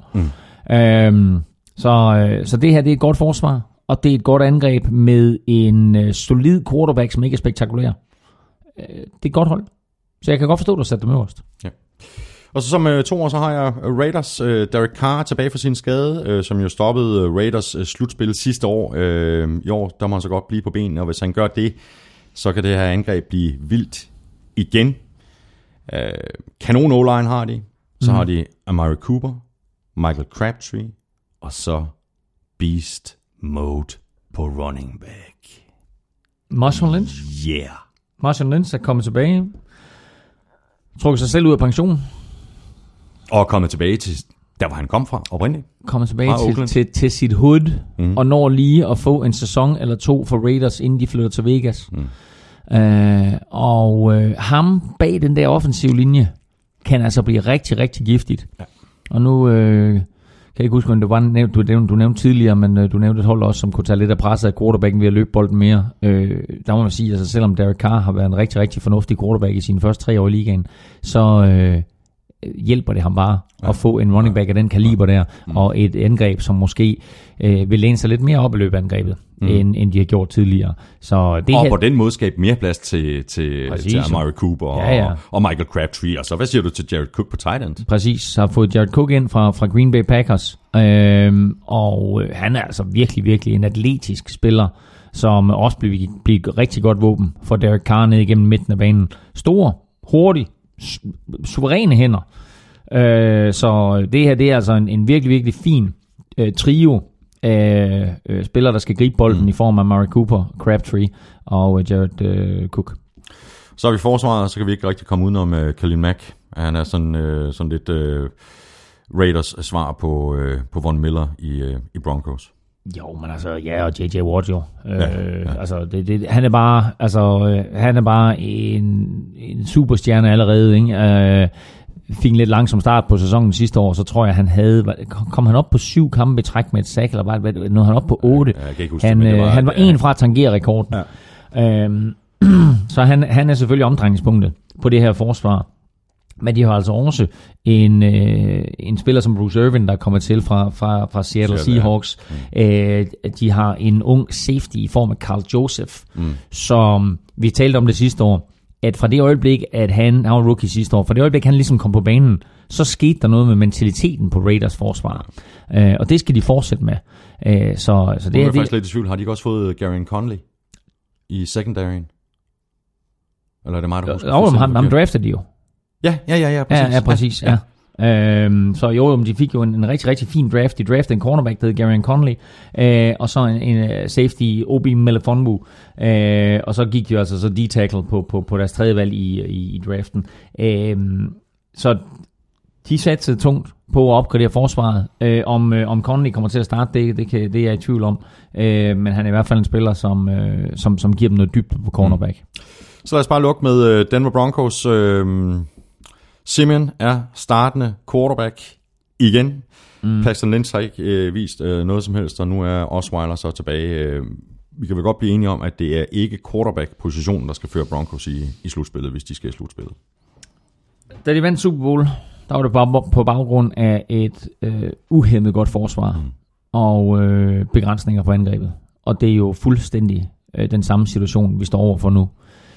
Så det her, det er et godt forsvar, og det er et godt angreb med en solid quarterback, som ikke er spektakulær. Det er et godt hold. Så jeg kan godt forstå, at du har sat dem øverst. Ja. Og så som 2 år, så har jeg Raiders. Derek Carr tilbage fra sin skade, som jo stoppede Raiders slutspil sidste år. I år, der må han så godt blive på benene, og hvis han gør det, så kan det her angreb blive vildt igen. Kanon O-line har de. Så har de Amari Cooper, Michael Crabtree, og så Beast Mode på running back. Marshawn Lynch? Yeah. Marshawn Lynch er kommet tilbage. Trukket sig selv ud af pension. Og kommet tilbage til der, hvor han kom fra oprindeligt. Kommet tilbage til sit hood, og når lige at få en sæson eller 2 for Raiders, inden de flytter til Vegas. Ham bag den der offensive linje, kan altså blive rigtig, rigtig giftigt. Ja. Og nu kan jeg ikke huske, om det var du nævnte tidligere, men du nævnte et hold også, som kunne tage lidt af presset af quarterbacken ved at løbe bolden mere. Der må man sige, altså selvom Derek Carr har været en rigtig, rigtig fornuftig quarterback i sine første 3 år i ligaen, så hjælper det ham bare at få en running back af den kaliber der, og et angreb, som måske vil læne sig lidt mere op i løbeangrebet, end de har gjort tidligere. Så det og her, på den måde skabe mere plads til Amari Cooper og Michael Crabtree. Og så hvad siger du til Jared Cook på tight end? Præcis, har fået Jared Cook ind fra Green Bay Packers, og han er altså virkelig, virkelig en atletisk spiller, som også bliver et rigtig godt våben for Derek Carr ned igennem midten af banen. Stor, hurtig, suveræne hænder. Så det her, det er altså en virkelig, virkelig fin trio af spillere, der skal gribe bolden i form af Amari Cooper, Crabtree og Jared Cook. Så er vi forsvaret, så kan vi ikke rigtig komme udenom Khalil Mack. Han er sådan lidt Raiders svar på Von Miller i Broncos. Jo, men altså, og J.J. Watt jo. Altså, han er bare en superstjerne allerede, ikke? Fik en lidt langsom start på sæsonen sidste år, så tror jeg, kom han op på 7 kampe i træk med et sack, eller var nåede han op på 8. Han var en fra at tangere rekorden. Ja. Så han er selvfølgelig omdrejningspunktet på det her forsvar. Men de har altså også en spiller som Bruce Irvin, der er kommet til fra Seattle Seahawks. De har en ung safety i form af Carl Joseph, som vi talte om det sidste år, at fra det øjeblik, at han var rookie sidste år, fra det øjeblik, han ligesom kom på banen, så skete der noget med mentaliteten på Raiders forsvar. Og det skal de fortsætte med. Så det er faktisk lidt i tvivl. Har de ikke også fået Garion Conley i secondaryen? Eller er det mig, der husker? Ham draftede de jo. Ja, præcis. Ja, præcis, ja. Så jo, de fik jo en rigtig, rigtig fin draft. De draftede en cornerback, der hed Garion Conley, og så en safety, Obi Melifonwu, og så gik de altså så D-tackle på deres tredje valg i draften. Så de satte tungt på at opgradere forsvaret. Om Conley kommer til at starte, det er jeg i tvivl om. Men han er i hvert fald en spiller, som giver dem noget dybde på cornerback. Så lad os bare lukke med Denver Broncos. Simeon er startende quarterback igen. Paxton Lynch har ikke vist noget som helst, og nu er Osweiler så tilbage. Vi kan vel godt blive enige om, at det er ikke quarterback-positionen, der skal føre Broncos i slutspillet, hvis de skal i slutspillet. Da de vandt Super Bowl, der var det bare på baggrund af et uhæmmet godt forsvar og begrænsninger på angrebet. Og det er jo fuldstændig den samme situation, vi står overfor nu.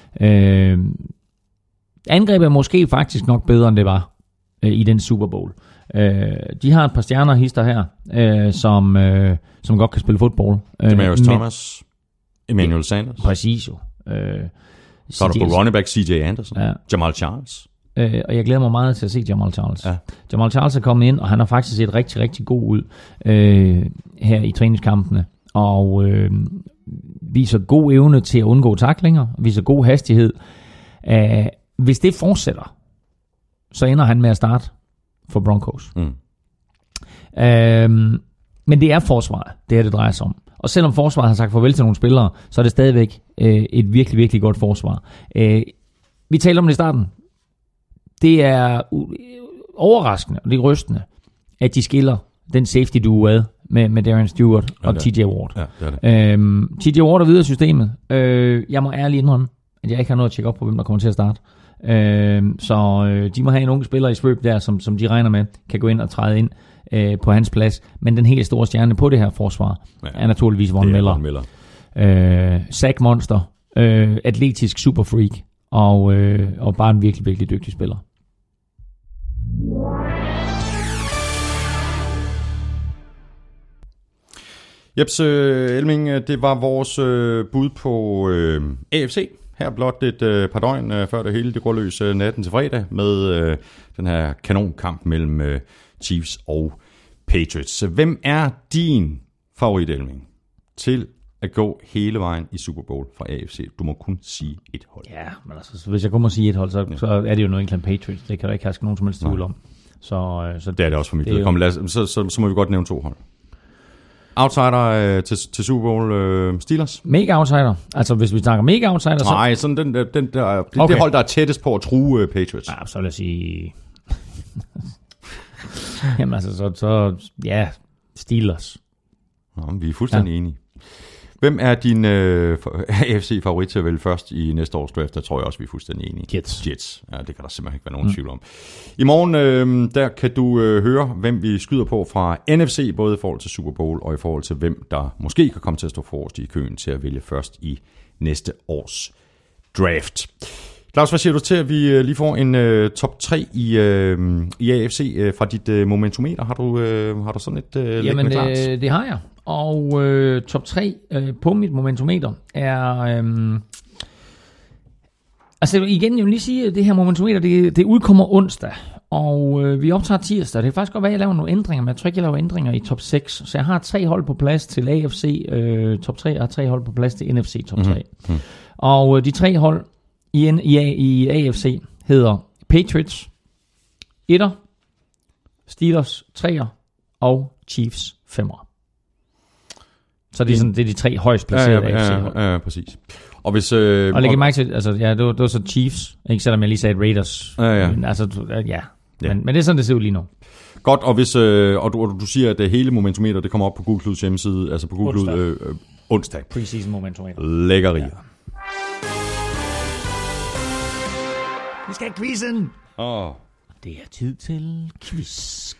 Angrebet er måske faktisk nok bedre, end det var i den Super Bowl. De har et par stjerner hister her, som godt kan spille fodbold. Demaryius Thomas, Emmanuel Sanders. Præcis jo. Så er der på running back CJ Anderson, Jamal Charles. og jeg glæder mig meget til at se Jamal Charles. Ja. Jamal Charles er kommet ind, og han har faktisk set rigtig, rigtig god ud her i træningskampene. Og viser god evne til at undgå tacklinger, viser god hastighed. Hvis det fortsætter, så ender han med at starte for Broncos. Men det er forsvaret, det drejer sig om. Og selvom forsvaret har sagt farvel til nogle spillere, så er det stadigvæk et virkelig, virkelig godt forsvar. Vi talte om det i starten. Det er overraskende, og det er rystende, at de skiller den safety duo ad med Darren Stewart og TJ Ward. Ja, det er det. TJ Ward er videre i systemet. Jeg må ærligt indrømme, at jeg ikke har noget at tjekke op på, hvem der kommer til at starte. Så de må have en unge spiller i svøb der, som de regner med, kan gå ind og træde ind på hans plads. Men den helt store stjerne på det her forsvar er naturligvis Von Miller. Sack monster, atletisk superfreak og bare en virkelig, virkelig dygtig spiller. Jeps, Elming, det var vores bud på AFC. Her blot et par døgn før det hele det går løs natten til fredag med den her kanonkamp mellem Chiefs og Patriots. Hvem er din favorit, Elming, til at gå hele vejen i Super Bowl fra AFC? Du må kun sige et hold. Ja, men altså, hvis jeg kun må sige et hold, så er det jo New England Patriots. Det kan der ikke herske nogen som helst tvivl om. Så det er det også for mit vedkommende. Så må vi godt nævne 2 hold. Outsider til Super Bowl Steelers? Mega outsider. Altså hvis vi snakker mega outsider, så... Nej, sådan det hold, der er tættest på at true Patriots. Ja, så lad os sige... Jamen altså, så ja, Steelers. Nå, vi er fuldstændig enige. Hvem er din AFC-favorit til at vælge først i næste års draft? Der tror jeg også, vi er fuldstændig enige. Jets. Ja, det kan der simpelthen ikke være nogen tvivl om. I morgen, der kan du høre, hvem vi skyder på fra NFC, både i forhold til Super Bowl og i forhold til, hvem der måske kan komme til at stå forrest i køen til at vælge først i næste års draft. Claus, hvad siger du til, at vi lige får en top 3 i AFC fra dit momentometer? Har du sådan et liggende klart? Jamen, det har jeg. Og top 3 på mit momentometer er... altså igen, jeg vil lige sige, at det her momentometer, det udkommer onsdag. Og vi optager tirsdag. Det kan faktisk godt være, at jeg laver nogle ændringer, men jeg tror ikke, jeg laver ændringer i top 6. Så jeg har 3 hold på plads til AFC top 3, og 3 hold på plads til NFC top 3. Og de 3 hold i AFC hedder Patriots 1'er, Steelers 3'er og Chiefs 5'er. Så det er, sådan, det er de 3 højst placerede AFC-hold. Ja, præcis. Og hvis... og lægge mærke til, altså, ja, det var så Chiefs, ikke selvom jeg lige sagde Raiders. Ja. Men, altså, ja. Men det er sådan, det ser ud lige nu. Godt, og hvis og du siger, at hele momentometer, det kommer op på Google Kluds hjemmeside, altså på Google Klud onsdag. Preseason momentometer. Lækkerier. Ja. Vi skal have quizzen. Det er tid til quiz.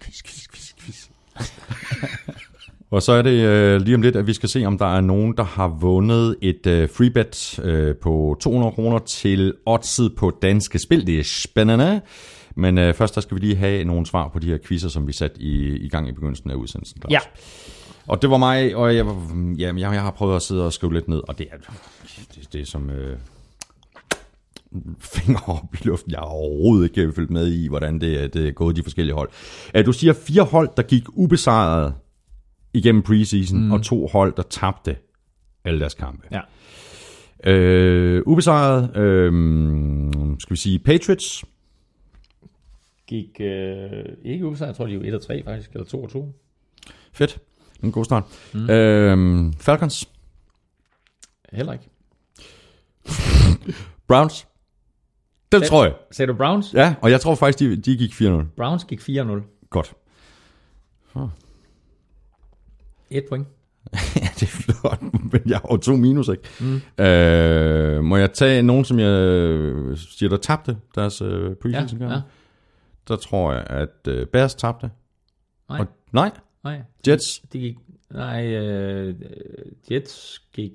Og så er det lige om lidt, at vi skal se, om der er nogen, der har vundet et freebet på 200 kroner til oddset på Danske Spil. Det er spændende. Men først der skal vi lige have nogle svar på de her quizzer, som vi satte i gang i begyndelsen af udsendelsen. Ja. Og det var mig, og jeg har prøvet at sidde og skrive lidt ned, og det er som... finger op i luften. Jeg har overhovedet ikke følt med i, hvordan det er gået de forskellige hold. Du siger 4 hold, der gik ubesejret igennem preseason, og 2 hold, der tabte alle deres kampe. Ja. Ubesejret, skal vi sige Patriots? Gik ikke ubesejret, jeg tror de er 1-3 faktisk, eller 2-2. Fedt, en god start. Falcons? Heller ikke. Browns? Det tror jeg. Sagde du Browns? Ja, og jeg tror faktisk, de gik 4-0. Browns gik 4-0. Godt. 1 point. Ja, det er flot, men jeg har jo 2 minus, ikke? Må jeg tage nogen, som jeg siger, der tabte deres preseason? Ja. Der tror jeg, at Bears tabte. Nej. Nej. Jets? De gik... Jets gik...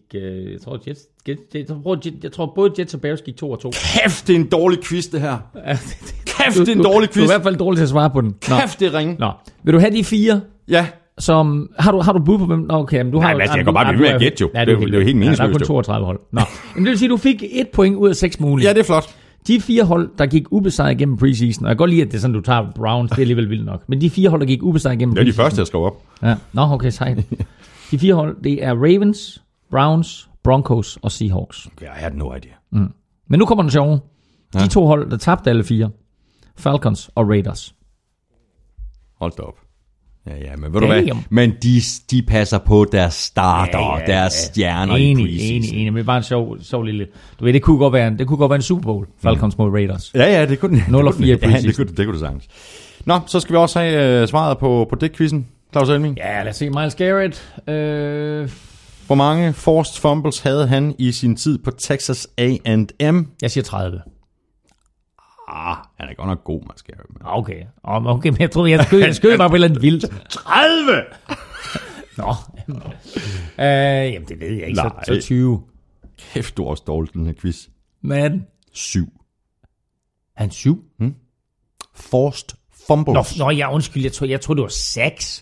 Jeg tror både Jets og Bears gik 2-2. Kæft, det er en dårlig quiz, det her. Kæft, det er en dårlig quiz. Du er i hvert fald dårlig til at svare på den. Kæft, det er ringe. Nå. Vil du have de 4? Ja. Som, har du bud på hvem? Okay, men du har... Nej, jeg kan bare blive med at gætte jo. Det er jo helt meningsløst. Der er kun 32 hold. Nå. Men det vil sige, at du fik 1 point ud af 6 mulige. Ja, det er flot. De 4 hold, der gik ubesejret gennem preseason, og jeg kan godt lide, at det er sådan, du tager Browns, det er alligevel vildt nok, men de 4 hold, der gik ubesejret gennem Det er preseason. de første, jeg skrev op. Ja. Nå, okay, sejt. De 4 hold, det er Ravens, Browns, Broncos og Seahawks. Okay, jeg har no idea. Men nu kommer den sjove. De 2 hold, der tabte alle 4. Falcons og Raiders. Hold da op. Ja, men ved du hvad? Men de passer på deres starter, deres stjerner i preseason. Enig. Men bare en sjov lille... Du ved, det kunne godt være en Super Bowl, Falcons mod Raiders. Ja, det kunne den. 0-4 i preseason. Det kunne det sagtens. Nå, så skal vi også have svaret på Dick-quizzen. Claus Elming. Ja, lad os se. Myles Garrett. Hvor mange forced fumbles havde han i sin tid på Texas A&M? Jeg siger 30. Han er godt nok god, man skal. Okay, men jeg troede, jeg skød bare på et eller andet vildt. 30! Nå. Jamen, det ved jeg ikke. Så 20. Kæft, du er også dårlig, den her quiz. Men 7. Han 7? Forced fumbles. Nå, ja, undskyld. Jeg troede, det var 6.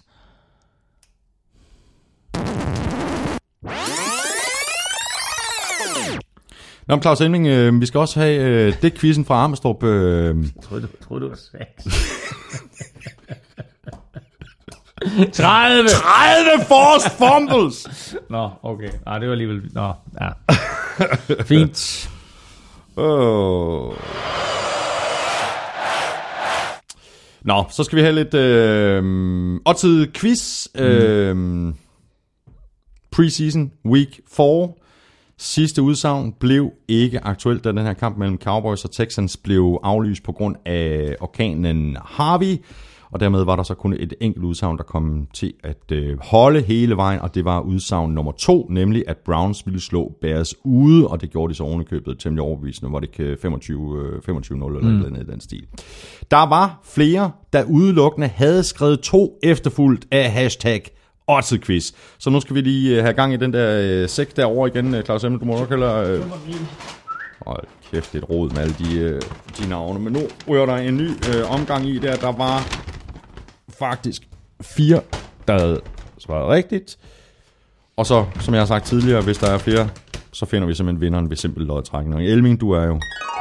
Nå, Claus Elming, vi skal også have det quizzen fra Armstrong. Jeg troede, det var 6. 30 forced fumbles! Nå, okay. Nej, det var alligevel... Nå, ja. Fint. Nå, så skal vi have lidt oddset quiz. Preseason week 4. Sidste udsagn blev ikke aktuelt, da den her kamp mellem Cowboys og Texans blev aflyst på grund af orkanen Harvey. Og dermed var der så kun et enkelt udsagn, der kom til at holde hele vejen, og det var udsagn nummer 2, nemlig at Browns ville slå Bears ude, og det gjorde de så ovenikøbet temmelig overbevisende, var det ikke 25-0 eller noget i den stil. Der var flere, der udelukkende havde skrevet 2 efterfulgt af hashtag oddsetquiz. Så nu skal vi lige have gang i den der sæk derovre igen, Claus Emil, du må nok hellere... Hold kæft, det er et rod med alle de navne. Men nu ryger der en ny omgang i der. Der var faktisk 4, der havde svaret rigtigt. Og så, som jeg har sagt tidligere, hvis der er flere, så finder vi simpelthen vinderen ved simpel lodtrækning. Og Elming, du er jo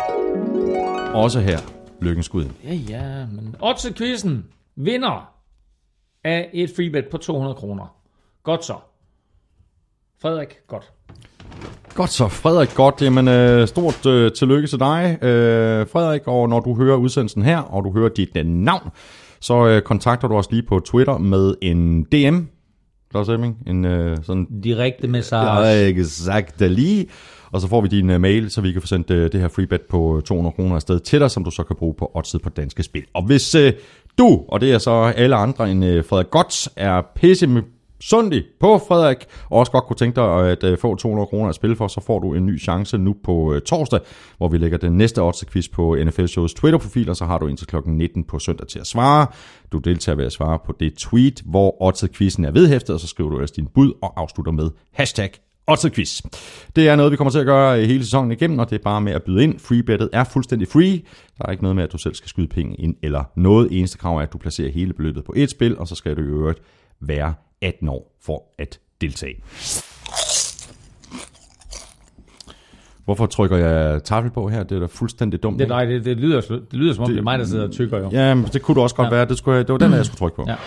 også her. Lykkens skud. Ja, men oddsetquizzen vinder af et freebet på 200 kroner. Godt så. Frederik, godt. Godt så, Frederik, godt. Jamen, stort tillykke til dig, Frederik. Og når du hører udsendelsen her, og du hører dit navn, så kontakter du os lige på Twitter med en DM. Claus Elming, en sådan... Direkte message. Ja, exakt lige. Og så får vi din mail, så vi kan få sendt det her freebet på 200 kroner afsted til dig, som du så kan bruge på oddset på Danske Spil. Og hvis du, og det er så alle andre end Frederik Godt, er sundig på Frederik, og også godt kunne tænke dig at få 200 kroner at spille for, så får du en ny chance nu på torsdag, hvor vi lægger den næste oddset-quiz på NFL Shows Twitter-profil, og så har du indtil kl. 19 på søndag til at svare. Du deltager ved at svare på det tweet, hvor oddset-quizzen er vedhæftet, og så skriver du ellers din bud og afslutter med hashtag oddset-quiz. Det er noget, vi kommer til at gøre hele sæsonen igennem, og det er bare med at byde ind. Freebettet er fuldstændig free. Der er ikke noget med, at du selv skal skyde penge ind eller noget. Eneste krav er, at du placerer hele beløbet på et spil, og så skal du i øvrigt være 18 år for at deltage. Hvorfor trykker jeg tafel på her? Det er da fuldstændig dumt. Det lyder som om det er mig, der sidder og tykker jo. Ja, men det kunne du også godt være. Det var den, jeg skulle trykke på. Ja.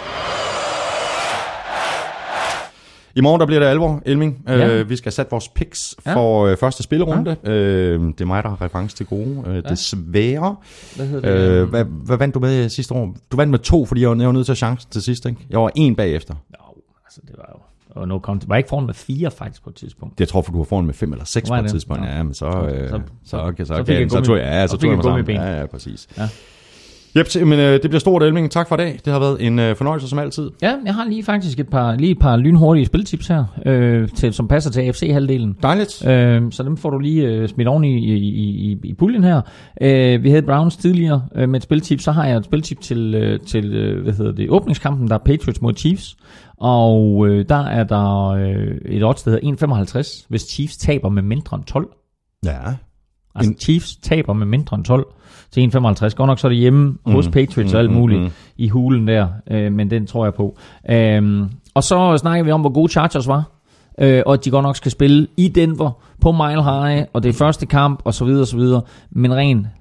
I morgen der bliver det alvor, Elming. Vi skal have sat vores picks for første spillerunde. Det er mig, der har reference til gode. Desværre. Hvad hedder det? Hvad vandt du med sidste år? Du vandt med 2, fordi jeg var nødt til at chancen til sidst, ikke? Jeg var 1 bagefter. Jo, altså det var jo... Og no count. Var ikke foran med 4 faktisk på et tidspunkt. Jeg tror, for du var foran med 5 eller 6 på et tidspunkt. Ja, men så tog jeg mig sammen. Ja, præcis. Ja. Yep, men det bliver stort, Elming. Tak for i dag. Det har været en fornøjelse som altid. Ja, jeg har lige faktisk et par lynhurtige spiltips her, som passer til AFC-halvdelen. Dejligt. Så dem får du lige smidt oven i puljen her. Vi havde Browns tidligere med et spiltip. Så har jeg et spiltip til åbningskampen, der er Patriots mod Chiefs. Og der er der et odds, der hedder 1,55, hvis Chiefs taber med mindre end 12. Ja. Altså Chiefs taber med mindre end 12 til 1,55. Godt nok så er det hjemme hos Patriots og alt muligt i hulen der, men den tror jeg på. Og så snakker vi om, hvor gode Chargers var, og at de godt nok skal spille i Denver på Mile High, og det er første kamp, og så videre, og så videre. Men ren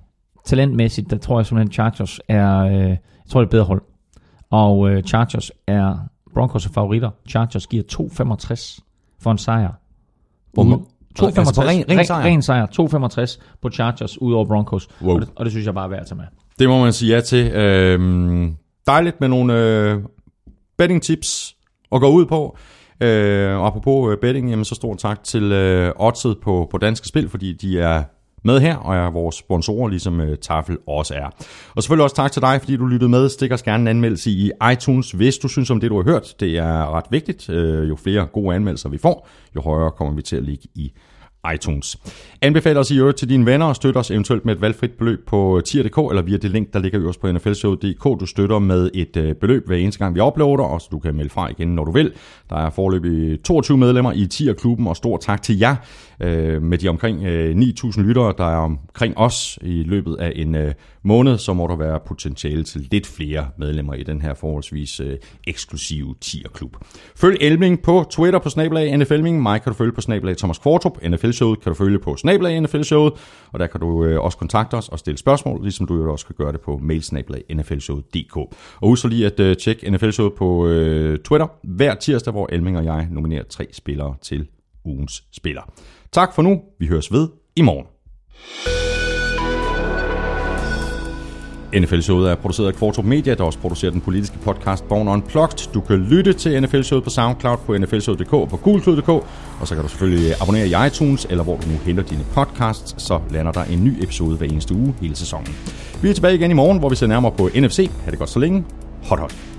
talentmæssigt, der tror jeg simpelthen, Chargers er, jeg tror det er et bedre hold. Og Chargers er Broncos' favoritter. Chargers giver 2,65 for en sejr. 2,65 altså ren sejr. 2,65 på Chargers ud over Broncos. Wow. Og det synes jeg bare er værd at tage med. Det må man sige ja til. Dejligt med nogle betting tips at gå ud på. Og apropos betting, jamen så stor tak til Oddset på Danske Spil, fordi de er med her, og er vores sponsorer, ligesom Tafel også er. Og selvfølgelig også tak til dig, fordi du lyttede med. Stik os gerne en anmeldelse i iTunes, hvis du synes om det, du har hørt. Det er ret vigtigt. Jo flere gode anmeldelser vi får, jo højere kommer vi til at ligge i iTunes. Anbefal os i øvrigt til dine venner og støt os eventuelt med et valgfrit beløb på tier.dk eller via det link, der ligger øverst på nflshowet.dk. Du støtter med et beløb hver eneste gang, vi uploader, og så du kan melde fra igen, når du vil. Der er foreløbig 22 medlemmer i Tier-klubben, og stor tak til jer med de omkring 9.000 lyttere, der er omkring os i løbet af en måned. Så må der være potentiale til lidt flere medlemmer i den her forholdsvis eksklusive Tier-klub. Følg Elming på Twitter på @NFLming. Mig kan du følge på @Thomas Kvartrup. NFL-showet kan du følge på @NFL-showet, og der kan du også kontakte os og stille spørgsmål, ligesom du også kan gøre det på mail @nflshowet.dk. Og husk så lige at tjekke NFL-showet på Twitter hver tirsdag, hvor Elming og jeg nominerer 3 spillere til ugens spiller. Tak for nu. Vi høres ved i morgen. NFL-showet er produceret af Kvartrup Media, der også producerer den politiske podcast Born Unplugged. Du kan lytte til NFL-showet på SoundCloud, på nflshowet.dk og på gulklud.dk, og så kan du selvfølgelig abonnere i iTunes, eller hvor du nu henter dine podcasts, så lander der en ny episode hver eneste uge hele sæsonen. Vi er tilbage igen i morgen, hvor vi ser nærmere på NFC. Ha' det godt så længe. Hot.